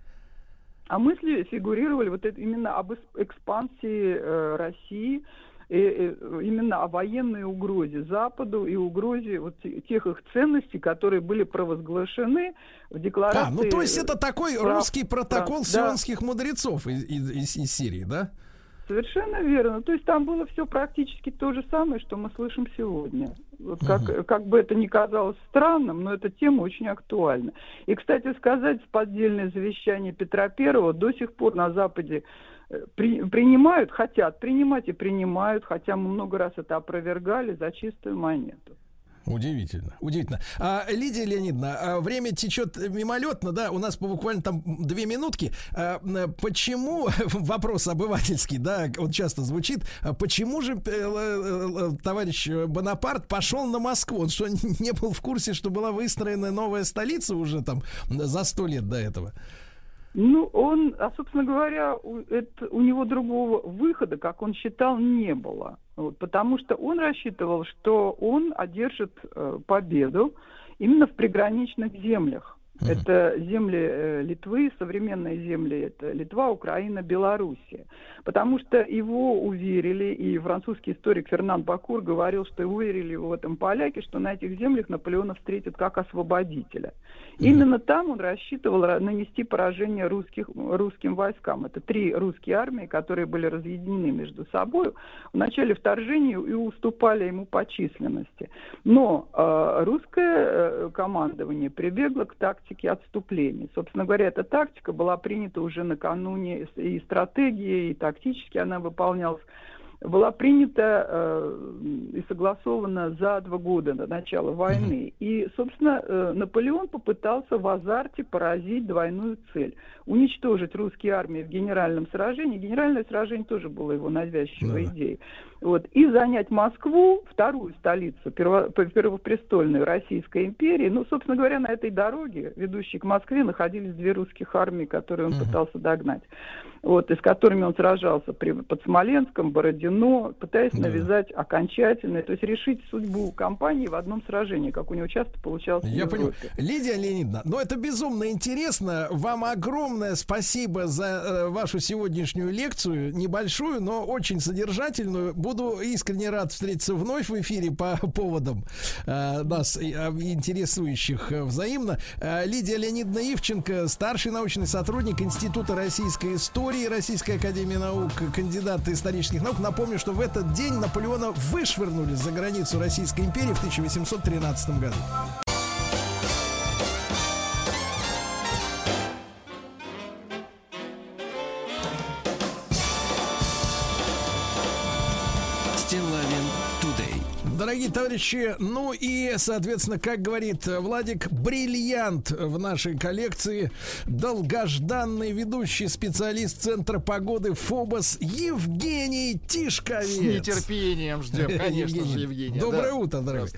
S9: А мысли фигурировали вот это, именно об экспансии э, России, и, и, именно о военной угрозе Западу и угрозе вот тех их ценностей, которые были провозглашены в декларации.
S2: А, ну то есть это такой прав, русский протокол
S9: прав,
S2: сионских
S9: да.
S2: мудрецов из, из, из, из Сирии, да?
S9: Совершенно верно. То есть там было все практически то же самое, что мы слышим сегодня. Вот как, как бы это ни казалось странным, но эта тема очень актуальна. И, кстати сказать, поддельное завещание Петра Первого до сих пор на Западе при, принимают, хотят принимать и принимают, хотя мы много раз это опровергали за чистую монету.
S2: Удивительно, удивительно. А, Лидия Леонидовна, время течет мимолетно, да, у нас буквально там две минутки. А, почему, вопрос обывательский, да, он часто звучит, почему же товарищ Бонапарт пошел на Москву? Он что, не был в курсе, что была выстроена новая столица уже там за сто лет до этого?
S9: Ну, он, а, собственно говоря, у, это, у него другого выхода, как он считал, не было. Вот, потому что он рассчитывал, что он одержит э, победу именно в приграничных землях. Uh-huh. Это земли э, Литвы, современные земли, это Литва, Украина, Белоруссия. Потому что его уверили, и французский историк Фернан Бакур говорил, что уверили его в этом поляки, что на этих землях Наполеона встретят как освободителя. Uh-huh. Именно там он рассчитывал нанести поражение русских, русским войскам. Это три русские армии, которые были разъединены между собой в начале вторжения и уступали ему по численности. Но э, русское э, командование прибегло к тактике отступления. Собственно говоря, эта тактика была принята уже накануне, и стратегия, и тактически она выполнялась, была принята э, и согласована за два года до начала войны. И, собственно, э, Наполеон попытался в азарте поразить двойную цель. Уничтожить русские армии в генеральном сражении. Генеральное сражение тоже было его навязчивой да. идеей. Вот. И занять Москву, вторую столицу перво, первопрестольную Российской империи. Ну, собственно говоря, на этой дороге, ведущей к Москве, находились две русских армии, которые он uh-huh. пытался догнать. Вот, и с которыми он сражался при, под Смоленском, Бородино, пытаясь да. навязать окончательно, то есть решить судьбу кампании в одном сражении, как у него часто получалось.
S2: Я понял. Лидия Леонидовна, ну это безумно интересно. Вам огромное спасибо за э, вашу сегодняшнюю лекцию, небольшую, но очень содержательную. Буду искренне рад встретиться вновь в эфире по поводам э, нас э, интересующих э, взаимно. Э, Лидия Леонидовна Ивченко, старший научный сотрудник Института российской истории Российской академии наук, кандидат исторических наук. Напомню, что в этот день Наполеона вышвырнули за границу Российской империи в тысяча восемьсот тринадцатом году. Дорогие товарищи, ну и, соответственно, как говорит Владик, бриллиант в нашей коллекции, долгожданный ведущий специалист Центра погоды ФОБОС Евгений Тишковец.
S3: С нетерпением ждем, конечно же, Евгений.
S2: Доброе утро, дорогой.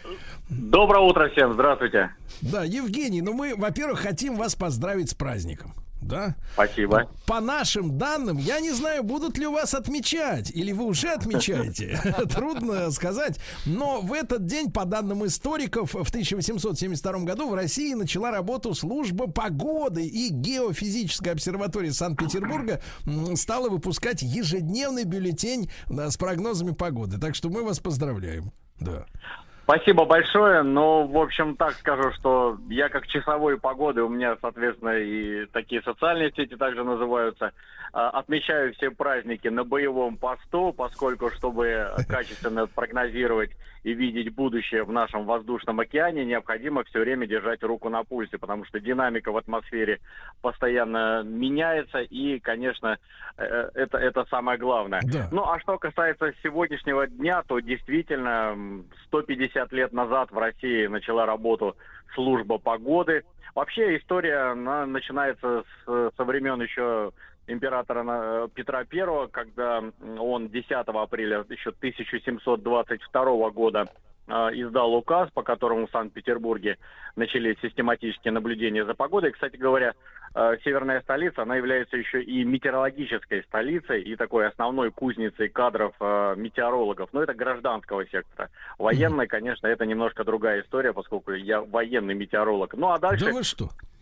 S10: Доброе утро всем, здравствуйте.
S2: Да, Евгений, ну мы, во-первых, хотим вас поздравить с праздником. Да?
S10: Спасибо.
S2: По нашим данным, я не знаю, будут ли у вас отмечать, или вы уже отмечаете, трудно сказать, но в этот день, по данным историков, в тысяча восемьсот семьдесят втором году в России начала работу служба погоды, и геофизическая обсерватория Санкт-Петербурга стала выпускать ежедневный бюллетень с прогнозами погоды, так что мы вас поздравляем. Да.
S10: Спасибо большое, но, в общем, так скажу, что я как часовой погоды, у меня, соответственно, и такие социальные сети также называются, отмечаю все праздники на боевом посту, поскольку, чтобы качественно прогнозировать и видеть будущее в нашем воздушном океане, необходимо все время держать руку на пульсе, потому что динамика в атмосфере постоянно меняется, и, конечно, это, это самое главное. Да. Ну, а что касается сегодняшнего дня, то действительно сто пятьдесят лет назад в России начала работу служба погоды. Вообще история она начинается с, со времен еще императора Петра Первого, когда он десятого апреля еще тысяча семьсот двадцать второго года э, издал указ, по которому в Санкт-Петербурге начались систематические наблюдения за погодой. Кстати говоря, э, северная столица, она является еще и метеорологической столицей и такой основной кузницей кадров э, метеорологов. Но это гражданского сектора. Военная, конечно, это немножко другая история, поскольку я военный метеоролог. Ну а дальше...
S2: Да вы что?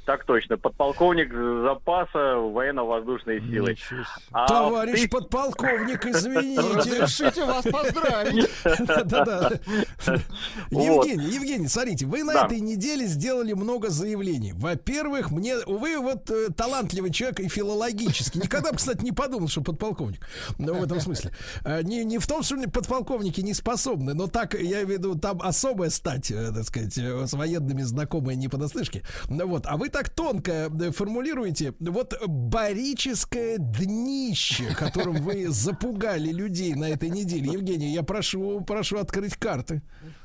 S10: Так точно, подполковник запаса военно-воздушной силы. А
S2: Товарищ
S10: ты-
S2: подполковник, извините.
S3: Разрешите вас поздравить.
S2: Да-да.
S10: Вот.
S2: Евгений, Евгений, смотрите, вы на
S10: Да.
S2: этой неделе сделали много заявлений. Во-первых, мне, вы вот э, талантливый человек и филологический. Никогда бы, кстати, не подумал, что подполковник. Ну, в этом смысле. А, Не, не в том, что подполковники не способны, но так, я имею в виду, там особая стать, э, так сказать, э, с военными знакомая не понаслышке. Ну, вот. А вы так тонко э, формулируете, вот барическое днище, которым вы запугали людей на этой неделе. Евгений, я прошу, прошу открыть карты.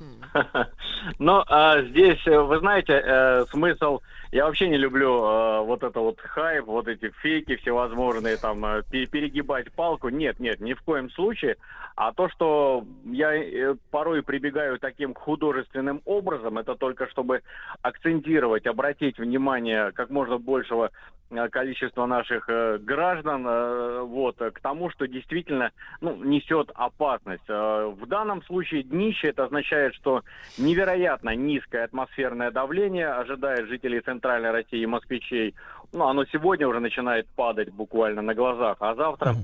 S10: Но а, здесь, э, вы знаете, э, смысл... Я вообще не люблю э, вот это вот хайп, вот эти фейки всевозможные, там, э, пе- перегибать палку. Нет, нет, ни в коем случае. А то, что я э, порой прибегаю таким художественным образом, это только чтобы акцентировать, обратить внимание как можно большего э, количества наших э, граждан э, вот, э, к тому, что действительно ну, несет опасность. Э, в данном случае днище, это означает, что невероятно низкое атмосферное давление ожидает жителей Центральной России и москвичей. Ну, оно сегодня уже начинает падать буквально на глазах, а завтра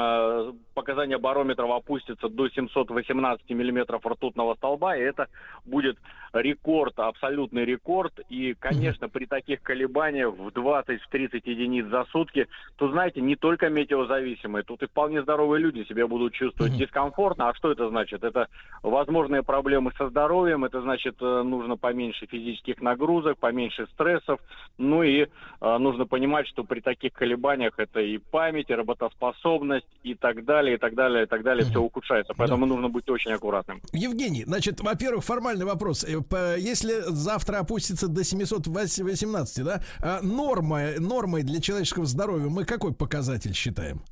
S10: э, показания барометров опустятся до семьсот восемнадцать миллиметров ртутного столба, и это будет рекорд, абсолютный рекорд. И, конечно, при таких колебаниях в двадцать-тридцать единиц за сутки, то, знаете, не только метеозависимые, тут и вполне здоровые люди себя будут чувствовать дискомфортно. А что это значит? Это возможные проблемы со здоровьем, это значит, э, нужно поменьше физических нагрузок, поменьше стрессов, ну и э, нужно понимать, что при таких колебаниях это и память, и работоспособность, и так далее, и так далее, и так далее, все ухудшается. Поэтому нужно быть очень аккуратным.
S2: Евгений, значит, во-первых, формальный вопрос. Э, по- Если завтра опустится до семьсот восемнадцать, да, а норма, нормой для человеческого здоровья мы какой показатель считаем?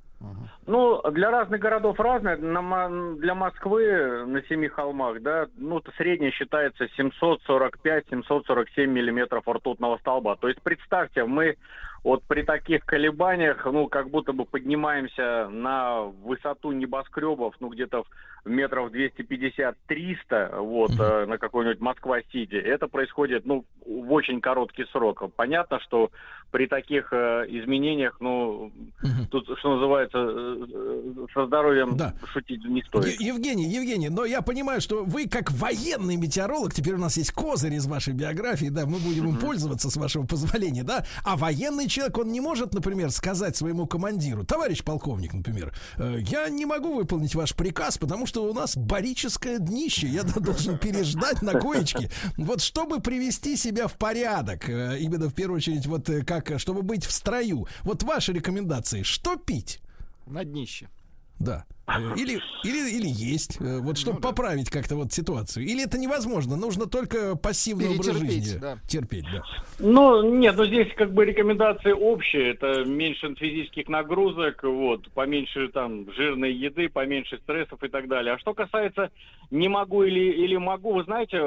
S10: Ну, для разных городов разное. На Мо- для Москвы на семи холмах, да, ну, то среднее считается семьсот сорок пять - семьсот сорок семь миллиметров ртутного столба. То есть, представьте, мы вот при таких колебаниях, ну, как будто бы поднимаемся на высоту небоскребов, ну, где-то в метров двести пятьдесят - триста, вот, э, на какой-нибудь Москва-Сити. Это происходит, ну, в очень короткий срок. Понятно, что при таких э, изменениях, ну, тут, что называется, э, э, со здоровьем
S2: Да.
S10: шутить не стоит.
S2: Е- Евгений, Евгений, но я понимаю, что вы как военный метеоролог, теперь у нас есть козырь из вашей биографии, да, мы будем им пользоваться, с вашего позволения, да, а военный человек, он не может, например, сказать своему командиру: товарищ полковник, например, «Э, я не могу выполнить ваш приказ, потому что у нас барическое днище, я должен переждать на коечке. Вот чтобы привести себя в порядок, э, именно в первую очередь, вот э, как, чтобы быть в строю, вот ваши рекомендации, что пить?
S3: На днище.
S2: Да. Э, Или, или, или есть. Э, Вот чтобы поправить как-то вот ситуацию. Или это невозможно. Нужно только пассивный образ
S3: Перетерпеть,
S2: жизни.
S3: да.
S2: Терпеть, да.
S10: Ну, нет, ну здесь как бы рекомендации общие. Это меньше физических нагрузок, вот, поменьше там жирной еды, поменьше стрессов и так далее. А что касается не могу или, или могу, вы знаете, э,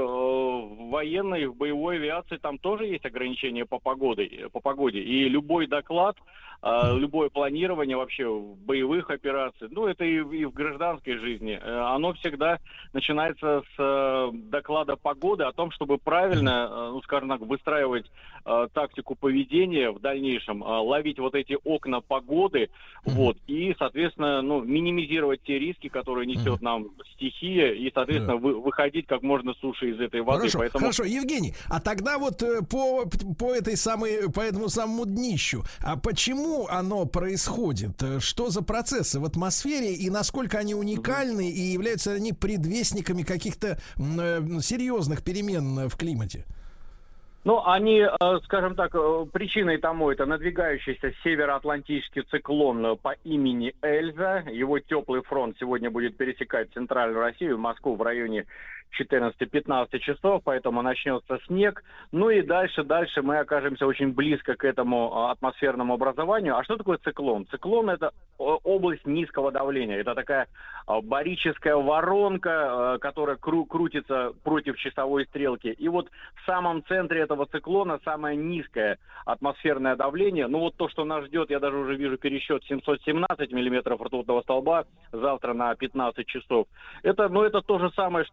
S10: в военной, в боевой авиации там тоже есть ограничения по погоде, по погоде. И любой доклад, э, любое планирование вообще в боевых операциях, ну это и, в- и в гражданской жизни, э, оно всегда начинается с э, доклада погоды о том, чтобы правильно, э, ну скажем так, выстраивать э, тактику поведения в дальнейшем, э, ловить вот эти окна погоды, вот, и, соответственно, ну, минимизировать те риски, которые несет нам стихия, и, соответственно, вы- выходить как можно суше из этой воды.
S2: Хорошо,
S10: Поэтому...
S2: хорошо, Евгений, а тогда вот э, по, по этой самой, по этому самому днищу, а почему оно происходит? Э, Что за процессы в атмосфере и насколько они уникальны и являются они предвестниками каких-то м, э, серьезных перемен в климате?
S10: Ну, они, э, скажем так, э, причиной тому это надвигающийся североатлантический циклон э, по имени Эльза. Его теплый фронт сегодня будет пересекать центральную Россию, Москву в районе четырнадцати-пятнадцати часов, поэтому начнется снег. Ну и дальше, дальше мы окажемся очень близко к этому а, атмосферному образованию. А что такое циклон? Циклон — это о, область низкого давления. Это такая а, барическая воронка, а, которая кру- крутится против часовой стрелки. И вот в самом центре этого циклона самое низкое атмосферное давление. Ну вот то, что нас ждет, я даже уже вижу пересчет семьсот семнадцать миллиметров ртутного столба завтра на пятнадцать часов. Это, ну, это то же самое, что в тропическом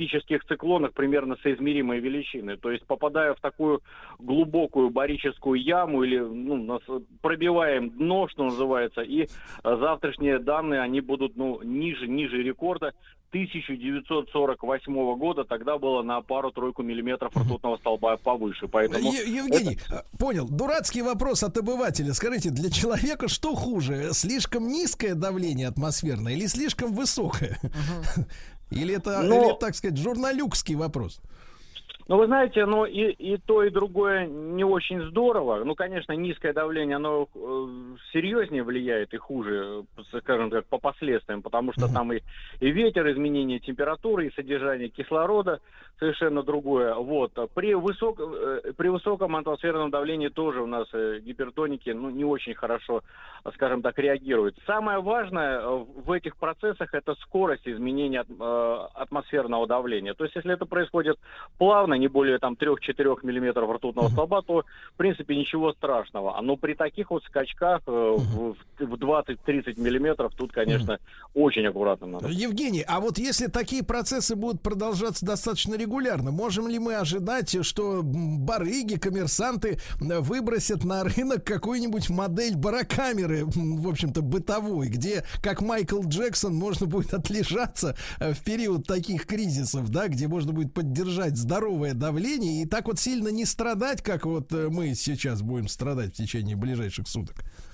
S10: тропических циклонах примерно соизмеримые величины. То есть, попадая в такую глубокую барическую яму или ну, нас пробиваем дно, что называется, и завтрашние данные, они будут ну, ниже, ниже рекорда тысяча девятьсот сорок восьмого года, тогда было на пару-тройку миллиметров ртутного столба повыше. Поэтому
S2: Е- Евгений,
S10: это...
S2: понял. Дурацкий вопрос от обывателя. Скажите, для человека что хуже? Слишком низкое давление атмосферное или слишком высокое? Uh-huh. Или это,
S10: Но...
S2: или, так сказать, журналюкский вопрос?
S10: Ну, вы знаете, ну и, и то, и другое не очень здорово. Ну, конечно, низкое давление, оно э, серьезнее влияет и хуже, скажем так, по последствиям, потому что там и, и ветер, изменение температуры, и содержание кислорода совершенно другое. Вот. При, высок, э, при высоком атмосферном давлении тоже у нас э, гипертоники ну, не очень хорошо, скажем так, реагируют. Самое важное в этих процессах — это скорость изменения э, атмосферного давления. То есть, если это происходит плавно, не более там трех-четырех миллиметров ртутного столба, то в принципе ничего страшного. Но при таких вот скачках э, в, в двадцать-тридцать миллиметров тут, конечно, очень аккуратно надо.
S2: Евгений, а вот если такие процессы будут продолжаться достаточно регулярно, можем ли мы ожидать, что барыги, коммерсанты выбросят на рынок какую-нибудь модель барокамеры, в общем-то, бытовой, где, как Майкл Джексон, можно будет отлежаться в период таких кризисов, да, где можно будет поддержать здоровое давление и так вот сильно не страдать, как вот мы сейчас будем страдать в течение ближайших суток?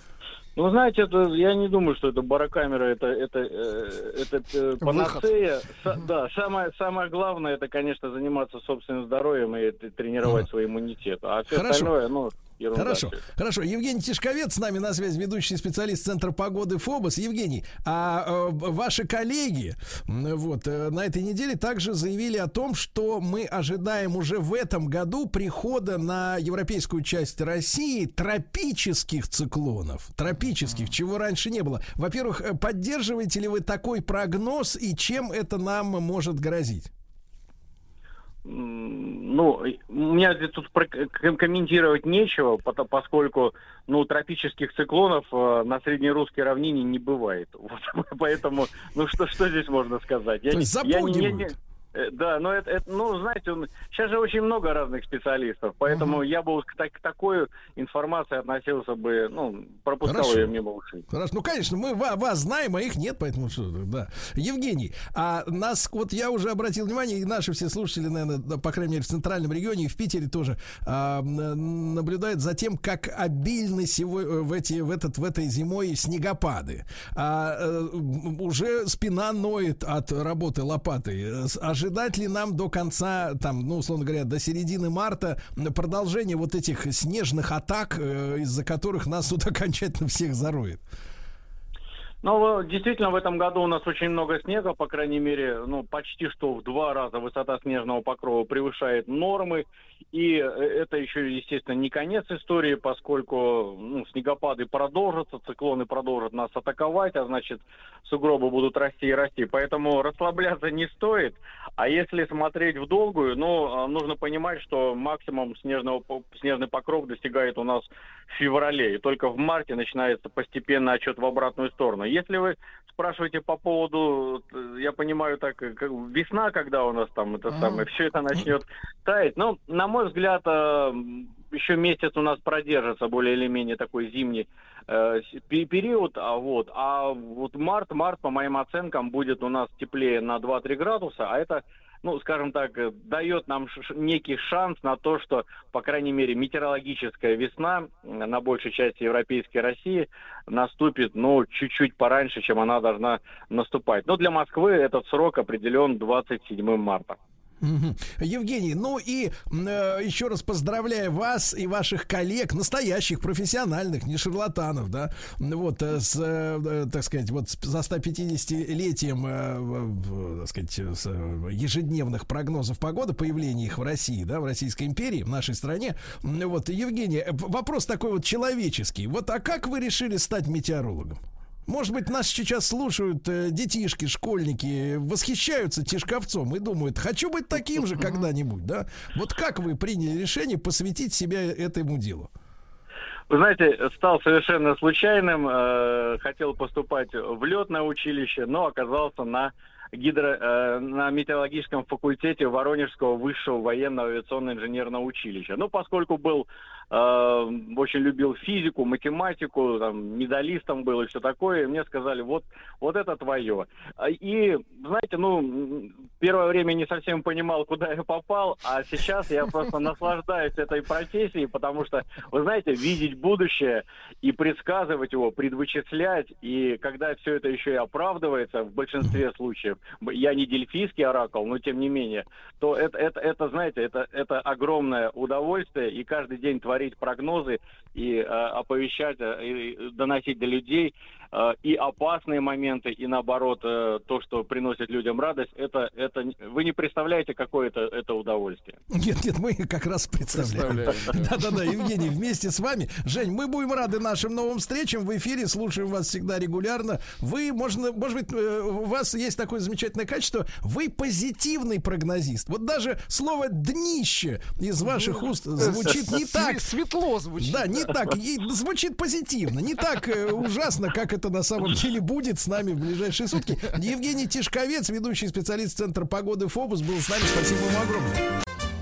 S10: Ну, знаете, это, я не думаю, что это барокамера, это, это, э, это э, панацея. С, да, самое, самое главное, это, конечно, заниматься собственным здоровьем и это, тренировать а. свой иммунитет. А все
S2: Хорошо.
S10: остальное, ну... Ерунда.
S2: Хорошо, хорошо. Евгений Тишковец с нами на связи, ведущий специалист Центра погоды ФОБОС. Евгений, а э, ваши коллеги вот, э, на этой неделе также заявили о том, что мы ожидаем уже в этом году прихода на европейскую часть России тропических циклонов. Тропических, чего раньше не было. Во-первых, поддерживаете ли вы такой прогноз и чем это нам может грозить?
S10: Ну, у меня здесь тут комментировать нечего, поскольку, ну, тропических циклонов на среднерусской равнине не бывает. Вот, поэтому, ну, что, что здесь можно сказать?
S2: То есть запугивают?
S10: Да, но это, это, ну, знаете, он, сейчас же очень много разных специалистов, поэтому uh-huh. я бы к, к такой информации относился бы, ну, пропускал Хорошо. ее мимо ушей.
S2: Хорошо, ну, конечно, мы вас, вас знаем, а их нет, поэтому что, да. Евгений, а нас, вот я уже обратил внимание, и наши все слушатели, наверное, по крайней мере, в центральном регионе и в Питере тоже а, наблюдают за тем, как обильны сего, в, эти, в, этот, в этой зимой снегопады. А, а, уже спина ноет от работы лопатой. Ожидать ли нам до конца, там, ну, условно говоря, до середины марта продолжение вот этих снежных атак, э, из-за которых нас тут окончательно всех зароет?
S10: Ну, действительно, в этом году у нас очень много снега, по крайней мере, ну, почти что в два раза высота снежного покрова превышает нормы. И это еще, естественно, не конец истории, поскольку ну, снегопады продолжатся, циклоны продолжат нас атаковать, а значит, сугробы будут расти и расти. Поэтому расслабляться не стоит. А если смотреть в долгую, ну, нужно понимать, что максимум снежного, снежный покров достигает у нас в феврале. И только в марте начинается постепенный отчет в обратную сторону. Если вы спрашиваете по поводу, я понимаю, так, как, весна, когда у нас там это самое, все это начнет таять, ну, на мой взгляд, еще месяц у нас продержится более или менее такой зимний э, период, а вот, а вот март, март, по моим оценкам, будет у нас теплее на два-три градуса, а это, ну, скажем так, дает нам ш- некий шанс на то, что, по крайней мере, метеорологическая весна на большей части европейской России наступит, ну, чуть-чуть пораньше, чем она должна наступать. Но для Москвы этот срок определен двадцать седьмого марта.
S2: Евгений, ну и э, еще раз поздравляю вас и ваших коллег, настоящих, профессиональных, не шарлатанов, да, вот, э, с, э, так сказать, вот за сто пятидесятилетием, э, э, так сказать, с, э, ежедневных прогнозов погоды, появления их в России, да, в Российской империи, в нашей стране. Вот, Евгений, вопрос такой вот человеческий. Вот, а как вы решили стать метеорологом? Может быть, нас сейчас слушают э, детишки, школьники, восхищаются Тишковцом и думают, хочу быть таким же когда-нибудь, да? Вот как вы приняли решение посвятить себя этому делу?
S10: Вы знаете, стал совершенно случайным, э, хотел поступать в летное училище, но оказался на гидро, э, на метеорологическом факультете Воронежского высшего военного авиационно-инженерного училища. Ну, поскольку был, э, очень любил физику, математику, там, медалистом был и все такое, мне сказали, вот, вот это твое. И, знаете, ну, первое время не совсем понимал, куда я попал, а сейчас я просто наслаждаюсь этой профессией, потому что, вы знаете, видеть будущее и предсказывать его, предвычислять, и когда все это еще и оправдывается в большинстве случаев, я не дельфийский оракул, но тем не менее, то это, это, это знаете, это, это огромное удовольствие, и каждый день творить прогнозы, и э, оповещать, э, и доносить до людей, э, и опасные моменты, и наоборот, э, то, что приносит людям радость, это, это вы не представляете, какое это, это удовольствие.
S2: Нет, нет, мы как раз представляем. Да-да-да, Евгений, вместе с вами. Жень, мы будем рады нашим новым встречам в эфире, слушаем вас всегда регулярно. Вы, можно, может быть, у вас есть такое замечательное качество, вы позитивный прогнозист. Вот даже слово «днище» из ваших уст звучит не так.
S3: Светло звучит.
S2: Да, не так, звучит позитивно, не так ужасно, как это на самом деле будет с нами в ближайшие сутки. Евгений Тишковец, ведущий специалист Центра погоды ФОБУС, был с нами. Спасибо ему огромное.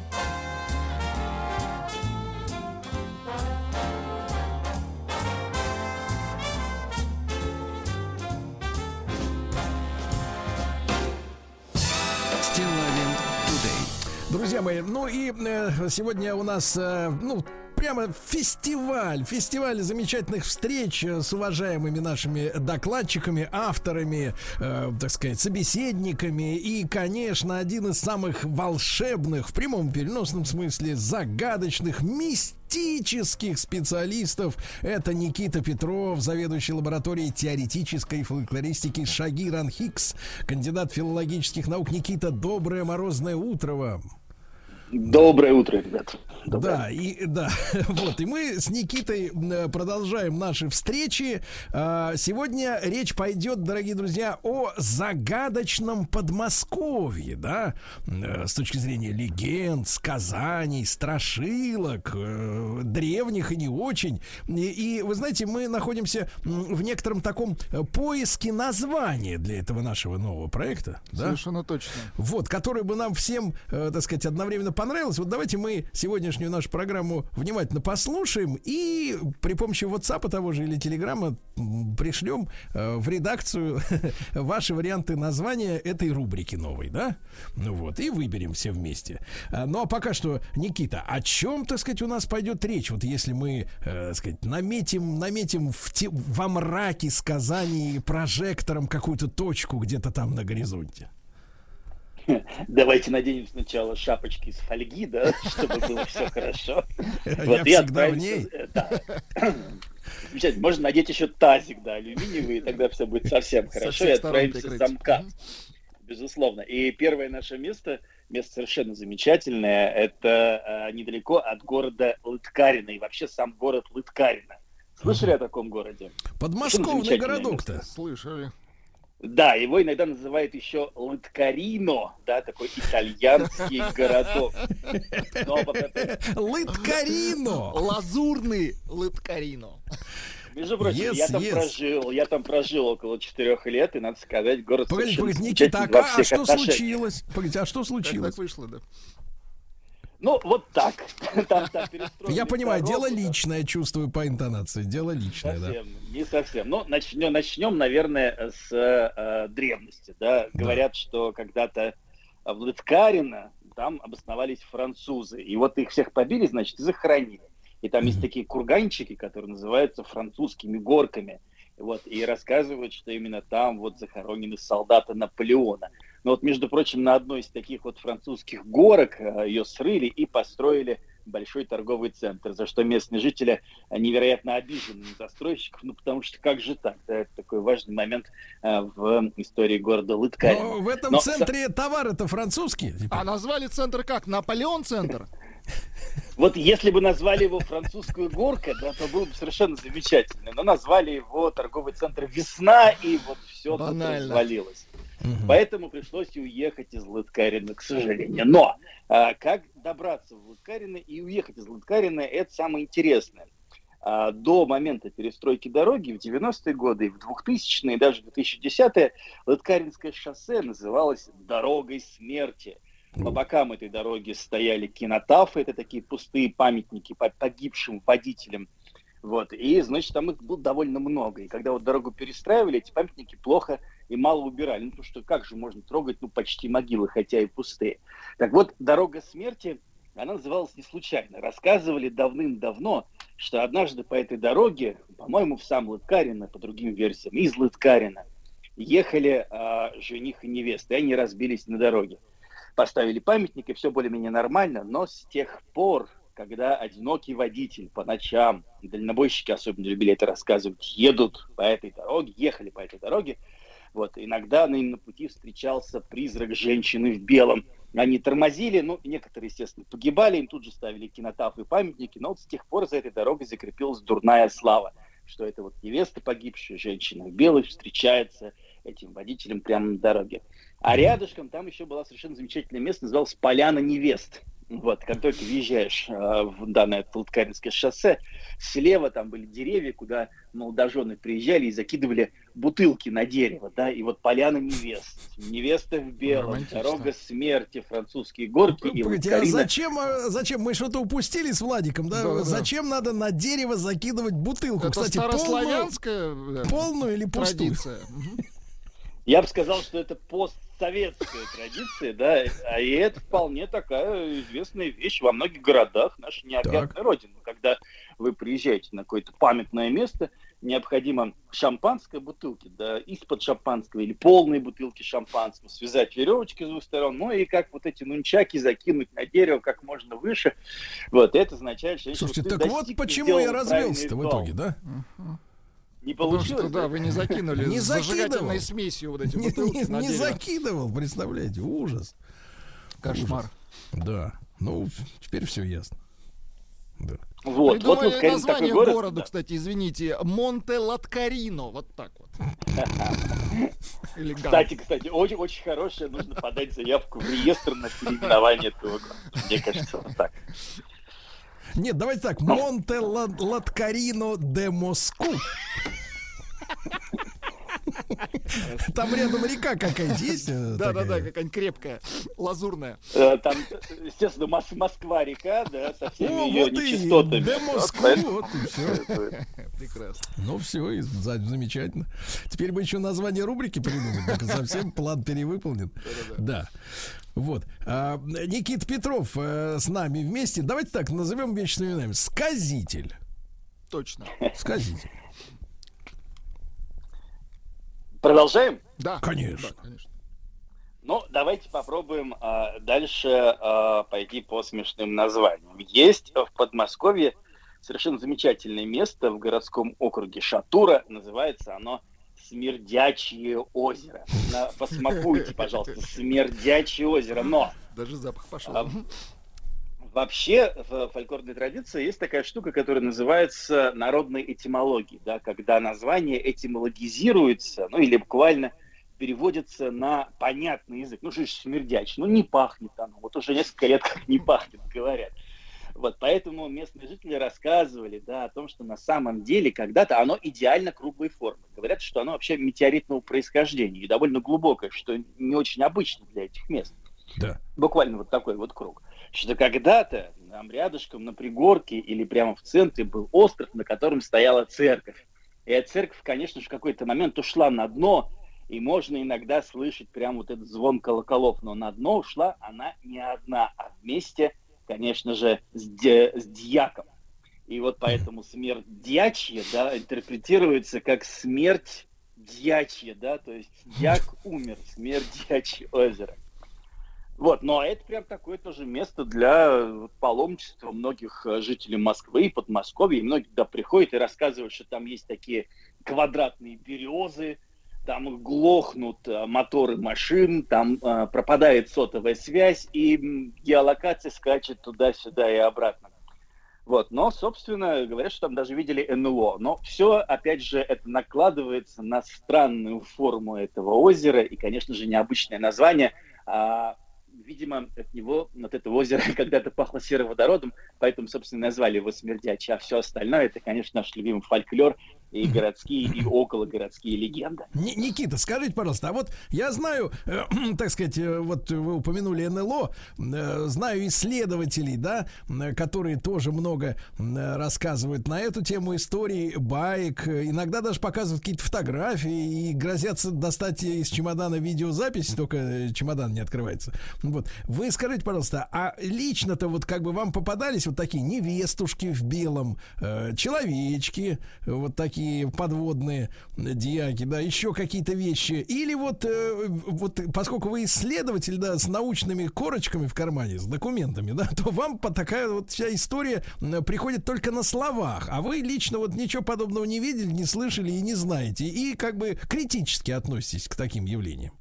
S2: Друзья мои, ну и э, сегодня у нас, э, ну, прямо фестиваль, фестиваль замечательных встреч с уважаемыми нашими докладчиками, авторами, э, так сказать, собеседниками. И, конечно, один из самых волшебных, в прямом переносном смысле, загадочных, мистических специалистов — это Никита Петров, заведующий лабораторией теоретической фольклористики Шагир Анхикс, кандидат филологических наук. Никита, доброе морозное утро вам.
S11: Доброе утро, ребят. Доброе.
S2: Да, и да, вот, и мы с Никитой продолжаем наши встречи. Сегодня речь пойдет, дорогие друзья, о загадочном Подмосковье, да, с точки зрения легенд, сказаний, страшилок, древних и не очень. И, и вы знаете, мы находимся в некотором таком поиске названия для этого нашего нового проекта.
S3: Совершенно да? точно.
S2: Вот, который бы нам всем, так сказать, одновременно понравилось. Вот давайте мы сегодняшнюю нашу программу внимательно послушаем и при помощи WhatsApp того же или Телеграма пришлем э, в редакцию ваши варианты названия этой рубрики новой, да? Ну вот, и выберем все вместе. А, ну а пока что, Никита, о чем, так сказать, у нас пойдет речь? Вот если мы, э, так сказать, наметим, наметим в те, во мраке сказаний прожектором какую-то точку где-то там на горизонте.
S11: Давайте наденем сначала шапочки из фольги, да, чтобы было все хорошо.
S2: Вот, я всегда в ней.
S11: Замечательно. Можно надеть еще тазик, да, алюминиевый, и тогда все будет совсем хорошо. И отправимся в замкат. Безусловно. И первое наше место, место совершенно замечательное, это недалеко от города Лыткарино. И вообще сам город Лыткарино. Слышали о таком городе?
S2: Подмосковный городок-то.
S3: Слышали.
S11: Да, его иногда называют еще Лыткарино, да, такой итальянский городок.
S2: Лыткарино!
S3: Лазурный Лыткарино.
S11: Между прочим,
S2: yes,
S11: я там
S2: yes.
S11: прожил, я там прожил около четырех лет, и, надо сказать, город
S2: Погодите,
S11: совершенно
S2: погодите, Никита,
S11: замечательный во
S2: а,
S11: всех
S2: а что
S11: отношениях.
S2: случилось? Погодите, а что случилось?
S3: Как так вышло, да?
S11: Ну, вот так. Там, там
S2: Я понимаю,
S11: дорогу,
S2: дело
S11: да.
S2: личное, чувствую по интонации. Дело личное,
S11: совсем,
S2: да.
S11: Не совсем. Но начнем, начнем, наверное, с э, древности. Да?
S2: Да.
S11: Говорят, что когда-то в Лыткарино там обосновались французы. И вот их всех побили, значит, и захоронили. И там mm-hmm. есть такие курганчики, которые называются французскими горками. Вот, и рассказывают, что именно там вот захоронены солдаты Наполеона. Но вот, между прочим, на одной из таких вот французских горок ее срыли и построили большой торговый центр, за что местные жители невероятно обижены на застройщиков, ну потому что как же так, да, это такой важный момент а, в истории города Лыткарино.
S2: Но в этом
S11: Но...
S2: центре товары-то французские. Типа.
S3: А назвали центр как? Наполеон-центр?
S11: Вот если бы назвали его французскую горка, да, то было бы совершенно замечательно. Но назвали его торговый центр «Весна», и вот все тут развалилось. Угу. Поэтому пришлось и уехать из Лыткарино, к сожалению. Но а, как добраться в Лыткарино и уехать из Лыткарино, это самое интересное. А до момента перестройки дороги в девяностые годы, и в двухтысячные, и даже в две тысячи десятые Лыткаринское шоссе называлось «Дорогой смерти». По бокам этой дороги стояли кинотафы, это такие пустые памятники погибшим водителям. Вот. И, значит, там их было довольно много. И когда вот дорогу перестраивали, эти памятники плохо и мало убирали. Ну, потому что как же можно трогать, ну, почти могилы, хотя и пустые. Так вот, «Дорога смерти», она называлась не случайно. Рассказывали давным-давно, что однажды по этой дороге, по-моему, в сам Лыткарино, по другим версиям, из Лыткарина, ехали а, жених и невеста, и они разбились на дороге. Поставили памятник, и все более-менее нормально, но с тех пор, когда одинокий водитель по ночам, дальнобойщики особенно любили это рассказывать, едут по этой дороге, ехали по этой дороге, вот, иногда на им на пути встречался призрак женщины в белом. Они тормозили, ну, некоторые, естественно, погибали, им тут же ставили кинотафы и памятники, но вот с тех пор за этой дорогой закрепилась дурная слава, что это вот невеста погибшая, женщина в белой, встречается этим водителем прямо на дороге. А рядышком там еще было совершенно замечательное место, называлось Поляна невест. Вот, как только въезжаешь э, в данное Лыткаринское шоссе, слева там были деревья, куда молодожены приезжали и закидывали бутылки на дерево, да, и вот Поляна невест, невеста в белом, дорога смерти, французские горки и
S2: Погодите, а
S11: Лыткарина.
S2: зачем, а, зачем мы что-то упустили с Владиком, да?
S7: Да, да.
S2: Зачем надо на дерево закидывать бутылку?
S7: Это
S2: Кстати, полную,
S7: старославянская да,
S2: полную или пустую?
S7: традиция. Мгм.
S11: Я бы сказал, что это постсоветская традиция, да, а и это вполне такая известная вещь во многих городах нашей необъятной родины. Когда вы приезжаете на какое-то памятное место, необходимо шампанское бутылки, да, из-под шампанского или полные бутылки шампанского, связать веревочки с двух сторон, ну и как вот эти нунчаки закинуть на дерево как можно выше. Вот, это означает, что...
S2: Слушайте,
S11: ты
S2: так вот
S11: достиг,
S2: почему я
S11: сделал
S2: развелся-то в
S11: правильный
S2: итоге, да?
S11: Не
S7: Потому
S11: получилось?
S7: что, да, вы не закинули
S2: Не
S7: с
S2: закидывал.
S7: зажигательной смесью вот эти
S2: Не,
S7: бутылки
S2: не-
S7: на
S2: не
S7: дерево.
S2: закидывал, представляете, ужас.
S7: Кошмар.
S2: Ужас. Да, ну, теперь все ясно. Да.
S11: Вот, вот
S7: Придумали
S11: Лыткарин
S7: название
S11: такой город,
S7: городу,
S11: да.
S7: кстати, извините, Монте-Латкарино, вот так вот. Элегантно.
S11: Кстати, кстати, очень, очень хорошее, нужно подать заявку в реестр на переименование этого города. Мне кажется, вот так.
S2: Нет, давайте так, Монте-Латкарино де Москву. Там рядом река какая-то есть? э,
S7: Да-да-да,
S2: такая?
S7: какая-нибудь крепкая, лазурная.
S11: Э, Там, естественно, Мос- Москва-река, да, со всеми
S2: О,
S11: ее
S2: вот и
S11: нечистотами.
S2: де
S11: Вот,
S2: Москву,
S11: поэтому-
S2: вот и все.
S7: Прекрасно.
S2: Ну все, замечательно. Теперь бы еще название рубрики придумать, так совсем план перевыполнен. Да. Вот. А, Никита Петров э, с нами вместе. Давайте так, назовем вещи своими именами. Сказитель.
S7: Точно.
S2: Сказитель.
S11: Продолжаем?
S7: Да.
S2: Конечно.
S7: Да, конечно.
S11: Ну, давайте попробуем а, дальше а, пойти по смешным названиям. Есть в Подмосковье совершенно замечательное место в городском округе Шатура. Называется оно Смердячье озеро. На- Посмакуйте, пожалуйста, Смердячье озеро. Но
S7: Даже запах пошел.
S11: А, вообще в фольклорной традиции есть такая штука, которая называется народной этимологией, да, когда название этимологизируется, ну или буквально переводится на понятный язык. Ну что ж смердяч, ну не пахнет оно, вот уже несколько лет как не пахнет, говорят. Вот поэтому местные жители рассказывали, да, о том, что на самом деле когда-то оно идеально круглой формы. Говорят, что оно вообще метеоритного происхождения и довольно глубокое, что не очень обычно для этих мест.
S2: Да.
S11: Буквально вот такой вот круг. Что когда-то там рядышком на пригорке или прямо в центре был остров, на котором стояла церковь. И эта церковь, конечно же, в какой-то момент ушла на дно, и можно иногда слышать прям вот этот звон колоколов. Но на дно ушла она не одна, а вместе, конечно же, с, ди- с дьяком. И вот поэтому смерть дьячья, да, интерпретируется как смерть дьячья, да, то есть дьяк умер, смерть дьячье озеро. Вот, ну а это прям такое тоже место для паломничества многих э, жителей Москвы и Подмосковья. И многие туда приходят и рассказывают, что там есть такие квадратные березы, там глохнут э, моторы машин, там э, пропадает сотовая связь, и м, геолокация скачет туда-сюда и обратно. Вот, но, собственно, говорят, что там даже видели эн эл о. Но все, опять же, это накладывается на странную форму этого озера и, конечно же, необычное название. А, видимо, от него, от этого озера когда-то пахло сероводородом, поэтому, собственно, назвали его Смердячий. А все остальное, это, конечно, наш любимый фольклор и городские, и окологородские легенды.
S2: Никита, скажите, пожалуйста, а вот я знаю, э, так сказать, э, вот вы упомянули эн эл о, э, знаю исследователей, да, э, которые тоже много э, рассказывают на эту тему истории, баек, э, иногда даже показывают какие-то фотографии и грозятся достать из чемодана видеозапись, только чемодан не открывается. Вот. Вы скажите, пожалуйста, а лично-то вот как бы вам попадались вот такие невестушки в белом, э, человечки, вот такие подводные дьяки, да, еще какие-то вещи, или вот, э, вот поскольку вы исследователь, да, с научными корочками в кармане, с документами, да, то вам по такая вот вся история приходит только на словах, а вы лично вот ничего подобного не видели, не слышали и не знаете, и как бы критически относитесь к таким явлениям.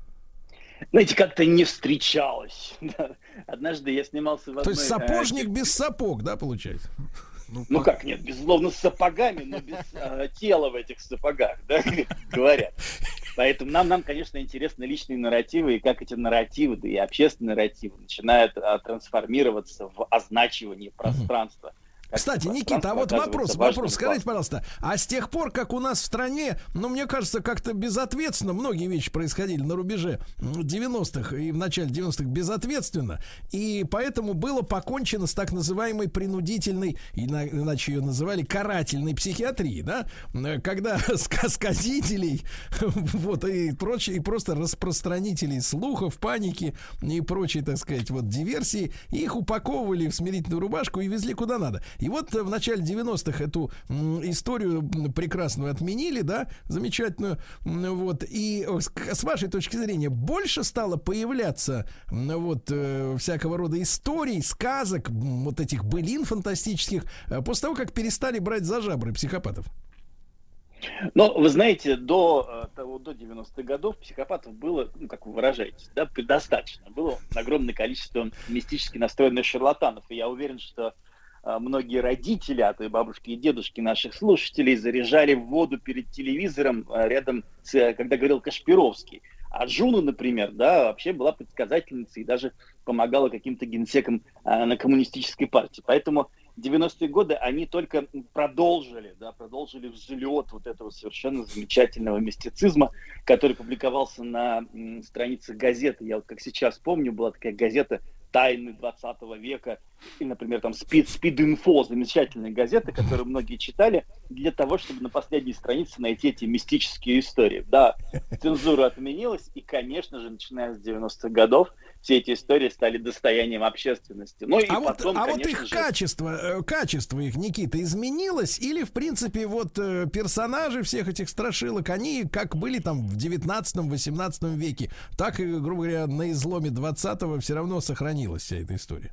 S11: Знаете, как-то не встречалось. Однажды я снимался в одной...
S2: То есть сапожник без сапог, да, получается?
S11: Ну, ну как, нет, безусловно, с сапогами, но без э, тела в этих сапогах, да, говорят. Поэтому нам, нам, конечно, интересны личные нарративы, и как эти нарративы, да и общественные нарративы начинают а, трансформироваться в означивание пространства.
S2: Кстати, Никита, а вот вопрос, вопрос, скажите, пожалуйста, а с тех пор, как у нас в стране, ну, мне кажется, как-то безответственно, многие вещи происходили на рубеже девяностых и в начале девяностых безответственно, и поэтому было покончено с так называемой принудительной, иначе ее называли карательной психиатрией, да, когда сказителей, вот, и прочие, и просто распространителей слухов, паники и прочей, так сказать, вот, диверсии, их упаковывали в смирительную рубашку и везли куда надо. И вот в начале девяностых эту м, историю прекрасную отменили, да, замечательную, вот, и с вашей точки зрения больше стало появляться вот э, всякого рода историй, сказок, вот этих былин фантастических, после того, как перестали брать за жабры психопатов?
S11: Ну, вы знаете, до, того, до девяностых годов психопатов было, ну, как вы выражаетесь, да, предостаточно. Было огромное количество мистически настроенных шарлатанов, и я уверен, что многие родители, а то и бабушки и дедушки наших слушателей заряжали в воду перед телевизором рядом с, когда говорил Кашпировский. А Джуна, например, да, вообще была предсказательницей и даже помогала каким-то генсекам а, на коммунистической партии. Поэтому девяностые годы, они только продолжили, да, продолжили взлет вот этого совершенно замечательного мистицизма, который публиковался на м, страницах газеты. Я вот как сейчас помню, была такая газета «Тайны двадцатого века», и, например, там «Спид, Спид-инфо», замечательная газета, которую многие читали, для того, чтобы на последней странице найти эти мистические истории. Да, цензура отменилась, и, конечно же, начиная с девяностых годов, все эти истории стали достоянием общественности. Ну и
S2: а
S11: потом,
S2: вот, а
S11: конечно
S2: вот их
S11: же...
S2: качество, качество их, Никита, изменилось? Или, в принципе, вот персонажи всех этих страшилок, они как были там в девятнадцатом-восемнадцатом веке, так и, грубо говоря, на изломе двадцатого все равно сохранилась вся эта история?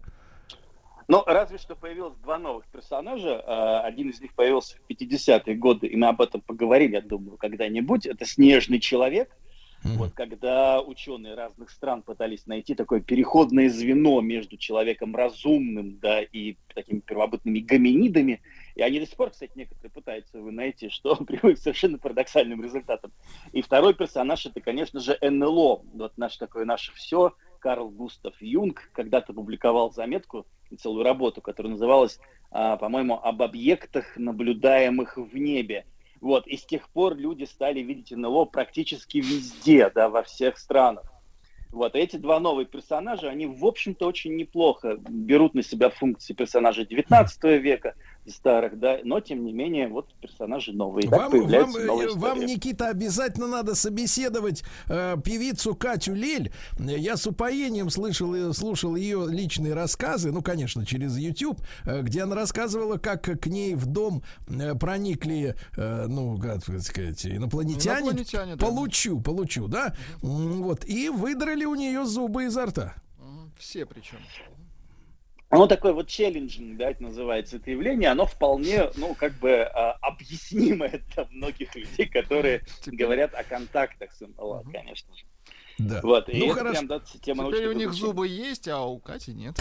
S11: Ну, разве что появилось два новых персонажа. Один из них появился в пятидесятые годы, и мы об этом поговорим, я думаю, когда-нибудь. Это «Снежный человек». Mm-hmm. Вот когда ученые разных стран пытались найти такое переходное звено между человеком разумным, да, и такими первобытными гоминидами, и они до сих пор, кстати, некоторые пытаются его найти, что приводит к совершенно парадоксальным результатам. И второй персонаж — это, конечно же, эн эл о. Вот наше такое наше все. Карл Густав Юнг когда-то публиковал заметку, целую работу, которая называлась, а, по-моему, «Об объектах, наблюдаемых в небе». Вот, и с тех пор люди стали видеть эн эл о практически везде, да, во всех странах. Вот, и эти два новые персонажа, они, в общем-то, очень неплохо берут на себя функции персонажей девятнадцатого века, старых, да, но, тем не менее, вот персонажи новые.
S2: Вам, вам, вам, Никита, обязательно надо собеседовать э, певицу Катю Лель. Я с упоением слышал, слушал ее личные рассказы, ну, конечно, через YouTube, э, где она рассказывала, как к ней в дом э, проникли, э, ну, как сказать, инопланетяне. Инопланетяне, да. Получу, получу, да? Угу. Вот, и выдрали у нее зубы изо рта.
S7: Все причем.
S11: Оно такое вот челленджинг, да, это называется это явление, оно вполне, ну, как бы а, объяснимое для многих людей, которые говорят о контактах с эн эл о, конечно же.
S2: Да.
S11: Вот, и
S2: Ну,
S11: это
S2: хорошо.
S11: прям, да, тема
S7: Теперь у
S11: научного
S7: них
S11: обучения.
S7: зубы есть, а у Кати нет.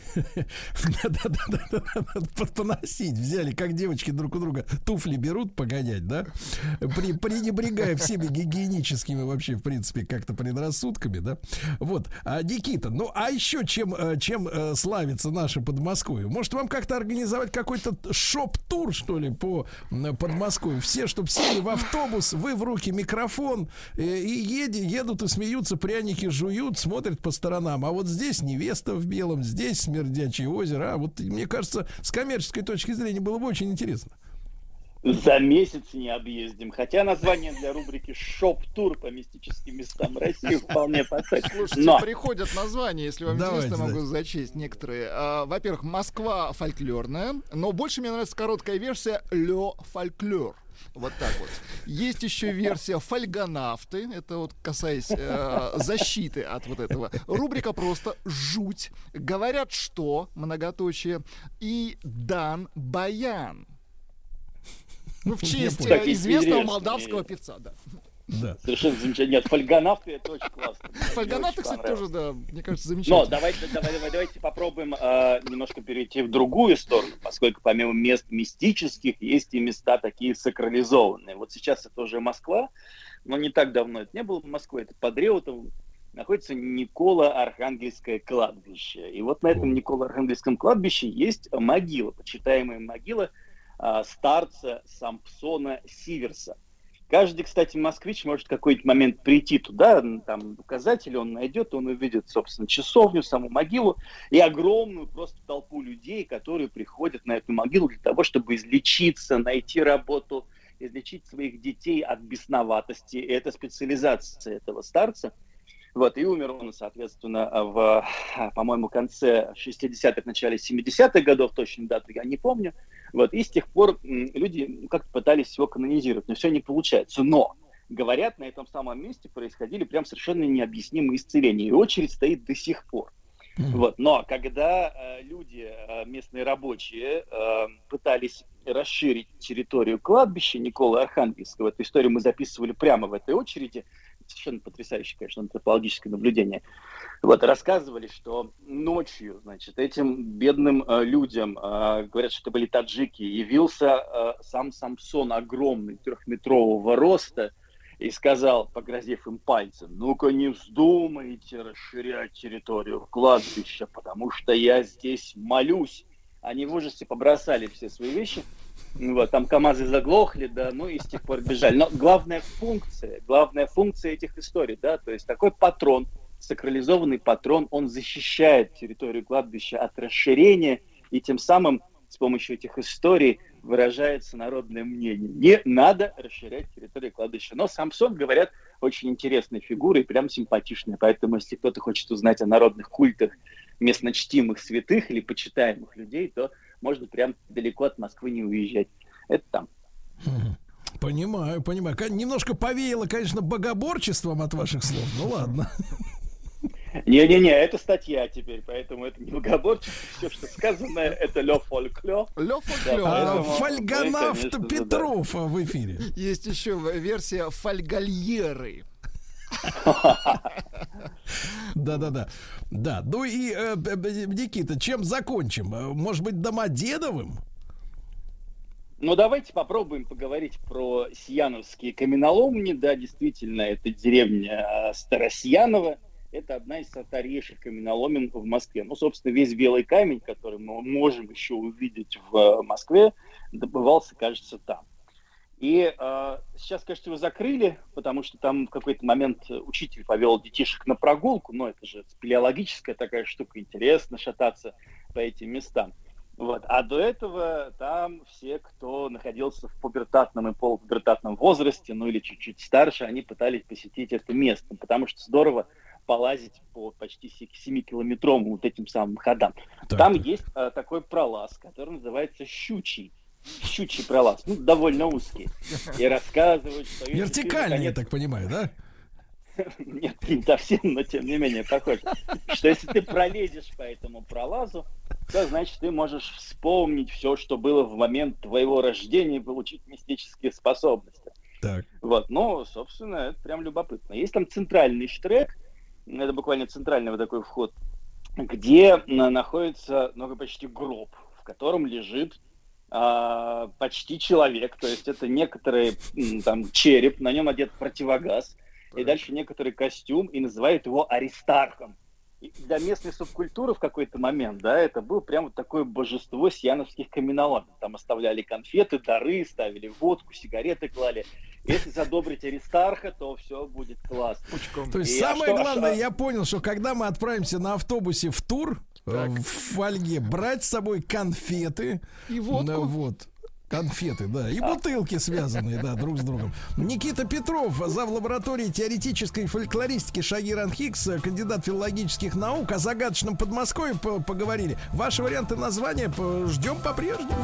S2: Да-да-да, поносить. Взяли, как девочки друг у друга туфли берут погонять, да? При- Пренебрегая всеми гигиеническими вообще, в принципе, как-то предрассудками, да? Вот. А, Никита, ну а еще чем, э, чем э, славится наше Подмосковье? Может, вам как-то организовать какой-то шоп-тур, что ли, по м, Подмосковью? Все, чтобы сели в автобус, вы в руки микрофон, э, и еди- едут и смеются, пряники жуют, смотрят по сторонам. А вот здесь невеста в белом, здесь смердячее озеро. А вот, мне кажется, с коммерческой точки зрения было бы очень интересно.
S11: За месяц не объездим. Хотя название для рубрики «Шоп-тур» по мистическим местам России вполне подходит.
S7: Слушайте,
S11: Но
S7: приходят названия, если вам
S2: Давайте,
S7: интересно, могу
S2: да.
S7: зачесть некоторые. А, во-первых, Москва фольклорная, но больше мне нравится короткая версия «Лё фольклор». Вот так вот. Есть еще версия «Фольгонавты». Это вот касаясь э, защиты от вот этого. Рубрика просто «Жуть». Говорят, что, многоточие, и Дан Баян. Ну, в честь
S11: понял.
S7: э, известного
S11: Интересно.
S7: молдавского певца, да.
S2: Да.
S11: совершенно замечательно. Нет, фольгонавты — это очень классно. Мне
S7: Фольгонавты,
S11: очень
S7: кстати, тоже,
S11: понравилось.
S7: да, мне кажется,
S11: Но
S7: замечательно.
S11: давайте, давай, давай, давайте попробуем э, немножко перейти в другую сторону, поскольку помимо мест мистических есть и места такие сакрализованные. Вот сейчас это уже Москва, но не так давно это не было в Москве, это под Реутовым находится Николо-Архангельское кладбище. И вот на этом Николо-Архангельском кладбище есть могила, почитаемая могила э, старца Сампсона Сиверса. Каждый, кстати, москвич может в какой-то момент прийти туда, там указатель он найдет, он увидит, собственно, часовню, саму могилу и огромную просто толпу людей, которые приходят на эту могилу для того, чтобы излечиться, найти работу, излечить своих детей от бесноватости. И это специализация этого старца. Вот, и умер он, соответственно, в, по-моему, конце шестидесятых, начале семидесятых годов, точно дату я не помню. Вот, и с тех пор м, люди как-то пытались его канонизировать, но все не получается. Но, говорят, на этом самом месте происходили прям совершенно необъяснимые исцеления, и очередь стоит до сих пор. Вот, но когда э, люди, э, местные рабочие, э, пытались расширить территорию кладбища Николы-Архангельского, эту историю мы записывали прямо в этой очереди, совершенно потрясающее, конечно, антропологическое наблюдение. Вот, рассказывали, что ночью, значит, этим бедным э, людям, э, говорят, что это были таджики, явился э, сам Самсон, огромный, трехметрового роста, и сказал, погрозив им пальцем: ну-ка не вздумайте расширять территорию кладбища, потому что я здесь молюсь. Они в ужасе побросали все свои вещи. Вот, там КамАЗы заглохли, да, ну и с тех пор бежали. Но главная функция, главная функция этих историй, да, то есть такой патрон, сакрализованный патрон, он защищает территорию кладбища от расширения, и тем самым с помощью этих историй выражается народное мнение. Не надо расширять территорию кладбища. Но Самсон, говорят, очень интересная фигура и прям симпатичная. Поэтому, если кто-то хочет узнать о народных культах местно чтимых святых или почитаемых людей, то можно прям далеко от Москвы не уезжать. Это там.
S2: Понимаю, понимаю. Немножко повеяло, конечно, богоборчеством от ваших слов. Ну ладно.
S11: Не-не-не, это статья теперь, поэтому это не богоборчество. Все, что сказано, это лё фольклор.
S7: Лё фольклор.
S2: А,
S11: поэтому
S2: Фольгонавт
S11: мы, конечно,
S2: Петров в эфире.
S7: Есть еще версия фольгольеры.
S2: Да-да-да. Да, ну и, э, Никита, чем закончим? Может быть, Домодедовым?
S11: Ну, давайте попробуем поговорить про Сияновские каменоломни. Да, действительно, это деревня Старосьяново. Это одна из старейших каменоломен в Москве. Ну, собственно, весь белый камень, который мы можем еще увидеть в Москве, добывался, кажется, там. И э, сейчас, кажется, его закрыли, потому что там в какой-то момент учитель повел детишек на прогулку. Но это же спелеологическая такая штука, интересно шататься по этим местам. Вот. А до этого там все, кто находился в пубертатном и полупубертатном возрасте, ну или чуть-чуть старше, они пытались посетить это место, потому что здорово полазить по почти семикилометровым вот этим самым ходам.
S2: Так,
S11: там
S2: так.
S11: есть а, такой пролаз, который называется Щучий. Щучий пролаз, ну, довольно узкий. И рассказывают, что...
S2: Вертикальный,
S11: ты,
S2: я так понимаю, да?
S11: Нет, не совсем, но тем не менее похоже. Что если ты пролезешь по этому пролазу, то значит ты можешь вспомнить все, что было в момент твоего рождения, и получить мистические способности.
S2: Так.
S11: Вот, ну, собственно, это прям любопытно. Есть там центральный штрек, это буквально центральный вот такой вход, где находится, ну, почти гроб, в котором лежит а, почти человек, то есть это некоторый там череп, на нем одет противогаз, и дальше некоторый костюм, и называют его Аристархом. И для местной субкультуры в какой-то момент, да, это было прям вот такое божество сиановских каменоломен. Там оставляли конфеты, дары, ставили водку, сигареты клали. Если задобрить Аристарха, то все будет классно.
S2: То есть
S11: и,
S2: самое
S11: а что,
S2: главное,
S11: а...
S2: я понял, что когда мы отправимся на автобусе в тур, так. в фольге, брать с собой конфеты.
S7: И водку.
S2: Да, вот. Конфеты, да, и бутылки связанные, да, друг с другом. Никита Петров, зав. Лаборатории теоретической фольклористики Шагиран Хикс, кандидат филологических наук. О загадочном Подмосковье поговорили. Ваши варианты названия ждем по-прежнему.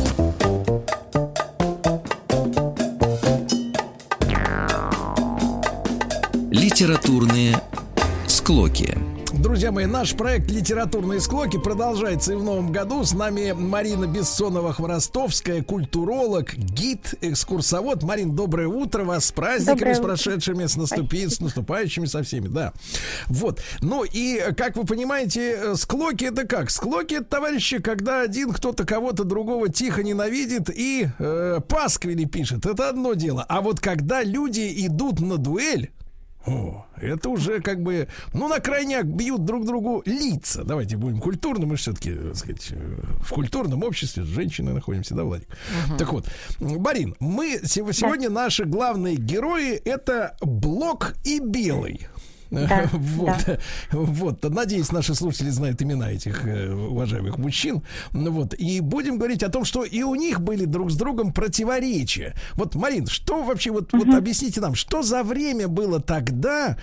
S1: Литературные склоки.
S2: Друзья мои, наш проект «Литературные склоки» продолжается и в новом году. С нами Марина Бессонова-Хворостовская, культуролог, гид, экскурсовод. Марин, доброе утро вас с праздниками, доброе с прошедшими, утро. с наступи, с наступающими, со всеми, да. Вот. Ну и, как вы понимаете, склоки это как? Склоки это, товарищи, когда один кто-то кого-то другого тихо ненавидит и э, пасквили пишет. Это одно дело. А вот когда люди идут на дуэль, о, это уже как бы, ну, на крайняк бьют друг другу лица. Давайте будем культурны, мы же все-таки, так сказать, в культурном обществе с женщиной находимся, да, Владик? Uh-huh. Так вот, Марин, мы сегодня, наши главные герои — это Блок и Белый.
S12: Да,
S2: вот,
S12: да.
S2: вот, надеюсь, наши слушатели знают имена этих э, уважаемых мужчин. Вот, и будем говорить о том, что и у них были друг с другом противоречия. Вот, Марин, что вообще, вот, uh-huh. вот объясните нам, что за время было тогда,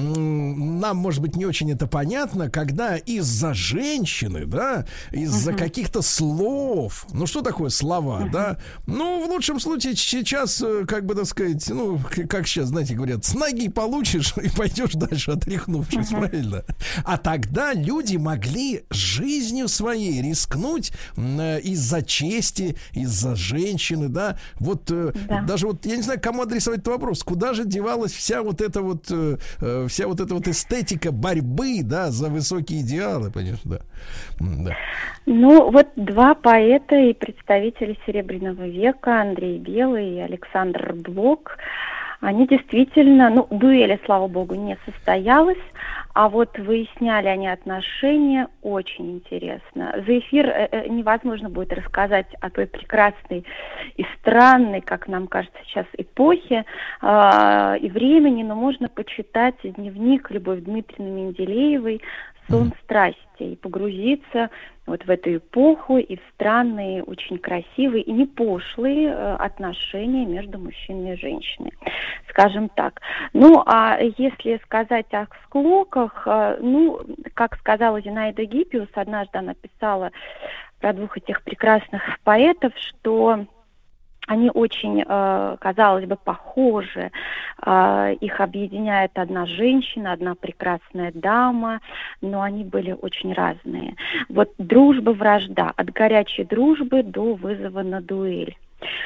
S2: м- нам, может быть, не очень это понятно, когда из-за женщины, да, из-за uh-huh. каких-то слов, ну, что такое слова, uh-huh. да, ну, в лучшем случае сейчас, как бы, так сказать, ну, как сейчас, знаете, говорят, с ноги получишь и пойдешь дальше, отряхнувшись, uh-huh. правильно? А тогда люди могли жизнью своей рискнуть э, из-за чести, из-за женщины, да? Вот э, да. даже вот, я не знаю, кому адресовать этот вопрос, куда же девалась вся вот эта вот, э, вся вот эта вот эстетика борьбы, да, за высокие идеалы, конечно, да. да.
S12: Ну, вот два поэта и представители Серебряного века, Андрей Белый и Александр Блок, они действительно, ну, дуэли, слава богу, не состоялось, а вот выясняли они отношения очень интересно. За эфир э, невозможно будет рассказать о той прекрасной и странной, как нам кажется сейчас, эпохе э, и времени, но можно почитать дневник Любовь Дмитриевны Менделеевой «Сон страсти» и погрузиться вот в эту эпоху и в странные, очень красивые и не пошлые э, отношения между мужчиной и женщиной, скажем так. Ну, а если сказать о склоках, э, ну, как сказала Зинаида Гиппиус, однажды она писала про двух этих прекрасных поэтов, что они очень, э, казалось бы, похожи. Э, их объединяет одна женщина, одна прекрасная дама, но они были очень разные. Вот дружба, вражда. От горячей дружбы до вызова на дуэль.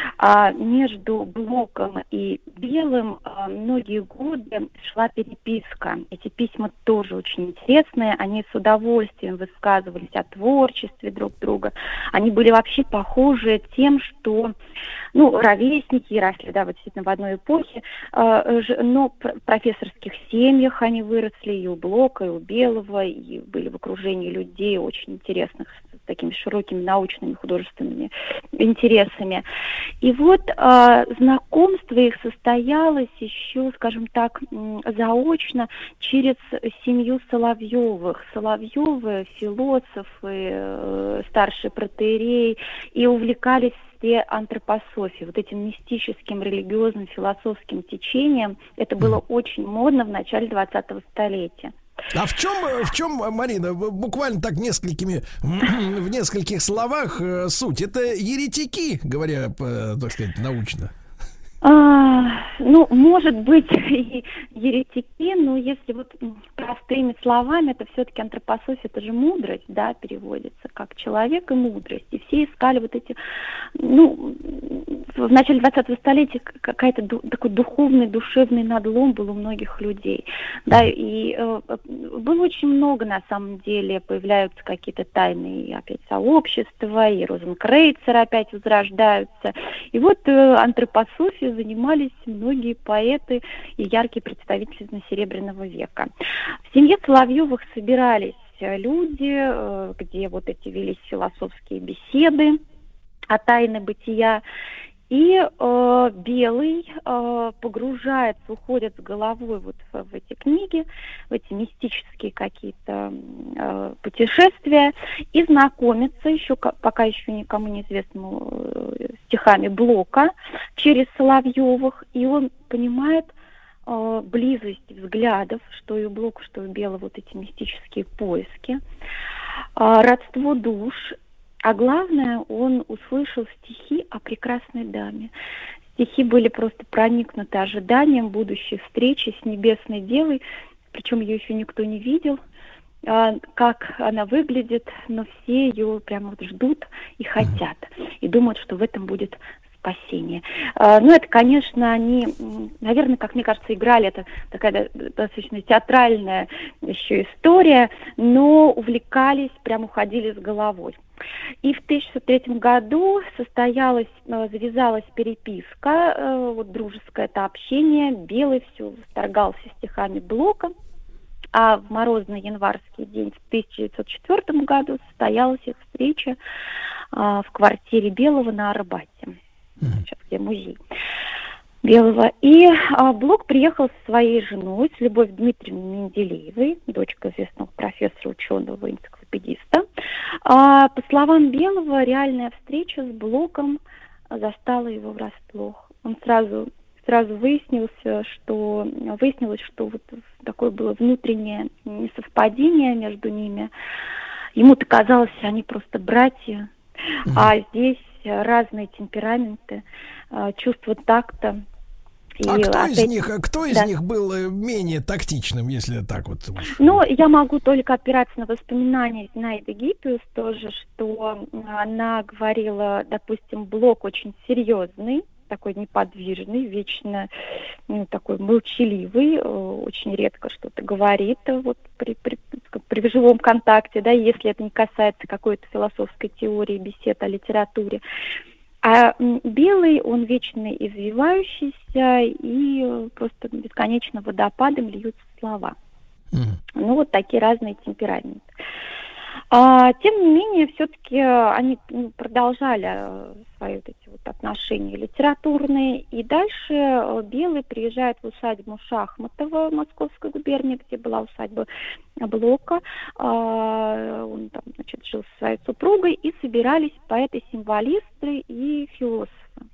S12: А между Блоком и Белым а, многие годы шла переписка. Эти письма тоже очень интересные. Они с удовольствием высказывались о творчестве друг друга. Они были вообще похожи тем, что, ну, ровесники, росли, да, вот действительно в одной эпохе, э, ж, но в профессорских семьях они выросли, и у Блока, и у Белого, и были в окружении людей очень интересных, с такими широкими научными, художественными интересами. И вот э, знакомство их состоялось еще, скажем так, заочно через семью Соловьевых. Соловьевы, философы, э, старший протоиерей, и увлекались все антропософией, вот этим мистическим, религиозным, философским течением. Это было очень модно в начале двадцатого столетия.
S2: А в чем, в чем, Марина, буквально так несколькими, в нескольких словах суть? Это еретики, говоря, так сказать, научно.
S12: А, ну, может быть, и еретики, но если вот про простыми словами, это все-таки антропософия, это же мудрость, да, переводится как человек и мудрость. И все искали вот эти, ну, в начале двадцатого столетия какая-то ду- такой духовный, душевный надлом был у многих людей, да, и э, было очень много, на самом деле, появляются какие-то тайные опять сообщества, и розенкрейцеры опять возрождаются. И вот э, антропософией занимались многие поэты и яркие представители Серебряного века. В семье Соловьевых собирались люди, где вот эти велись философские беседы о тайне бытия. И э, Белый э, погружается, уходит с головой вот в, в эти книги, в эти мистические какие-то э, путешествия и знакомится еще, пока еще никому неизвестному, э, стихами Блока через Соловьевых, и он понимает э, близость взглядов, что и у Блока, что и у Белого, вот эти мистические поиски, э, родство душ. А главное, он услышал стихи о прекрасной даме. Стихи были просто проникнуты ожиданием будущей встречи с небесной девой, причем ее еще никто не видел, как она выглядит, но все ее прямо вот ждут и хотят, и думают, что в этом будет спасение. Ну, это, конечно, они, наверное, как мне кажется, играли, это такая достаточно театральная еще история, но увлекались, прям уходили с головой. И в тысяча девятьсот третьем году состоялась, завязалась переписка, вот дружеское это общение. Белый все восторгался стихами Блока, а в морозный январский день в тысяча девятьсот четвёртом году состоялась их встреча в квартире Белого на Арбате, сейчас где музей Белого. И а, Блок приехал со своей женой, с Любовью Дмитриевной Менделеевой, дочкой известного профессора, ученого, энциклопедиста. А, по словам Белого, реальная встреча с Блоком застала его врасплох. Он сразу, сразу выяснился, что, выяснилось, что вот такое было внутреннее несовпадение между ними. Ему-то казалось, они просто братья, mm-hmm. а здесь разные темпераменты, чувство такта. И
S2: а кто
S12: опять...
S2: из них, кто из
S12: да.
S2: них был менее тактичным, если так вот?
S12: Ну, я могу только опираться на воспоминания Зинаиды Гиппиус тоже, что она говорила, допустим, Блок очень серьезный, такой неподвижный, вечно ну, такой молчаливый, очень редко что-то говорит вот при, при, при живом контакте, да, если это не касается какой-то философской теории, бесед о литературе. А Белый, он вечно извивающийся, и просто бесконечно водопадом льются слова. Mm. Ну, вот такие разные темпераменты. А, тем не менее, все-таки они ну, продолжали свои вот эти вот отношения литературные. И дальше Белый приезжает в усадьбу Шахматова в Московской губернии, где была усадьба Блока. А, он там, значит, жил со своей супругой, и собирались поэты-символисты и философы,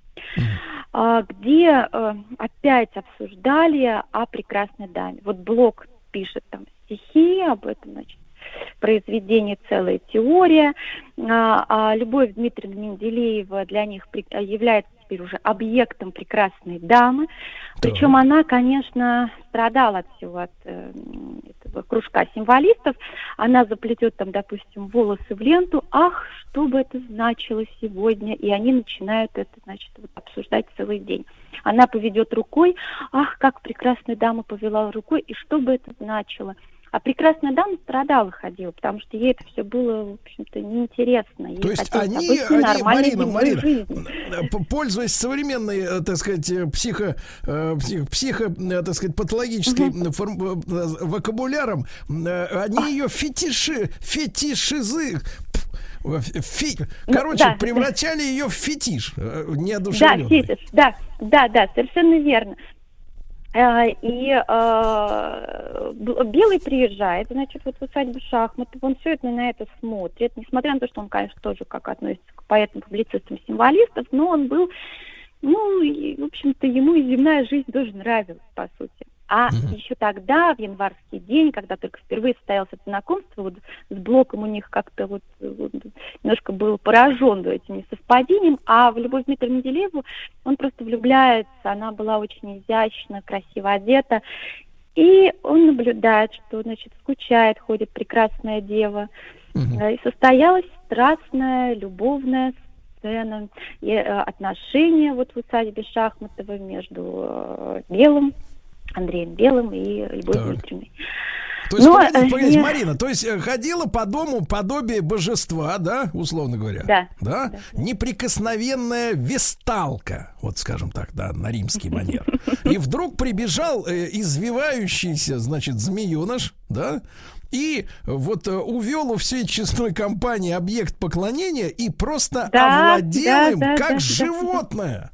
S12: а, где а, опять обсуждали о прекрасной даме. Вот Блок пишет там стихи об этом, значит, произведение целая теория, а, а Любовь Дмитриевна Менделеева для них при, является теперь уже объектом прекрасной дамы, причем да. она, конечно, страдала от всего, от э, этого кружка символистов, она заплетет там, допустим, волосы в ленту, ах, что бы это значило сегодня, и они начинают это, значит, вот, обсуждать целый день. Она поведет рукой, ах, как прекрасная дама повела рукой, и что бы это значило. А прекрасная дама страдала, ходила, потому что ей это все было, в общем-то, неинтересно. Ей
S2: То есть они, они Марина, Марина, пользуясь современной, так сказать, психо, психо, психо так сказать, патологической uh-huh. форм, вокабуляром, они ее фетиши, фетишизы, Фи... Короче, да, превращали да. ее в фетиш, неодушевленный.
S12: Да, фетиш, да, да, да, совершенно верно. И э, Белый приезжает, значит, вот в усадьбу Шахматов, он все это на это смотрит, несмотря на то, что он, конечно, тоже как относится к поэтам, публицистам, символистов, но он был, ну, и, в общем-то, ему и земная жизнь тоже нравилась, по сути. А mm-hmm. еще тогда, в январский день, когда только впервые состоялось это знакомство, вот с Блоком у них как-то вот, вот немножко был поражен этим несовпадением, а в Любовь Дмитриевну Менделееву он просто влюбляется, она была очень изящна, красиво одета, И он наблюдает, что, значит, скучает, ходит прекрасная дева. Угу. И состоялась страстная, любовная сцена, и, э, отношения вот в усадьбе Шахматова между э, Белым, Андреем Белым и Любовью Дмитриевной.
S2: То есть,
S12: Но,
S2: погодите, погодите,
S12: э,
S2: Марина, то есть ходила по дому подобие божества, да, условно говоря?
S12: Да.
S2: Да?
S12: да.
S2: Неприкосновенная весталка, вот скажем так, да, на римский манер. И вдруг прибежал э, извивающийся, значит, змееныш, да, и вот э, увел у всей честной компании объект поклонения и просто
S12: да,
S2: овладел
S12: да,
S2: им,
S12: да,
S2: как
S12: да,
S2: животное.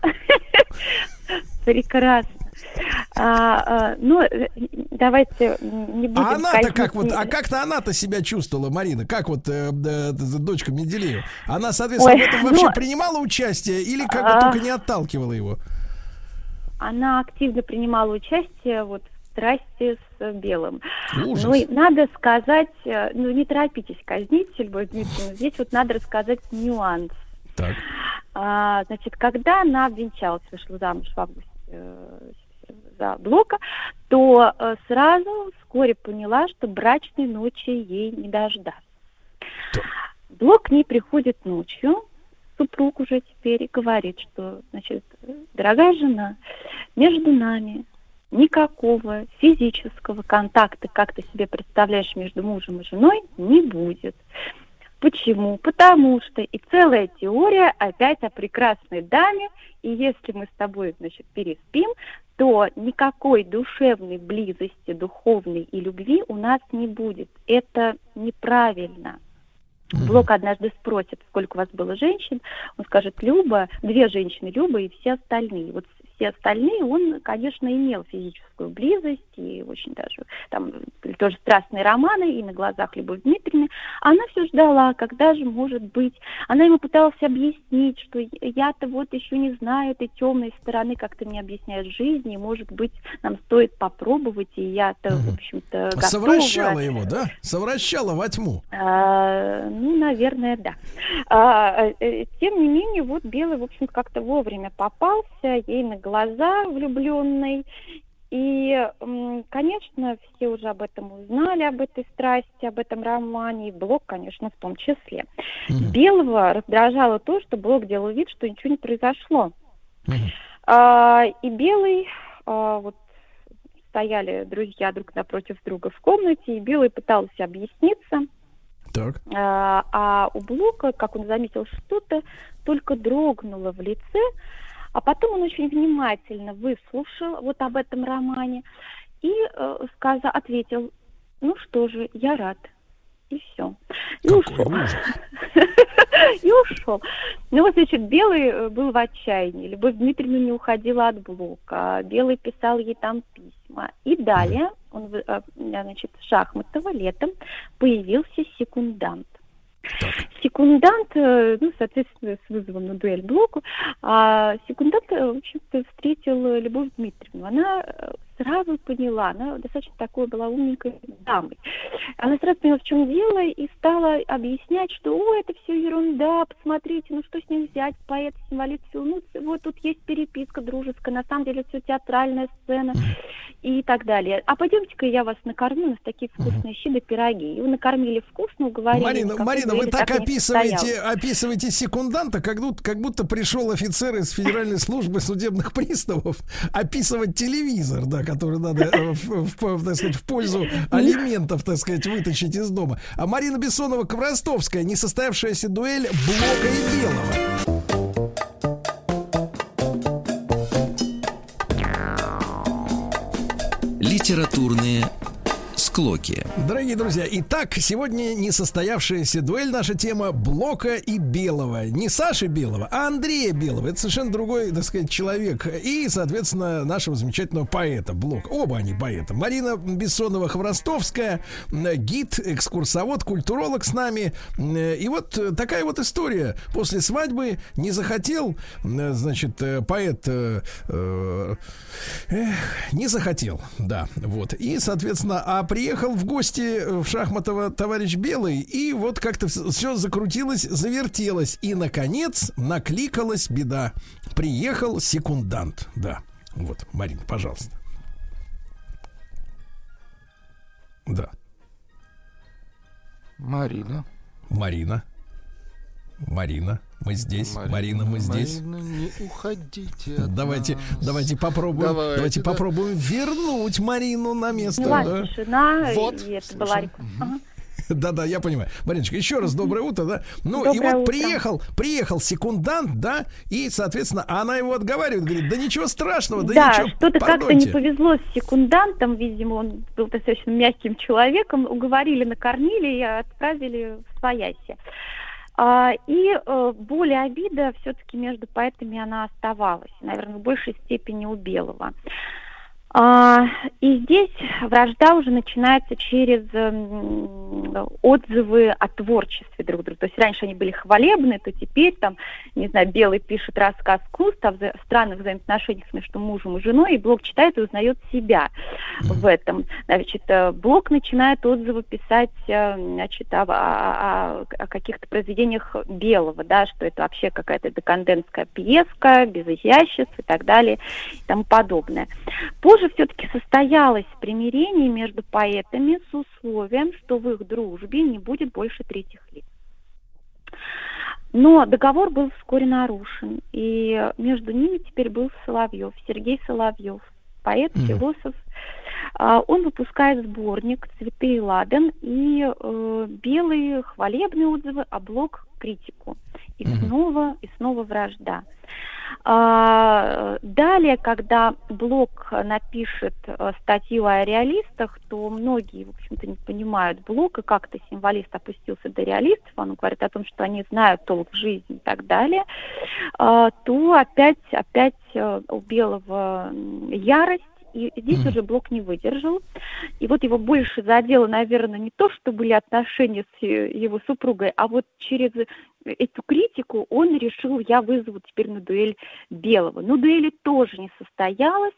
S12: Прекрасно. А, а, ну, давайте не будем...
S2: А она-то как вот, а как-то она-то себя чувствовала, Марина, как вот э, э, дочка Менделеева? Она, соответственно, Ой, в этом вообще ну, принимала участие или как бы а... только не отталкивала его?
S12: Она активно принимала участие вот в страсти с Белым.
S2: Ужас.
S12: Ну, надо сказать, ну, не торопитесь казнить, Любовь Дмитриевна, здесь вот надо рассказать нюанс.
S2: Так.
S12: А, значит, когда она обвенчалась, вышла замуж в августе э, за Блока, то э, сразу вскоре поняла, что брачной ночи ей не дождаться. Да. Блок к ней приходит ночью, супруг уже теперь, и говорит, что, значит, дорогая жена, между нами никакого физического контакта, как ты себе представляешь, между мужем и женой, не будет. Почему? Потому что и целая теория опять о прекрасной даме, и если мы с тобой, значит, переспим, то никакой душевной близости, духовной и любви у нас не будет. Это неправильно. Блок однажды спросит, сколько у вас было женщин, он скажет, Люба, две женщины, Люба и все остальные. Вот все остальные, он, конечно, имел физическую близость, и очень даже, там, тоже страстные романы, и на глазах Любовь Дмитриевны. Она все ждала, когда же может быть. Она ему пыталась объяснить, что я-то вот еще не знаю этой темной стороны, как ты мне объясняешь жизнь, и, может быть, нам стоит попробовать, и я-то, в общем-то, готова.
S2: Совращала его, да? Совращала во тьму.
S12: А, ну, наверное, да. А, тем не менее, вот Белый, в общем-то, как-то вовремя попался, ей на глаза влюбленной. И, конечно, все уже об этом узнали, об этой страсти, об этом романе, и Блок, конечно, в том числе. Mm-hmm. Белого раздражало то, что Блок делал вид, что ничего не произошло. Mm-hmm. А, и Белый, а, вот стояли друзья друг напротив друга в комнате, и Белый пытался объясниться. Так. А, а у Блока, как он заметил, что-то только дрогнуло в лице. А потом он очень внимательно выслушал вот об этом романе и э, сказал, ответил, ну что же, я рад. И все. И ушел. И ушел. Ну вот, значит, Белый был в отчаянии. Любовь Дмитриевна не уходила от Блока. Белый писал ей там письма. И далее, он, значит, Шахматова летом появился секундант. Так. Секундант, ну, соответственно, с вызовом на дуэль Блоку, а секундант, в общем-то, встретил Любовь Дмитриевну. Она сразу поняла, она достаточно такой была умненькой дамой. Она сразу поняла, в чем дело, и стала объяснять, что, о, это все ерунда, посмотрите, ну что с них взять, поэт, символист, ну, вот тут есть переписка дружеская, на самом деле все театральная сцена и так далее. А пойдемте-ка я вас накормлю, у нас такие вкусные щи да пироги. Его накормили вкусно, уговорили.
S2: Марина, Марина, вы так, так описываете, описываете секунданта, как будто, как будто пришел офицер из Федеральной службы судебных приставов описывать телевизор, да, который надо, в, в, так сказать, в пользу алиментов, так сказать, вытащить из дома. А Марина Бессонова-Ковростовская, несостоявшаяся дуэль Блока и Белого.
S1: Литературные склоки.
S2: Дорогие друзья, итак, сегодня несостоявшаяся дуэль, наша тема Блока и Белого. Не Саши Белого, а Андрея Белого. Это совершенно другой, так сказать, человек. И, соответственно, нашего замечательного поэта Блока. Оба они поэты. Марина Бессонова-Хворостовская, гид, экскурсовод, культуролог с нами. И вот такая вот история. После свадьбы не захотел, значит, поэт э, э, не захотел, да, вот. И, соответственно, а приехал в гости в Шахматово товарищ Белый, и вот как-то все закрутилось, завертелось, и, наконец, накликалась беда. Приехал секундант, да. Вот, Марина, пожалуйста. Да.
S7: Марина.
S2: Марина. Марина, мы здесь. Марина, Марина мы здесь.
S7: Марина, не уходите от
S2: Давайте,
S7: нас.
S2: давайте попробуем.
S7: Давайте,
S2: давайте
S7: да.
S2: попробуем вернуть Марину на место.
S12: Была
S2: Да?
S12: тишина,
S7: Вот,
S12: и это
S7: слышим.
S12: была рек- Ага.
S2: Да-да, я понимаю. Мариночка, еще раз доброе утро, да? Ну, и
S12: Доброе
S2: вот
S12: утро.
S2: приехал, приехал секундант, да, и, соответственно, она его отговаривает, говорит, да ничего страшного, да,
S12: Да,
S2: ничего,
S12: что-то как-то не
S2: пардоньте.
S12: повезло с секундантом, видимо, он был достаточно мягким человеком, уговорили, накормили и отправили в свояси. А, и э, боль и обида все-таки между поэтами она оставалась, наверное, в большей степени у Белого. А, и здесь вражда уже начинается через м, отзывы о творчестве друг друга. То есть раньше они были хвалебны, то теперь там, не знаю, Белый пишет рассказ «Куст» о вза- странных взаимоотношениях между мужем и женой, и Блок читает и узнает себя в этом. Значит, э, Блок начинает отзывы писать, э, значит, о, о- о- о каких-то произведениях Белого, да, что это вообще какая-то декадентская пьеска, без изяществ и так далее и тому подобное. Позже все-таки состоялось примирение между поэтами с условием, что в их дружбе не будет больше третьих лиц. Но договор был вскоре нарушен, и между ними теперь был Соловьев, Сергей Соловьев, поэт, философ. А, Он выпускает сборник «Цветы и ладан», и э, Белые хвалебные отзывы, а Блок критику. И снова, и снова вражда. А, далее, когда Блок напишет э, статью о реалистах, то многие, в общем-то, не понимают Блока, как-то символист опустился до реалистов, он говорит о том, что они знают толк в жизни и так далее, а, то опять, опять э, у Белого м, ярость. И здесь уже Блок не выдержал. И вот его больше задело, наверное, не то, что были отношения с его супругой, а вот через эту критику он решил, я вызову теперь на дуэль Белого. Но дуэли тоже не состоялась.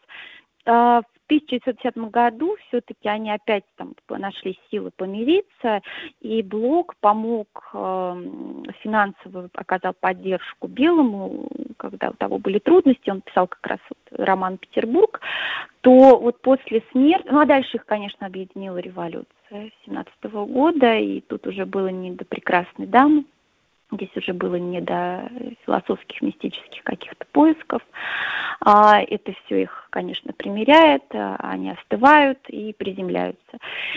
S12: В тысяча девятьсот десятом году все-таки они опять там нашли силы помириться, и Блок помог э, финансово, оказал поддержку Белому, когда у того были трудности, он писал как раз вот роман «Петербург», то вот после смерти, ну а дальше их, конечно, объединила революция семнадцатого года, и тут уже было не до прекрасной дамы, здесь уже было не до философских, мистических каких-то поисков. А, это все их, конечно, примиряет, а, они остывают и приземляются.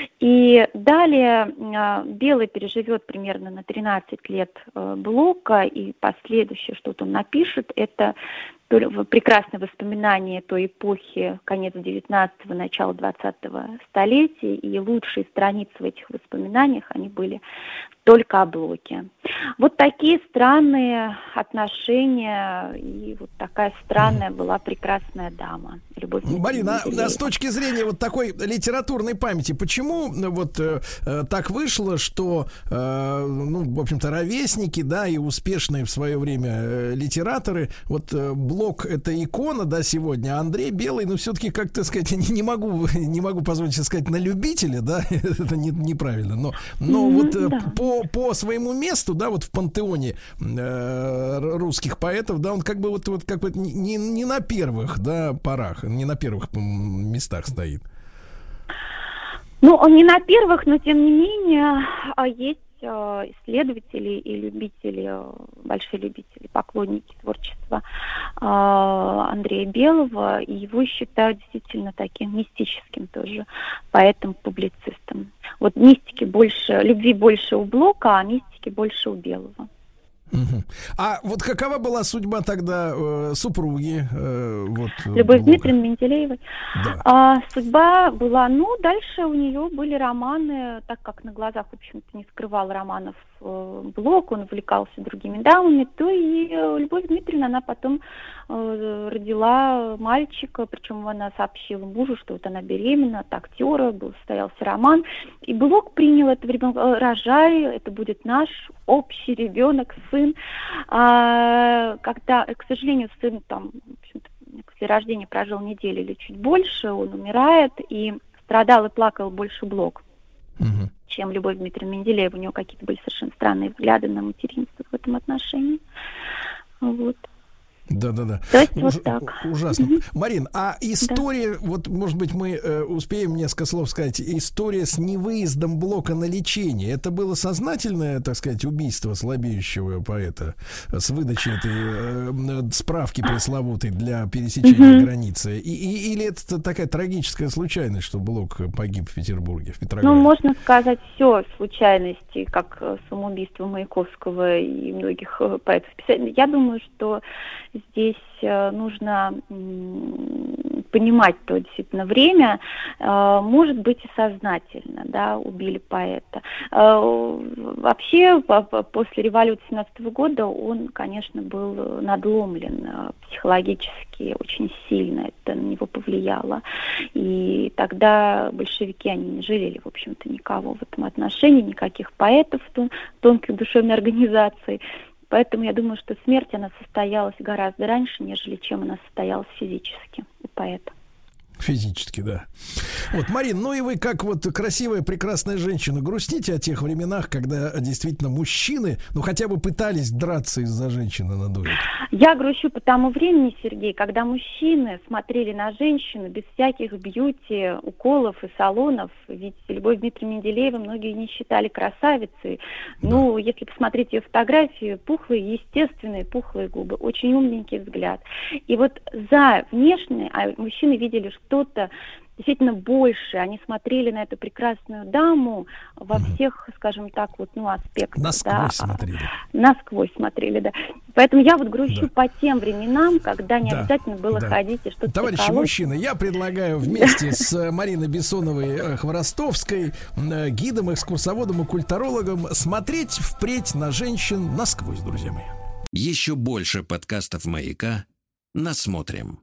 S12: И далее а, Белый переживет примерно на тринадцать лет а, Блока, и последующее, что он напишет, это прекрасное воспоминание той эпохи, конец девятнадцатого, начало двадцатого столетия, и лучшие страницы в этих воспоминаниях, они были только о Блоке. Вот такие странные отношения, и вот такая странная была прекрасная дама. Любовь
S2: Марина,
S12: Менделеева.
S2: а с точки зрения вот такой литературной памяти, почему вот э, так вышло, что, э, ну, в общем-то, ровесники, да, и успешные в свое время э, литераторы, вот э, Блок — это икона, да, сегодня, а Андрей Белый, ну, все-таки, как так сказать, не, не могу, не могу позволить себе сказать на любителя, да, это не, неправильно, но, но mm-hmm, вот э, да. по, по своему месту, да, вот в пантеоне э, русских поэтов, да, он как бы вот, вот как бы не, не на первых, да, порах, не на первых местах стоит.
S12: Ну, он не на первых, но тем не менее есть исследователи и любители, большие любители, поклонники творчества Андрея Белого, и его считают действительно таким мистическим тоже поэтом-публицистом. Вот мистики больше, любви больше у Блока, а мистики больше у Белого.
S2: Угу. А вот какова была судьба тогда э, супруги? Э, вот,
S12: Любовь Дмитриевны Менделеевой.
S2: Да.
S12: А, судьба была, ну, дальше у нее были романы, так как на глазах, в общем-то, не скрывал романов э, Блок, он увлекался другими дамами, то и э, Любовь Дмитриевна, она потом э, родила мальчика, причем она сообщила мужу, что вот она беременна от актера, был, состоялся роман, и Блок принял это в ребенка, рожай, это будет наш общий ребенок, сын. А, когда, к сожалению, сын там, в общем-то, после рождения прожил неделю или чуть больше, он умирает, и страдал и плакал больше Блок, угу. чем Любовь Дмитриевна Менделеева. У него какие-то были совершенно странные взгляды на материнство в этом отношении. Вот.
S2: Да-да-да.
S12: То есть
S2: Уж,
S12: вот так.
S2: Ужасно.
S12: Мгм.
S2: Марин, а история,
S12: Да.
S2: вот, может быть, мы э, успеем несколько слов сказать, история с невыездом Блока на лечение, это было сознательное, так сказать, убийство слабеющего поэта с выдачей этой э, справки пресловутой для пересечения
S12: Мгм.
S2: границы? И, и- или это такая трагическая случайность, что Блок погиб в Петербурге, в Петрограде?
S12: Ну, можно сказать, все случайности, как э, самоубийство Маяковского и многих э, поэтов-писателей. Я думаю, что здесь э, нужно м, понимать то действительно время, э, может быть и сознательно, да, убили поэта. Э, Вообще, по- по- после революции семнадцатого года он, конечно, был надломлен э, психологически очень сильно, это на него повлияло. И тогда большевики, они не жалели, в общем-то, никого в этом отношении, никаких поэтов, тон- тонких душевной организации. Поэтому я думаю, что смерть, она состоялась гораздо раньше, нежели чем она состоялась физически у поэта.
S2: Физически, да. Вот, Марин, ну и вы, как вот красивая, прекрасная женщина, грустите о тех временах, когда действительно мужчины, ну, хотя бы пытались драться из-за женщины на дуэль?
S12: Я грущу по тому времени, Сергей, когда мужчины смотрели на женщину без всяких бьюти, уколов и салонов. Ведь Любовь Дмитриевну Менделееву многие не считали красавицей.
S2: Да.
S12: Ну, если посмотреть ее фотографию, пухлые, естественные пухлые губы, очень умненький взгляд. И вот за внешне, а мужчины видели что-то действительно больше. Они смотрели на эту прекрасную даму во всех, скажем так, вот, ну, аспектах.
S2: Насквозь
S12: да,
S2: смотрели.
S12: Насквозь смотрели, да. Поэтому я вот грущу
S2: Да.
S12: по тем временам, когда не
S2: Да,
S12: обязательно было
S2: да.
S12: ходить и что-то
S2: Товарищи
S12: колоть.
S2: мужчины, я предлагаю вместе с э, Мариной Бессоновой э, Хворостовской, э, гидом, экскурсоводом и культурологом, смотреть впредь на женщин насквозь, друзья мои.
S1: Еще больше подкастов «Маяка» насмотрим.